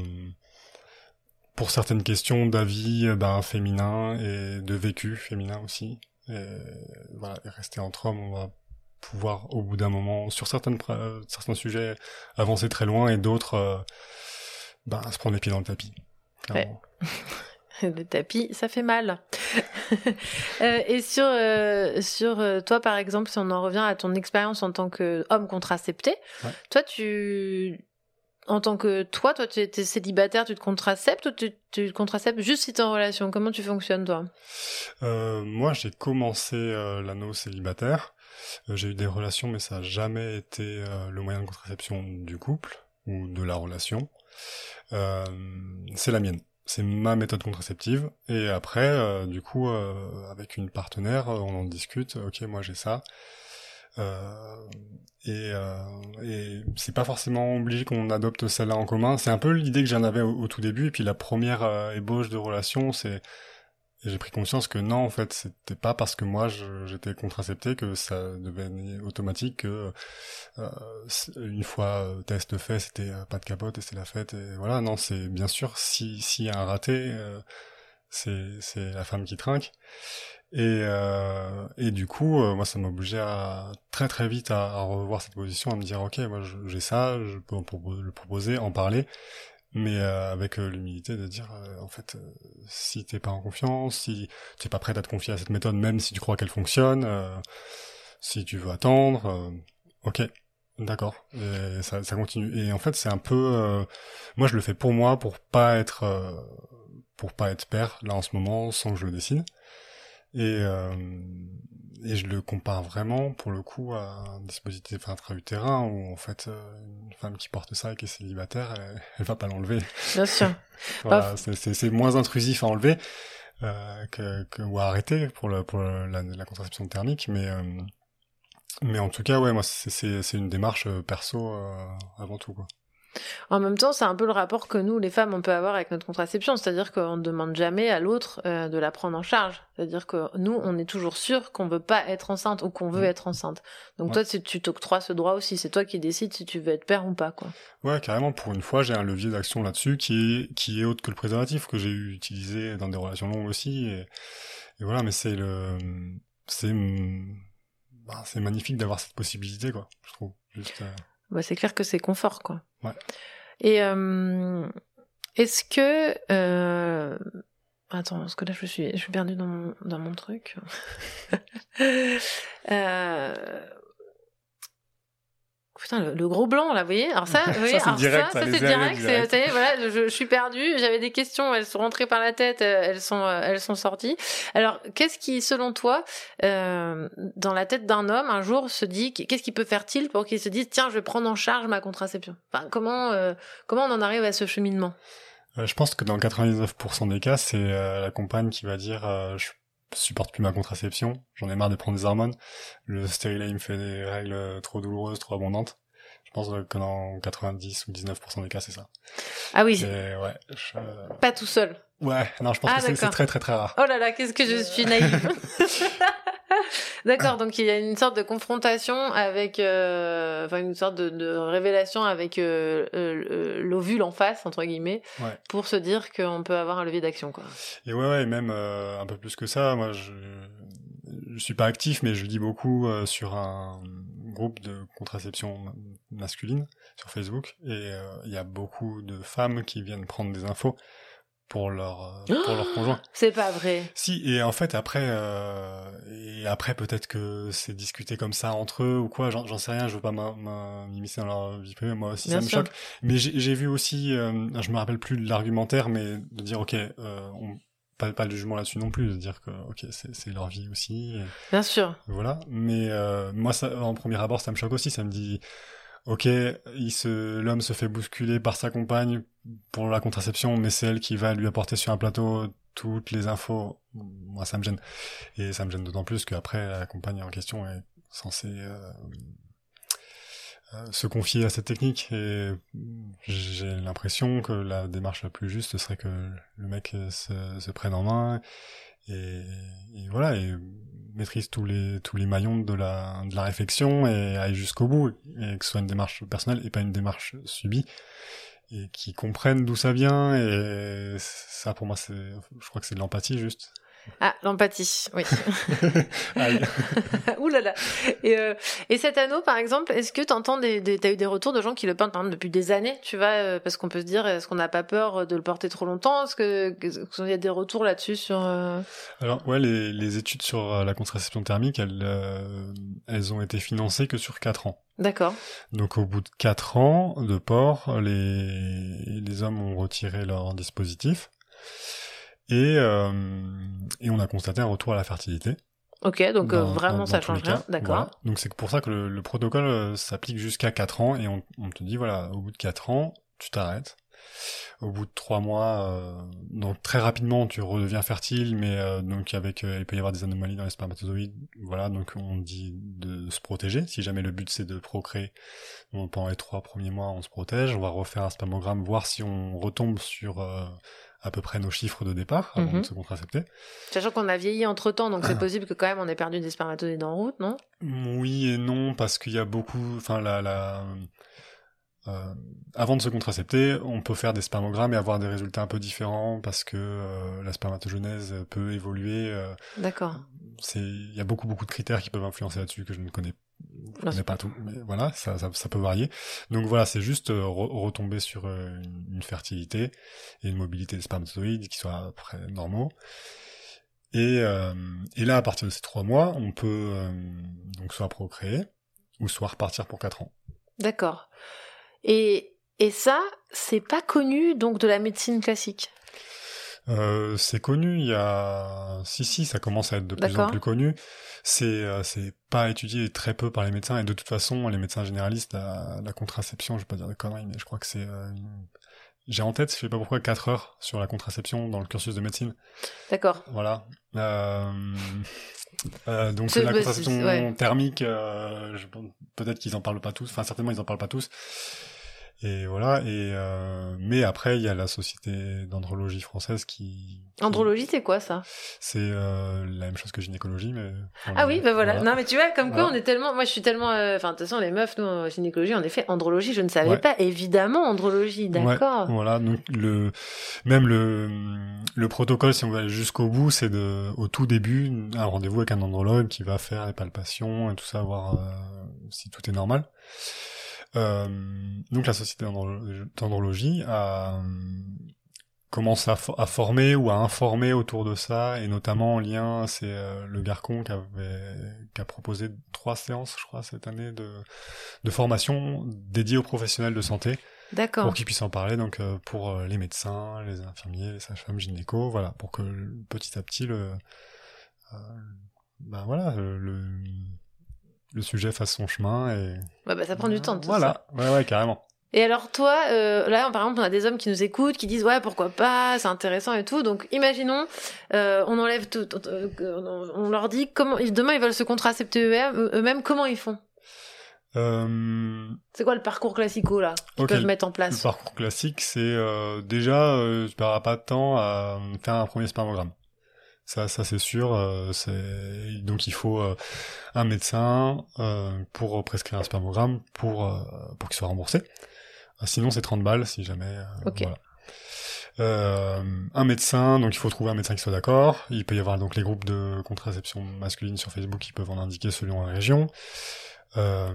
pour certaines questions, d'avis ben, féminins et de vécu féminin aussi. Et voilà, et rester entre hommes, on va pouvoir au bout d'un moment, sur certaines, certains sujets, avancer très loin et d'autres, euh, ben, se prendre les pieds dans le tapis. Clairement. Ouais. Le tapis, ça fait mal. euh, et sur, euh, sur euh, toi, par exemple, si on en revient à ton expérience en tant qu'homme contracepté, ouais. toi, tu... En tant que toi, toi, tu étais célibataire, tu te contraceptes ou tu, tu te contraceptes juste si t'es en relation? Comment tu fonctionnes, toi? euh, Moi, j'ai commencé euh, l'anneau célibataire. Euh, j'ai eu des relations, mais ça n'a jamais été euh, le moyen de contraception du couple ou de la relation. Euh, c'est la mienne. C'est ma méthode contraceptive. Et après, euh, du coup, euh, avec une partenaire, on en discute. Ok, moi j'ai ça. Euh, et, euh, et c'est pas forcément obligé qu'on adopte celle-là en commun. C'est un peu l'idée que j'en avais au, au tout début. Et puis la première euh, ébauche de relation, c'est et j'ai pris conscience que non, en fait, c'était pas parce que moi je, j'étais contracepté que ça devenait automatique que euh, une fois euh, test fait, c'était euh, pas de capote et c'était la fête. Et voilà, non, c'est bien sûr si s'il y a un raté, euh, c'est c'est la femme qui trinque. Et euh, et du coup, euh, moi, ça m'a obligé à très très vite à, à revoir cette position, à me dire ok, moi je, j'ai ça, je peux le proposer, en parler. Mais euh, avec euh, l'humilité de dire euh, en fait euh, si t'es pas en confiance, si t'es pas prête à te confier à cette méthode même si tu crois qu'elle fonctionne, euh, si tu veux attendre, euh, ok, d'accord, et ça, ça continue. Et en fait c'est un peu euh, moi je le fais pour moi, pour pas être euh, pour pas être père là en ce moment sans que je le décide. Et euh, et je le compare vraiment pour le coup à un dispositif intra-utérin où en fait une femme qui porte ça et qui est célibataire, elle, elle va pas l'enlever. Bien sûr. Voilà, bah, c'est, c'est, c'est moins intrusif à enlever euh, que, que ou à arrêter pour le pour le, la, la contraception thermique, mais euh, mais en tout cas ouais moi c'est c'est, c'est une démarche perso euh, avant tout quoi. En même temps, c'est un peu le rapport que nous, les femmes, on peut avoir avec notre contraception, c'est-à-dire qu'on ne demande jamais à l'autre euh, de la prendre en charge. C'est-à-dire que nous, on est toujours sûr qu'on veut pas être enceinte ou qu'on veut mmh. être enceinte. Donc ouais. toi, tu, tu t'octroies ce droit aussi. C'est toi qui décides si tu veux être père ou pas, quoi. Ouais, carrément. Pour une fois, j'ai un levier d'action là-dessus qui est qui est autre que le préservatif que j'ai utilisé dans des relations longues aussi. Et, et voilà, mais c'est le c'est bah, c'est magnifique d'avoir cette possibilité, quoi. Je trouve. Juste. Euh... Bah, c'est clair que c'est confort, quoi. Ouais. Et euh, est-ce que... Euh... Attends, parce que là, je suis, je suis perdue dans mon, dans mon truc. euh... Putain, le, le gros blanc, là, vous voyez? Alors ça, vous voyez, ça, c'est direct, ça, ça, ça c'est direct. C'est, ça y est, voilà, je, je suis perdue. J'avais des questions, elles sont rentrées par la tête, elles sont, elles sont sorties. Alors, qu'est-ce qui, selon toi, euh, dans la tête d'un homme, un jour, se dit, qu'est-ce qui peut faire-il pour qu'il se dise, tiens, je vais prendre en charge ma contraception? Enfin, comment, euh, comment on en arrive à ce cheminement? euh, Je pense que dans quatre-vingt-dix-neuf pour cent des cas, c'est euh, la compagne qui va dire, euh, je supporte plus ma contraception, j'en ai marre de prendre des hormones, le stérilet il me fait des règles trop douloureuses, trop abondantes. Je pense que dans quatre-vingt-dix ou dix-neuf pour cent des cas c'est ça. Ah oui. Et ouais, je... Pas tout seul. Ouais, non, je pense ah, que c'est, c'est très très très rare. Oh là là, qu'est-ce que je suis naïve. D'accord, donc il y a une sorte de confrontation avec, euh, enfin une sorte de, de révélation avec euh, euh, l'ovule en face, entre guillemets, ouais. pour se dire qu'on peut avoir un levier d'action, quoi. Et ouais, ouais, et même euh, un peu plus que ça, moi je je suis pas actif, mais je lis beaucoup euh, sur un groupe de contraception masculine sur Facebook, et il euh, y a beaucoup de femmes qui viennent prendre des infos pour leur euh, pour leur conjoint. C'est pas vrai. Si, et en fait après euh, et après peut-être que c'est discuté comme ça entre eux ou quoi, j'en, j'en sais rien, je veux pas m'immiscer dans leur vie privée, moi aussi Bien ça sûr. me choque. Mais j'ai, j'ai vu aussi, euh, je me rappelle plus de l'argumentaire, mais de dire ok, euh, on, pas pas de jugement là-dessus non plus, de dire que ok c'est c'est leur vie aussi. Et, Bien sûr. Voilà, mais euh, moi ça en premier abord ça me choque aussi, ça me dit ok, il se, l'homme se fait bousculer par sa compagne pour la contraception, mais c'est elle qui va lui apporter sur un plateau toutes les infos. Moi, ça me gêne. Et ça me gêne d'autant plus qu'après, la compagne en question est censée euh, euh, se confier à cette technique. Et j'ai l'impression que la démarche la plus juste serait que le mec se, se prenne en main. Et, et voilà, et maîtrise tous les tous les maillons de la de la réflexion et aille jusqu'au bout, et que ce soit une démarche personnelle et pas une démarche subie, et qui comprennent d'où ça vient. Et ça, pour moi, c'est, je crois que c'est de l'empathie juste. Ah, l'empathie, oui. Ouh là là. Et, euh, et cet anneau, par exemple, est-ce que t'entends des, des, t'as eu des retours de gens qui le portent, par exemple, depuis des années, tu vois, euh, parce qu'on peut se dire, est-ce qu'on n'a pas peur de le porter trop longtemps? Est-ce que, est-ce qu'il y a des retours là-dessus sur, euh... Alors, ouais, les, les études sur la contraception thermique, elles, euh, elles ont été financées que sur quatre ans. D'accord. Donc, au bout de quatre ans de port, les, les hommes ont retiré leur dispositif. Et, euh, et on a constaté un retour à la fertilité. Ok, donc dans, euh, vraiment dans, ça dans change rien, d'accord. Voilà. Donc c'est pour ça que le, le protocole euh, s'applique jusqu'à quatre ans, et on, on te dit, voilà, au bout de quatre ans, tu t'arrêtes. Au bout de trois mois, euh, donc très rapidement, tu redeviens fertile, mais euh, donc avec, euh, il peut y avoir des anomalies dans les spermatozoïdes, voilà, donc on dit de se protéger. Si jamais le but c'est de procréer, donc pendant les trois premiers mois, on se protège, on va refaire un spermogramme, voir si on retombe sur euh, à peu près nos chiffres de départ avant Mhm. de se contracepter. Sachant qu'on a vieilli entre temps, donc c'est possible que quand même on ait perdu des spermatozoïdes en route, non? Oui et non, parce qu'il y a beaucoup, enfin la, la, euh, avant de se contracepter, on peut faire des spermogrammes et avoir des résultats un peu différents, parce que euh, la spermatogenèse peut évoluer. Euh, D'accord. c'est, il y a beaucoup beaucoup de critères qui peuvent influencer là-dessus que je ne connais, je Non, connais pas tout, mais voilà, ça, ça, ça peut varier. Donc voilà, c'est juste euh, re- retomber sur euh, une, une fertilité et une mobilité des spermatozoïdes qui soient après normaux. Et, euh, et là, à partir de ces trois mois, on peut euh, donc soit procréer ou soit repartir pour quatre ans. D'accord. Et, et ça, c'est pas connu donc de la médecine classique. Euh, c'est connu, il y a... Si, si, ça commence à être de plus en D'accord. plus connu. C'est, euh, c'est pas étudié très peu par les médecins, et de toute façon, les médecins généralistes, la, la contraception, je vais pas dire de conneries, mais je crois que c'est... Euh, une- J'ai en tête, je sais pas pourquoi, quatre heures sur la contraception dans le cursus de médecine. D'accord. Voilà. Euh, euh, donc C'est- la bah, contraception c'est- ouais. thermique, euh, je- peut-être qu'ils en parlent pas tous, enfin certainement ils en parlent pas tous. Et voilà. Et euh, mais après il y a la société d'andrologie française qui, Andrologie, c'est quoi ça? c'est euh, la même chose que gynécologie, mais Ah oui, bah voilà. Non, mais tu vois, comme quoi on est tellement, moi je suis tellement, euh, enfin de toute façon les meufs, nous en gynécologie, en effet, andrologie, je ne savais Ouais. pas. Évidemment, andrologie, d'accord. Ouais, voilà, donc le même le le protocole, si on veut aller jusqu'au bout, c'est de au tout début un rendez-vous avec un andrologue qui va faire les palpations et tout ça, voir euh, si tout est normal. Euh, donc la société d'andro- d'andrologie a commence à, fo- à former ou à informer autour de ça, et notamment en lien, c'est euh, le Garcon qui avait qui a proposé trois séances, je crois, cette année de de formation dédiées aux professionnels de santé. D'accord. Pour qu'ils puissent en parler, donc euh, pour euh, les médecins, les infirmiers, les sages-femmes, gynécos, voilà, pour que le- petit à petit le, euh, ben voilà, le, le le sujet fasse son chemin, et Ouais, bah ça prend du temps, tout voilà, ça. ouais, ouais, carrément. Et alors toi, euh, là par exemple, on a des hommes qui nous écoutent, qui disent ouais pourquoi pas, c'est intéressant et tout. Donc imaginons, euh, on enlève tout, euh, on, on leur dit comment demain ils veulent se contracepter eux-mêmes, eux-mêmes comment ils font? Euh, C'est quoi le parcours classico là qu'ils ok, peuvent mettre en place? Le parcours classique, c'est euh, déjà, euh, tu perdras pas de temps à faire un premier spermogramme. Ça, ça c'est sûr. Euh, c'est donc il faut euh, un médecin euh, pour prescrire un spermogramme pour euh, pour qu'il soit remboursé. Euh, Sinon, c'est trente balles si jamais. Euh, Ok. Voilà. Euh, un médecin, donc il faut trouver un médecin qui soit d'accord. Il peut y avoir donc les groupes de contraception masculine sur Facebook qui peuvent en indiquer selon la région. Euh,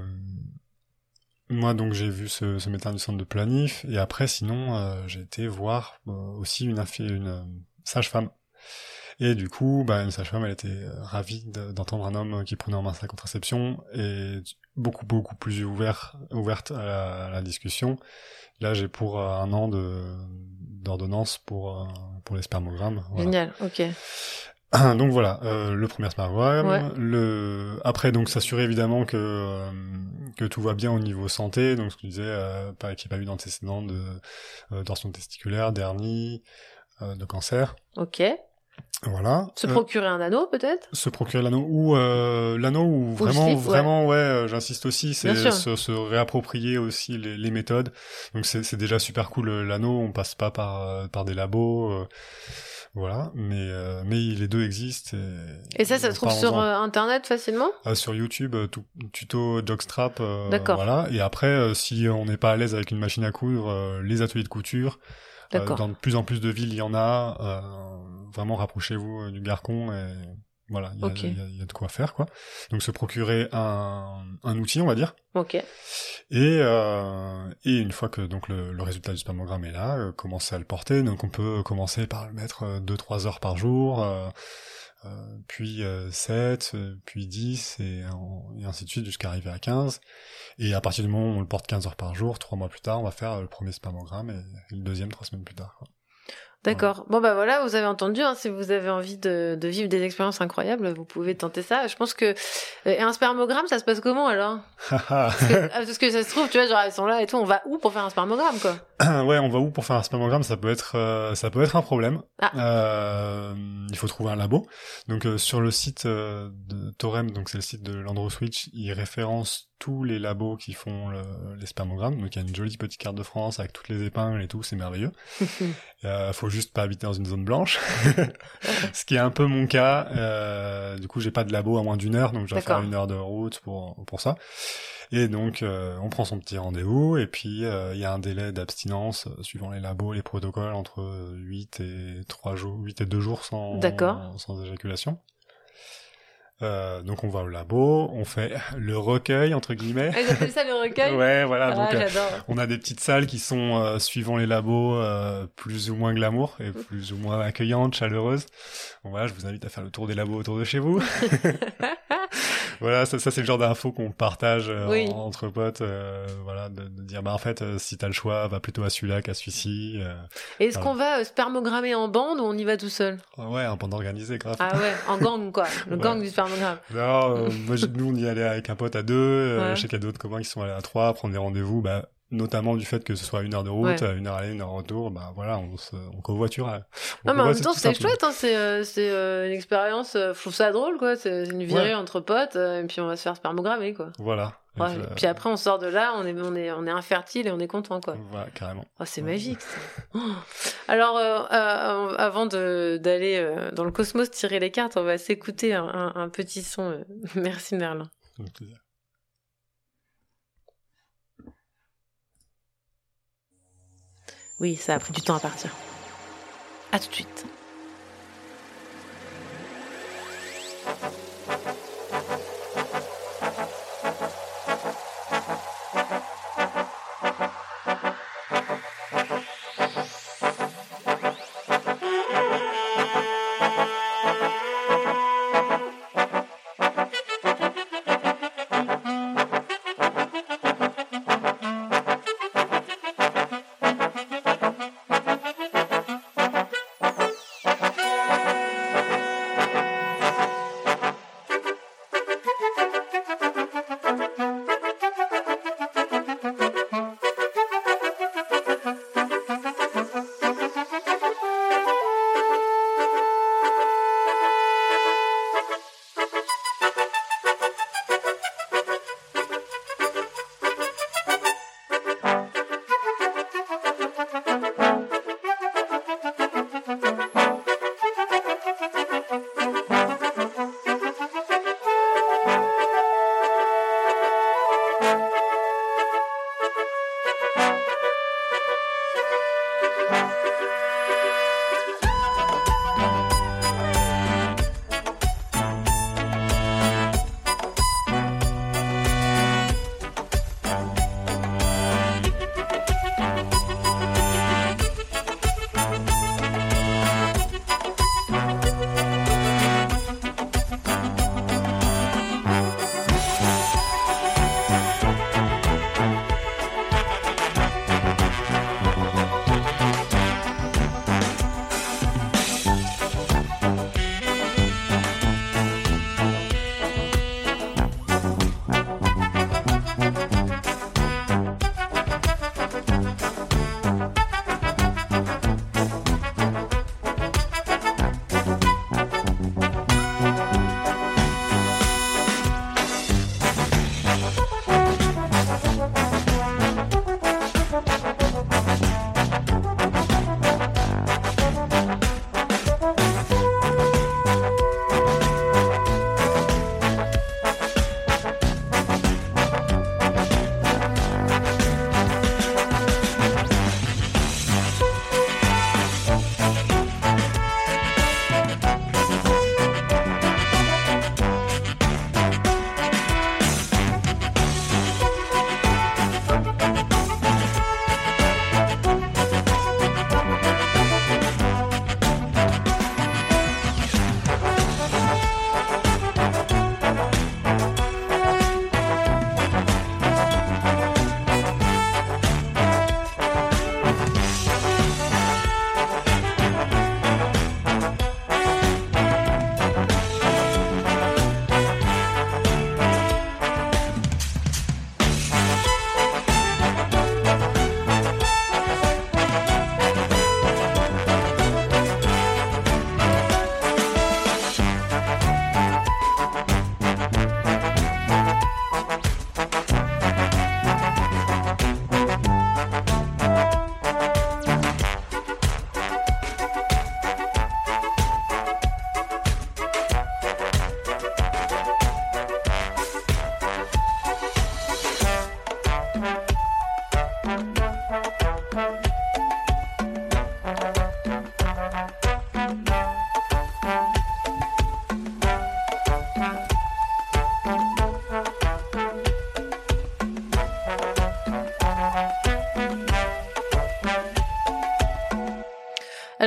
moi donc j'ai vu ce, ce médecin du centre de planif, et après sinon euh, j'ai été voir euh, aussi une, infi- une euh, sage-femme. Et du coup, bah, une sage-femme, elle était euh, ravie de- d'entendre un homme qui prenait en main sa contraception, et beaucoup beaucoup plus ouvert, ouverte à la, à la discussion. Là, j'ai pour euh, un an de d'ordonnance pour euh, pour les spermogrammes. Voilà. Génial, ok. Donc voilà, euh, le premier spermogramme. Ouais. Le après, donc s'assurer évidemment que euh, que tout va bien au niveau santé. Donc ce que tu disais, euh, pas qu'il n'y ait pas eu d'antécédents de euh, torsion testiculaire, d'hernie, euh, de cancer. Ok. Voilà. Se Euh, procurer un anneau peut-être? se procurer l'anneau, ou euh, l'anneau, ou Ou vraiment le slip, ouais. vraiment ouais, euh, j'insiste aussi, c'est Bien sûr. se, se réapproprier aussi les, les méthodes. Donc c'est c'est déjà super cool, euh, l'anneau, on passe pas par euh, par des labos, euh, Voilà, mais euh, mais les deux existent. Et, et ça, ça se trouve sur euh, internet facilement. euh, Sur YouTube, euh, tout, tuto jockstrap. Euh, D'accord. Voilà. Et après, euh, si on n'est pas à l'aise avec une machine à coudre, euh, les ateliers de couture. Euh, dans de plus en plus de villes, il y en a. Euh, vraiment, rapprochez-vous euh, du Garcon et voilà, il y, okay. y, y a de quoi faire, quoi. Donc, se procurer un, un outil, on va dire. Ok. Et, euh, et une fois que donc le, le résultat du spermogramme est là, euh, commencer à le porter. Donc, on peut commencer par le mettre deux trois heures par jour, euh, euh, puis euh, sept, puis dix, et, en, et ainsi de suite jusqu'à arriver à quinze. Et à partir du moment où on le porte quinze heures par jour, trois mois plus tard, on va faire le premier spermogramme et le deuxième trois semaines plus tard, quoi. D'accord. Bon bah voilà, vous avez entendu. Hein, si vous avez envie de, de vivre des expériences incroyables, vous pouvez tenter ça. Je pense que et un spermogramme, ça se passe comment alors? parce, que, parce que ça se trouve, tu vois, genre ils sont là et tout. On va où pour faire un spermogramme, quoi? Ouais, on va où pour faire un spermogramme? Ça peut être, euh, ça peut être un problème. Ah. Euh, il faut trouver un labo. Donc euh, sur le site euh, de Thorem, donc c'est le site de l'Androswitch, il référence tous les labos qui font le, les spermogrammes. Donc il y a une jolie petite carte de France avec toutes les épingles et tout, c'est merveilleux. euh, faut juste pas habiter dans une zone blanche, ce qui est un peu mon cas. Euh, du coup, j'ai pas de labo à moins d'une heure, donc je dois faire une heure de route pour pour ça. Et donc, euh, on prend son petit rendez-vous, et puis il euh, y a un délai d'abstinence euh, suivant les labos, les protocoles, entre huit et trois jours, huit et deux jours sans D'accord. sans éjaculation. Euh, donc on va au labo, on fait le recueil entre guillemets. Ah, ils appellent ça le recueil. Ouais, voilà. Ah, donc euh, j'adore. on a des petites salles qui sont euh, suivant les labos euh, plus ou moins glamour et plus ou moins accueillantes, chaleureuses. Bon, voilà, je vous invite à faire le tour des labos autour de chez vous. Voilà, ça, ça c'est le genre d'infos qu'on partage euh, oui. en, entre potes. Euh, voilà, de, de dire bah en fait euh, si t'as le choix, va plutôt à celui-là qu'à celui-ci. Euh, Est-ce voilà. qu'on va euh, spermogrammer en bande ou on y va tout seul? Ouais, en bande organisée, grave. Ah ouais, en gang quoi, le ouais. gang du spermogramme. Non, euh, moi, nous on y allait avec un pote à deux. Euh, ouais. Je sais qu'il y a d'autres copains qui sont allés à trois, prendre des rendez-vous. Bah notamment du fait que ce soit une heure de route, ouais. une heure aller, une heure retour, bah voilà, on se, on covoiture. On non mais covoit, en même temps c'est simple. chouette, hein, c'est euh, c'est euh, une expérience, euh, je trouve ça drôle quoi, c'est une virée ouais. entre potes euh, et puis on va se faire spermogrammer quoi. Voilà. Ouais, et puis, euh... puis après on sort de là, on est on est on est infertile et on est content quoi. Voilà, carrément. Oh, c'est ouais. magique. Ça. Oh. Alors euh, euh, avant de d'aller euh, dans le cosmos tirer les cartes, on va s'écouter un, un, un petit son. Euh... Merci Merlin. Avec plaisir. Oui, ça a pris du temps à partir. À tout de suite.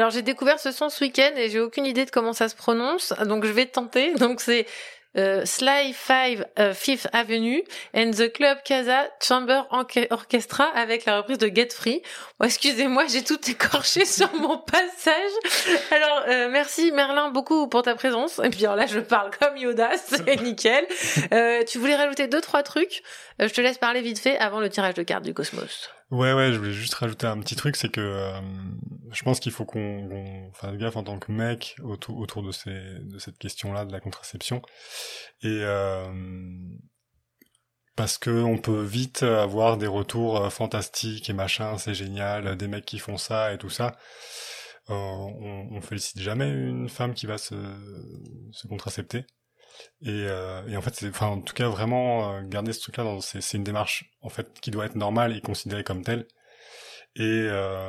Alors j'ai découvert ce son ce week-end et j'ai aucune idée de comment ça se prononce, donc je vais tenter. Donc c'est euh, Sly five uh, Fifth Avenue and the Club Casa Chamber Orchestra avec la reprise de Get Free. Oh, excusez-moi, j'ai tout écorché sur mon passage. Alors euh, merci Merlin beaucoup pour ta présence. Et puis alors là je parle comme Yoda, c'est nickel. Euh, tu voulais rajouter deux trois trucs. Euh, je te laisse parler vite fait avant le tirage de cartes du Cosmos. Ouais, ouais, je voulais juste rajouter un petit truc, c'est que euh, je pense qu'il faut qu'on, qu'on fasse gaffe en tant que mec autour, autour de, ces, de cette question-là de la contraception. Et euh, parce que on peut vite avoir des retours fantastiques et machin, c'est génial, des mecs qui font ça et tout ça. Euh, on, on félicite jamais une femme qui va se, se contracepter. Et, euh, et en fait, c'est, enfin, en tout cas, vraiment euh, garder ce truc-là, dans, c'est, c'est une démarche en fait qui doit être normale et considérée comme telle, et euh,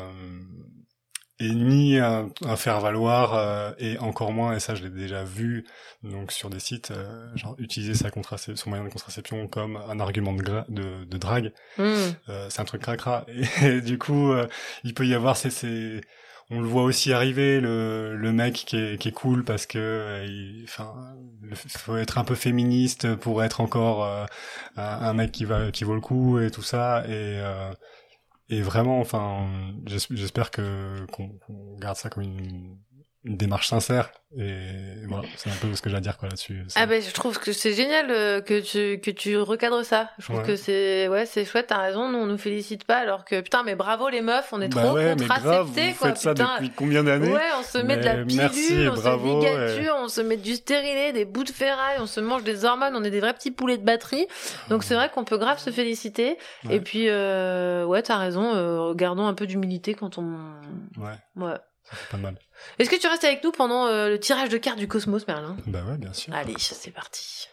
et ni un, un faire valoir euh, et encore moins, et ça je l'ai déjà vu donc sur des sites, euh, genre utiliser sa contraception, son moyen de contraception comme un argument de, gra- de, de drague, mmh. euh, c'est un truc cracra. Et, et du coup, euh, il peut y avoir ces, ces on le voit aussi arriver, le, le mec qui est, qui est cool parce que, euh, il, enfin, il faut être un peu féministe pour être encore euh, un, un mec qui va, qui vaut le coup et tout ça. Et, euh, et vraiment, enfin, j'espère que qu'on, qu'on garde ça comme une, une démarche sincère. Et voilà, c'est un peu ce que j'ai à dire quoi là-dessus. C'est... Ah ben, je trouve que c'est génial euh, que tu que tu recadres ça. Je trouve ouais. que c'est ouais, c'est chouette. T'as raison. Nous on nous félicite pas alors que putain, mais bravo les meufs, on est bah trop ouais, contraceptés vous quoi. Faites ça putain. depuis combien d'années? Ouais, on se met mais de la pilule, merci, on bravo, se ligature, et... on se met du stérilet, des bouts de ferraille, on se mange des hormones, on est des vrais petits poulets de batterie. Donc c'est vrai qu'on peut grave se féliciter. Ouais. Et puis euh, ouais, t'as raison. Euh, gardons un peu d'humilité quand on. Ouais. Ouais. Ça fait pas mal. Est-ce que tu restes avec nous pendant euh, le tirage de cartes du Cosmos, Merlin? Bah ouais, bien sûr. Allez, c'est parti.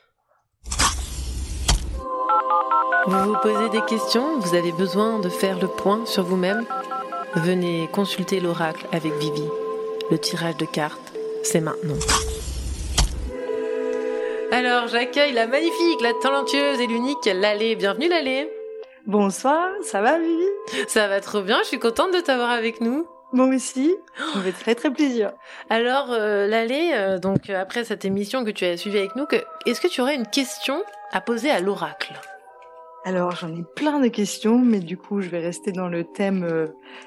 Vous vous posez des questions? Vous avez besoin de faire le point sur vous-même? Venez consulter l'oracle avec Vivi. Le tirage de cartes, c'est maintenant. Alors, j'accueille la magnifique, la talentueuse et l'unique Lalé. Bienvenue Lalé. Bonsoir, ça va Vivi? Ça va trop bien, je suis contente de t'avoir avec nous. Moi aussi, ça me fait très très plaisir. Alors, euh, Lalé, euh, donc euh, après cette émission que tu as suivie avec nous, que, est-ce que tu aurais une question à poser à l'oracle? Alors, j'en ai plein de questions, mais du coup, je vais rester dans le thème euh,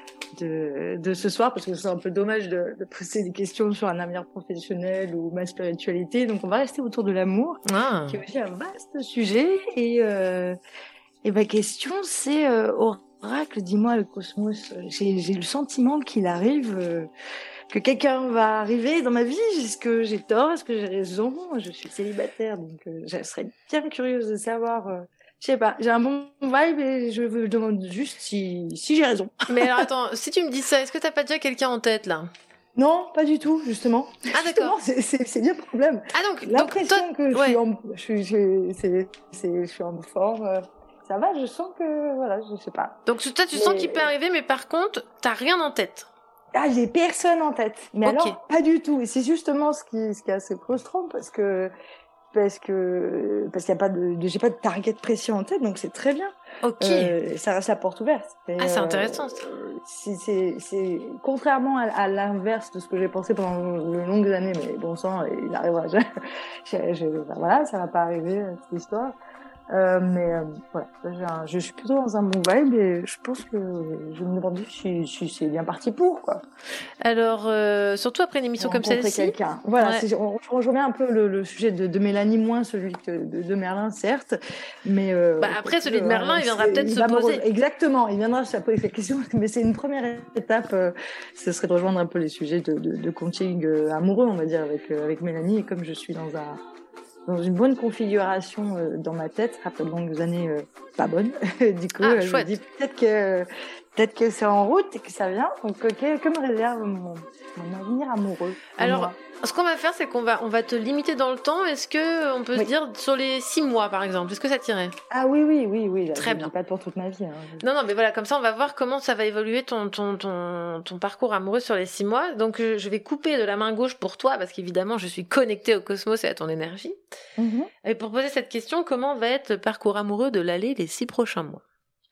de, de ce soir, parce que c'est un peu dommage de, de poser des questions sur un avenir professionnel ou ma spiritualité. Donc, on va rester autour de l'amour, ah. qui est aussi un vaste sujet. Et, euh, et ma question, c'est... Euh, Oracle, dis-moi, le Cosmos, j'ai, j'ai le sentiment qu'il arrive, euh, que quelqu'un va arriver dans ma vie. Est-ce que j'ai tort? Est-ce que j'ai raison? Je suis célibataire, donc euh, je serais bien curieuse de savoir. Euh, je sais pas, j'ai un bon vibe et je me demande juste si, si j'ai raison. Mais alors attends, si tu me dis ça, est-ce que t'as pas déjà quelqu'un en tête là? Non, pas du tout, justement. Ah d'accord. C'est, c'est, c'est bien le problème. Ah donc l'impression donc, toi... que je ouais. suis en, je suis, je, c'est, c'est, je suis en forme. Euh... Ça va, je sens que, voilà, je sais pas. Donc, toi, tu mais... sens qu'il peut arriver, mais par contre, t'as rien en tête. Ah, j'ai personne en tête. Mais okay. alors, pas du tout. Et c'est justement ce qui, ce qui est assez frustrant parce que, parce que, parce qu'il y a pas de, de j'ai pas de target précis en tête, donc c'est très bien. Ok. Euh, ça reste la porte ouverte. Et ah, c'est euh, intéressant, ça. C'est, c'est, c'est, contrairement à, à l'inverse de ce que j'ai pensé pendant de longues années, mais bon sang, il arrivera jamais. je, je, ben voilà, ça va pas arriver, cette histoire. Euh, mais euh, voilà, j'ai un, je suis plutôt dans un bon vibe et je pense que je me demande si, si c'est bien parti pour quoi. Alors euh, surtout après une émission comme celle-ci. Quelqu'un. Voilà, ouais. c'est, on, on rejoint un peu le, le sujet de, de Mélanie, moins celui que de, de Merlin certes, mais euh, bah, après celui de Merlin, euh, il viendra peut-être se poser. Me... Exactement, il viendra se poser cette question, mais c'est une première étape. Euh, ce serait de rejoindre un peu les sujets de, de, de coaching euh, amoureux, on va dire, avec euh, avec Mélanie. Et comme je suis dans un dans une bonne configuration euh, dans ma tête après de longues années euh, pas bonnes, du coup, ah, euh, je me dis peut-être que peut-être que c'est en route et que ça vient. Donc, que, que me réserve mon, mon avenir amoureux? Alors, moi. Ce qu'on va faire, c'est qu'on va on va te limiter dans le temps. Est-ce que on peut oui. se dire sur les six mois, par exemple? Est-ce que ça t'irait? Ah oui, oui, oui, oui. Là, très je bien. Dis pas pour toute ma vie. Hein. Non, non, mais voilà, comme ça, on va voir comment ça va évoluer ton ton ton ton parcours amoureux sur les six mois. Donc, je vais couper de la main gauche pour toi, parce qu'évidemment, je suis connectée au cosmos et à ton énergie. Mm-hmm. Et pour poser cette question, comment va être le parcours amoureux de Lalé les six prochains mois?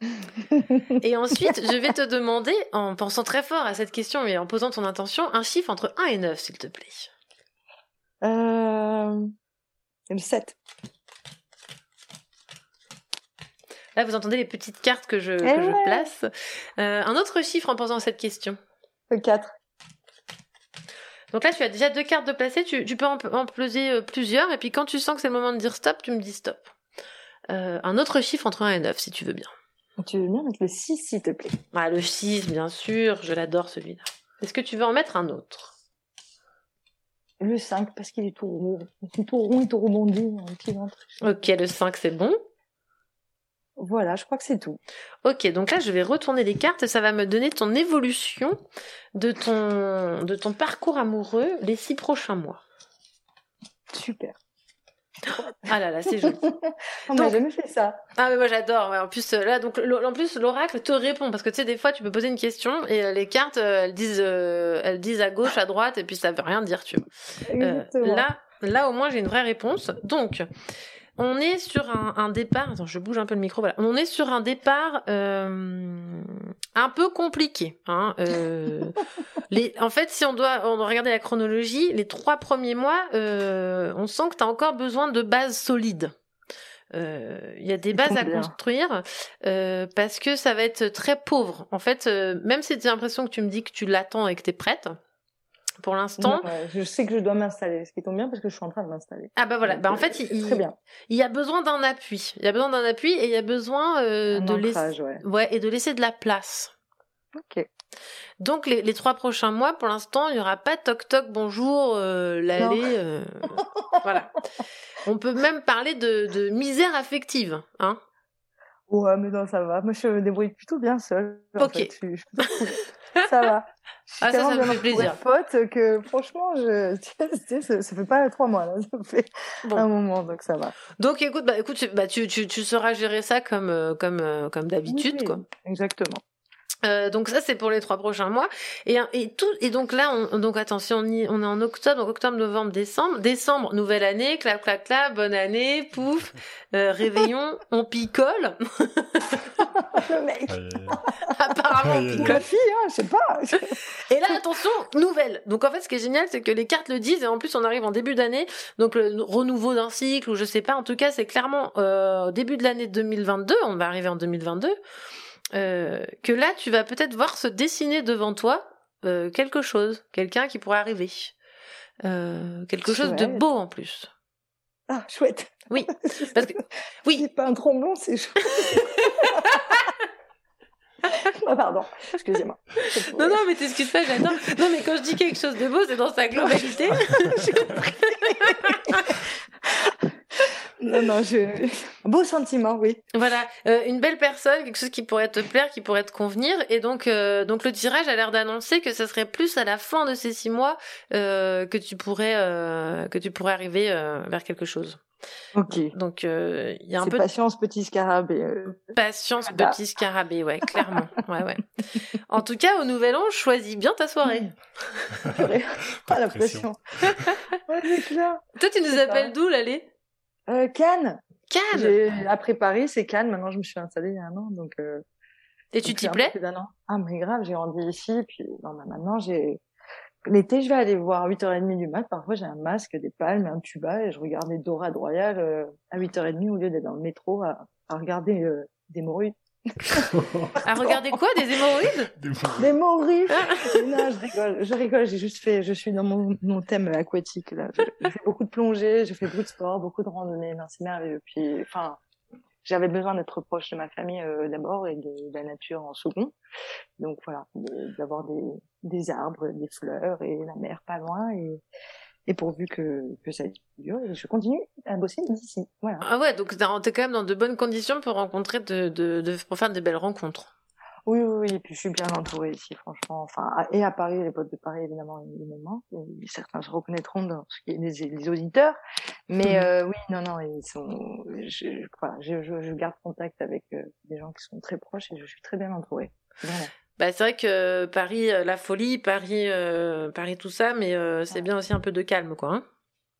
Et ensuite, je vais te demander, en pensant très fort à cette question et en posant ton intention, un chiffre entre un et neuf, s'il te plaît. Euh... Le sept. Là, vous entendez les petites cartes que je, Eh que ouais. je place. Euh, un autre chiffre en posant à cette question. Le quatre. Donc là, tu as déjà deux cartes de placer, tu, tu peux en, en poser euh, plusieurs, et puis quand tu sens que c'est le moment de dire stop, tu me dis stop. Euh, un autre chiffre entre un et neuf, si tu veux bien. Tu veux bien mettre le six, s'il te plaît? Ah, le six, bien sûr, je l'adore celui-là. Est-ce que tu veux en mettre un autre? Le cinq, parce qu'il est tout rond. Il est tout rond, il est tout rebondi, un petit ventre. Ok, le cinq, c'est bon. Voilà, je crois que c'est tout. Ok, donc là, je vais retourner les cartes et ça va me donner ton évolution de ton, de ton parcours amoureux les six prochains mois. Super. Ah là là, c'est joli. On n'a jamais fait ça. Ah mais moi j'adore. Ouais, en plus euh, là donc l- en plus l'oracle te répond parce que tu sais des fois tu peux poser une question et euh, les cartes euh, elles disent euh, elles disent à gauche à droite et puis ça veut rien dire tu vois. Euh, Exactement. là là au moins j'ai une vraie réponse. Donc on est sur un, un départ. Attends, je bouge un peu le micro. Voilà. On est sur un départ euh, un peu compliqué. Hein, euh, les, en fait, si on doit, on doit regarder la chronologie, les trois premiers mois, euh, on sent que tu as encore besoin de bases solides. Il euh, y a des bases à construire euh, parce que ça va être très pauvre. En fait, euh, même si tu as l'impression que tu me dis que tu l'attends et que tu es prête, pour l'instant... Non, ouais, je sais que je dois m'installer, ce qui tombe bien parce que je suis en train de m'installer. Ah bah voilà, Donc, bah en euh, fait, il, c'est très bien. il y a besoin d'un appui. Il y a besoin d'un appui et il y a besoin euh, Un de ancrage, laisser... ouais. ouais, et de laisser de la place. Ok. Donc les, les trois prochains mois, pour l'instant, il n'y aura pas toc toc bonjour, euh, l'allée, euh, voilà. On peut même parler de, de misère affective, hein. Ouais, mais non, ça va. Moi, je me débrouille plutôt bien seule. En Ok. fait. Je, suis- je suis plutôt cool. Ça va. Je suis Ah, ça, tellement ça me bien fait entourée plaisir. de potes que franchement, je, tu sais, ça, ça fait pas trois mois là, ça fait Bon. un moment, donc ça va. Donc écoute, bah écoute, tu- bah tu tu tu sauras gérer ça comme euh, comme euh, comme d'habitude, Oui, quoi. Exactement. Euh, donc ça c'est pour les trois prochains mois et et tout et donc là on donc attention on, y, on est en octobre donc octobre novembre décembre décembre nouvelle année clap clap clap bonne année pouf euh, réveillon on picole Le mec. apparemment on La picole fille, hein, je sais pas. et là attention nouvelle donc en fait ce qui est génial c'est que les cartes le disent et en plus on arrive en début d'année donc le renouveau d'un cycle ou je sais pas en tout cas c'est clairement euh, début de l'année deux mille vingt-deux on va arriver en deux mille vingt-deux Euh, que là, tu vas peut-être voir se dessiner devant toi euh, quelque chose, quelqu'un qui pourrait arriver. Euh, quelque chose de Chouette. beau en plus. Ah, chouette. Oui, parce que oui. C'est pas un tromblon, c'est chouette. Oh, pardon, excusez-moi. Non, non, mais t'excuses pas, j'adore. Non, mais quand je dis quelque chose de beau, c'est dans sa globalité. Non, non, je... Beau sentiment, oui. Voilà, euh, une belle personne, quelque chose qui pourrait te plaire, qui pourrait te convenir. Et donc, euh, donc le tirage a l'air d'annoncer que ça serait plus à la fin de ces six mois euh, que tu pourrais euh, que tu pourrais arriver euh, vers quelque chose. Ok. Donc, il euh, y a un C'est peu patience, petit scarabée. Euh... de patience, Voilà. petit scarabée, ouais, clairement. Ouais, ouais. En tout cas, au Nouvel An, choisis bien ta soirée. Pas la pression. Ouais, c'est clair. Toi, tu nous C'est appelles ça. d'où, l'allée Euh, Cannes. Cannes. J'ai... Après Paris, c'est Cannes. Maintenant, je me suis installée il y a un an, donc. Euh... Et tu donc, t'y c'est un peu plais plus d'un an. Ah, mais grave, j'ai grandi ici, puis non, bah, maintenant, j'ai. L'été, je vais aller voir à huit heures trente du mat. Parfois, j'ai un masque, des palmes, un tuba, et je regarde les dorades royales euh, à huit heures trente au lieu d'être dans le métro à, à regarder euh, des morues. À regarder quoi, des hémorroïdes Des morues. Non, je rigole, je rigole. J'ai juste fait, je suis dans mon, mon thème aquatique là. Je, je fais beaucoup de plongée, je fais beaucoup de sport, beaucoup de randonnée. Non, c'est merveilleux. Puis, enfin, j'avais besoin d'être proche de ma famille euh, d'abord et de, de la nature en second. Donc voilà, de- d'avoir des, des arbres, des fleurs et la mer pas loin et, et pourvu que, que ça dure, et je continue à bosser d'ici. Voilà. Ah ouais, donc t'es t'es quand même dans de bonnes conditions pour rencontrer, de, de, de, pour faire de belles rencontres. Oui, oui, oui, et puis je suis bien entourée ici, franchement. Enfin, à- et à Paris, les potes de Paris, évidemment, évidemment. Et certains se reconnaîtront dans ce qui est les, les auditeurs. Mais Mhm. euh, oui, non, non, ils sont. Je, voilà, je, je, je garde contact avec euh, des gens qui sont très proches et je suis très bien entourée. Vraiment. Bah, c'est vrai que Paris, euh, la folie, Paris, euh, Paris tout ça, mais euh, c'est bien aussi un peu de calme, quoi. Hein.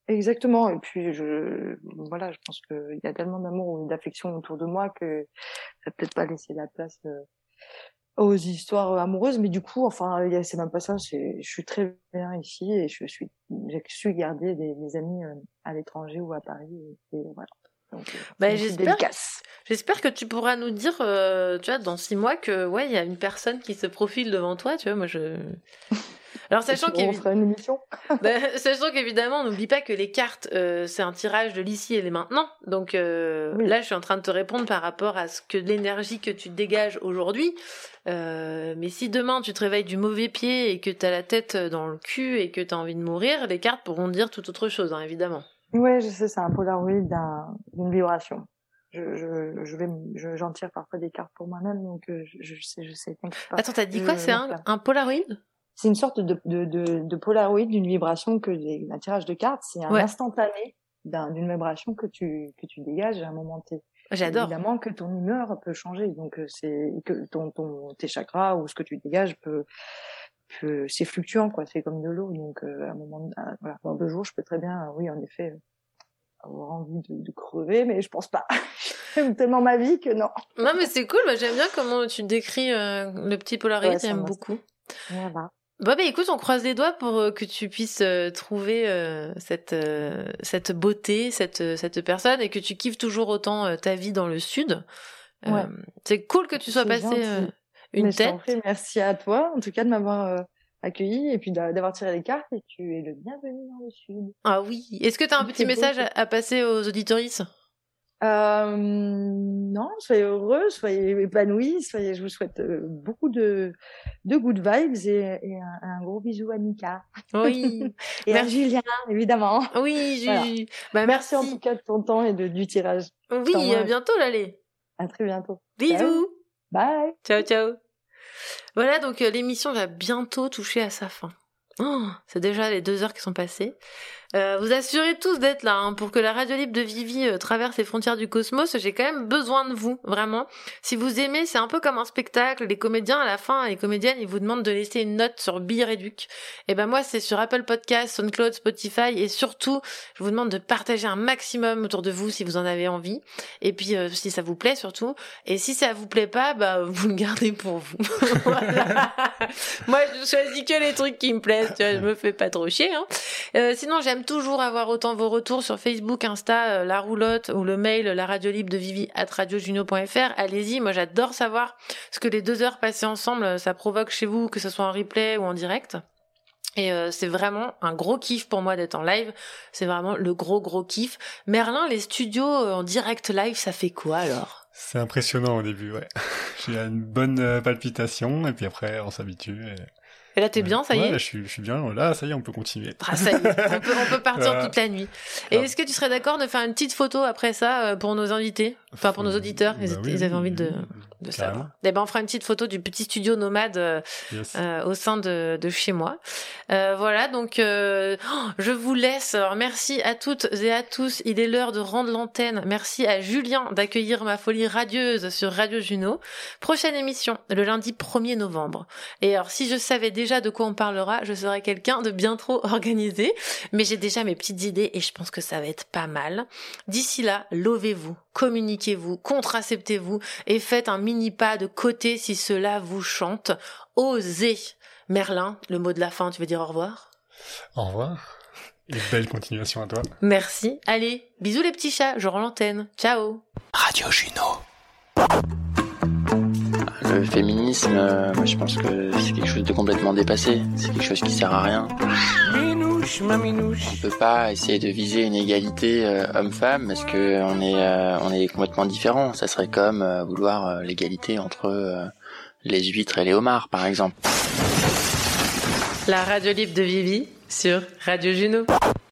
Exactement. Et puis, je, voilà, je pense qu'il y a tellement d'amour et d'affection autour de moi que ça va peut-être pas laisser la place euh, aux histoires amoureuses. Mais du coup, enfin, c'est même pas ça. C'est, je suis très bien ici et je suis, j'ai su garder des, des amis euh, à l'étranger ou à Paris. Et, et voilà. Donc, bah, j'espère, j'espère que tu pourras nous dire, euh, tu vois, dans six mois que, ouais, il y a une personne qui se profile devant toi, tu vois, moi je... Alors, sachant qu'on fera une émission. bah, sachant qu'évidemment, n'oublie pas que les cartes, euh, c'est un tirage de l'ici et les maintenant. Donc, euh, oui. Là, je suis en train de te répondre par rapport à ce que l'énergie que tu dégages aujourd'hui. Euh, mais si demain, tu te réveilles du mauvais pied et que t'as la tête dans le cul et que t'as envie de mourir, les cartes pourront dire tout autre chose, hein, évidemment. Ouais, je sais, c'est un polaroid d'un, d'une vibration. Je, je, je vais, je, j'en tire parfois des cartes pour moi-même, donc euh, je, je sais, je sais. Pas. Attends, t'as dit quoi? Je, c'est un, un polaroid? C'est une sorte de, de, de, de polaroid d'une vibration que un tirage de cartes, c'est un ouais. instantané d'un, d'une vibration que tu, que tu dégages à un moment T. J'adore. Évidemment que ton humeur peut changer, donc c'est que ton, ton, tes chakras ou ce que tu dégages peut, peut c'est fluctuant, quoi. C'est comme de l'eau, donc euh, à un moment, à, voilà, dans deux jours, je peux très bien, oui, en effet, avoir envie de, de crever, mais je pense pas. J'aime tellement ma vie que non. Non, mais c'est cool. Bah, j'aime bien comment tu décris euh, le petit polaroid. Ouais, j'aime beaucoup. Voilà. Bah, bah écoute, on croise les doigts pour euh, que tu puisses euh, trouver euh, cette euh, cette beauté, cette cette personne, et que tu kiffes toujours autant euh, ta vie dans le sud. Euh, ouais. C'est cool que tu sois c'est passé euh, une Mais tête. Prie, merci à toi, en tout cas, de m'avoir euh, accueilli et puis d'avoir tiré les cartes. Et tu es le bienvenu dans le sud. Ah oui. Est-ce que tu as un petit message beau, à, à passer aux auditoristes? Euh, non, soyez heureux, soyez épanouis, soyez, je vous souhaite euh, beaucoup de, de good vibes et, et un, un gros bisou à Mika. Oui. et merci. À Julien, évidemment. Oui, Julie. Voilà. Bah, merci. merci en tout cas de ton temps et de, du tirage. Oui, à bientôt, Lalé. À très bientôt. Bisous. Ciao. Bye. Ciao, ciao. Voilà, donc euh, l'émission va bientôt toucher à sa fin. Oh, c'est déjà les deux heures qui sont passées. Euh, vous assurez tous d'être là hein, pour que la radio libre de Vivi euh, traverse les frontières du cosmos. J'ai quand même besoin de vous, vraiment. Si vous aimez, c'est un peu comme un spectacle. Les comédiens, à la fin, les comédiennes, ils vous demandent de laisser une note sur Bireduc. Et ben moi, c'est sur Apple Podcasts, SoundCloud, Spotify. Et surtout, je vous demande de partager un maximum autour de vous si vous en avez envie. Et puis, euh, si ça vous plaît, surtout. Et si ça vous plaît pas, bah vous le gardez pour vous. Voilà. Moi, je choisis que les trucs qui me plaisent. Tu vois, je me fais pas trop chier. Hein. Euh, sinon, j'aime toujours avoir autant vos retours sur Facebook, Insta, euh, La Roulotte ou le mail la radio libre de Vivi arobase radio juno point f r. Allez-y, moi j'adore savoir ce que les deux heures passées ensemble ça provoque chez vous, que ce soit en replay ou en direct. Et euh, c'est vraiment un gros kiff pour moi d'être en live. C'est vraiment le gros gros kiff. Merlin, les studios euh, en direct live, ça fait quoi alors? C'est impressionnant au début, ouais. J'ai une bonne euh, palpitation et puis après on s'habitue. Et... Et là, t'es bien, ça y ouais, est? Là, je suis, je suis bien. Là, ça y est, on peut continuer. Ah, ça y est. On peut, on peut partir voilà. toute la nuit. Et ah. est-ce que tu serais d'accord de faire une petite photo après ça pour nos invités? Enfin, pour nos auditeurs. Ils, bah oui, ils avaient oui, envie oui, de, de savoir. Eh ben, on fera une petite photo du petit studio nomade euh, yes. euh, au sein de, de chez moi. Euh, voilà. Donc, euh, oh, je vous laisse. Alors, merci à toutes et à tous. Il est l'heure de rendre l'antenne. Merci à Julien d'accueillir ma folie radieuse sur Radio Juno. Prochaine émission, le lundi premier novembre. Et alors, si je savais déjà déjà de quoi on parlera, je serai quelqu'un de bien trop organisé, mais j'ai déjà mes petites idées et je pense que ça va être pas mal. D'ici là, lovez-vous, communiquez-vous, contraceptez-vous et faites un mini pas de côté si cela vous chante. Osez. Merlin, le mot de la fin, tu veux dire au revoir? Au revoir. Et belle continuation à toi. Merci. Allez, bisous les petits chats, je rends l'antenne. Ciao. Radio Juno. Le féminisme, euh, moi je pense que c'est quelque chose de complètement dépassé. C'est quelque chose qui sert à rien. Minouche, ma minouche. On peut pas essayer de viser une égalité euh, homme-femme parce que on est, euh, on est complètement différents. Ça serait comme euh, vouloir euh, l'égalité entre euh, les huîtres et les homards, par exemple. La radio libre de Vivi sur Radio Juno.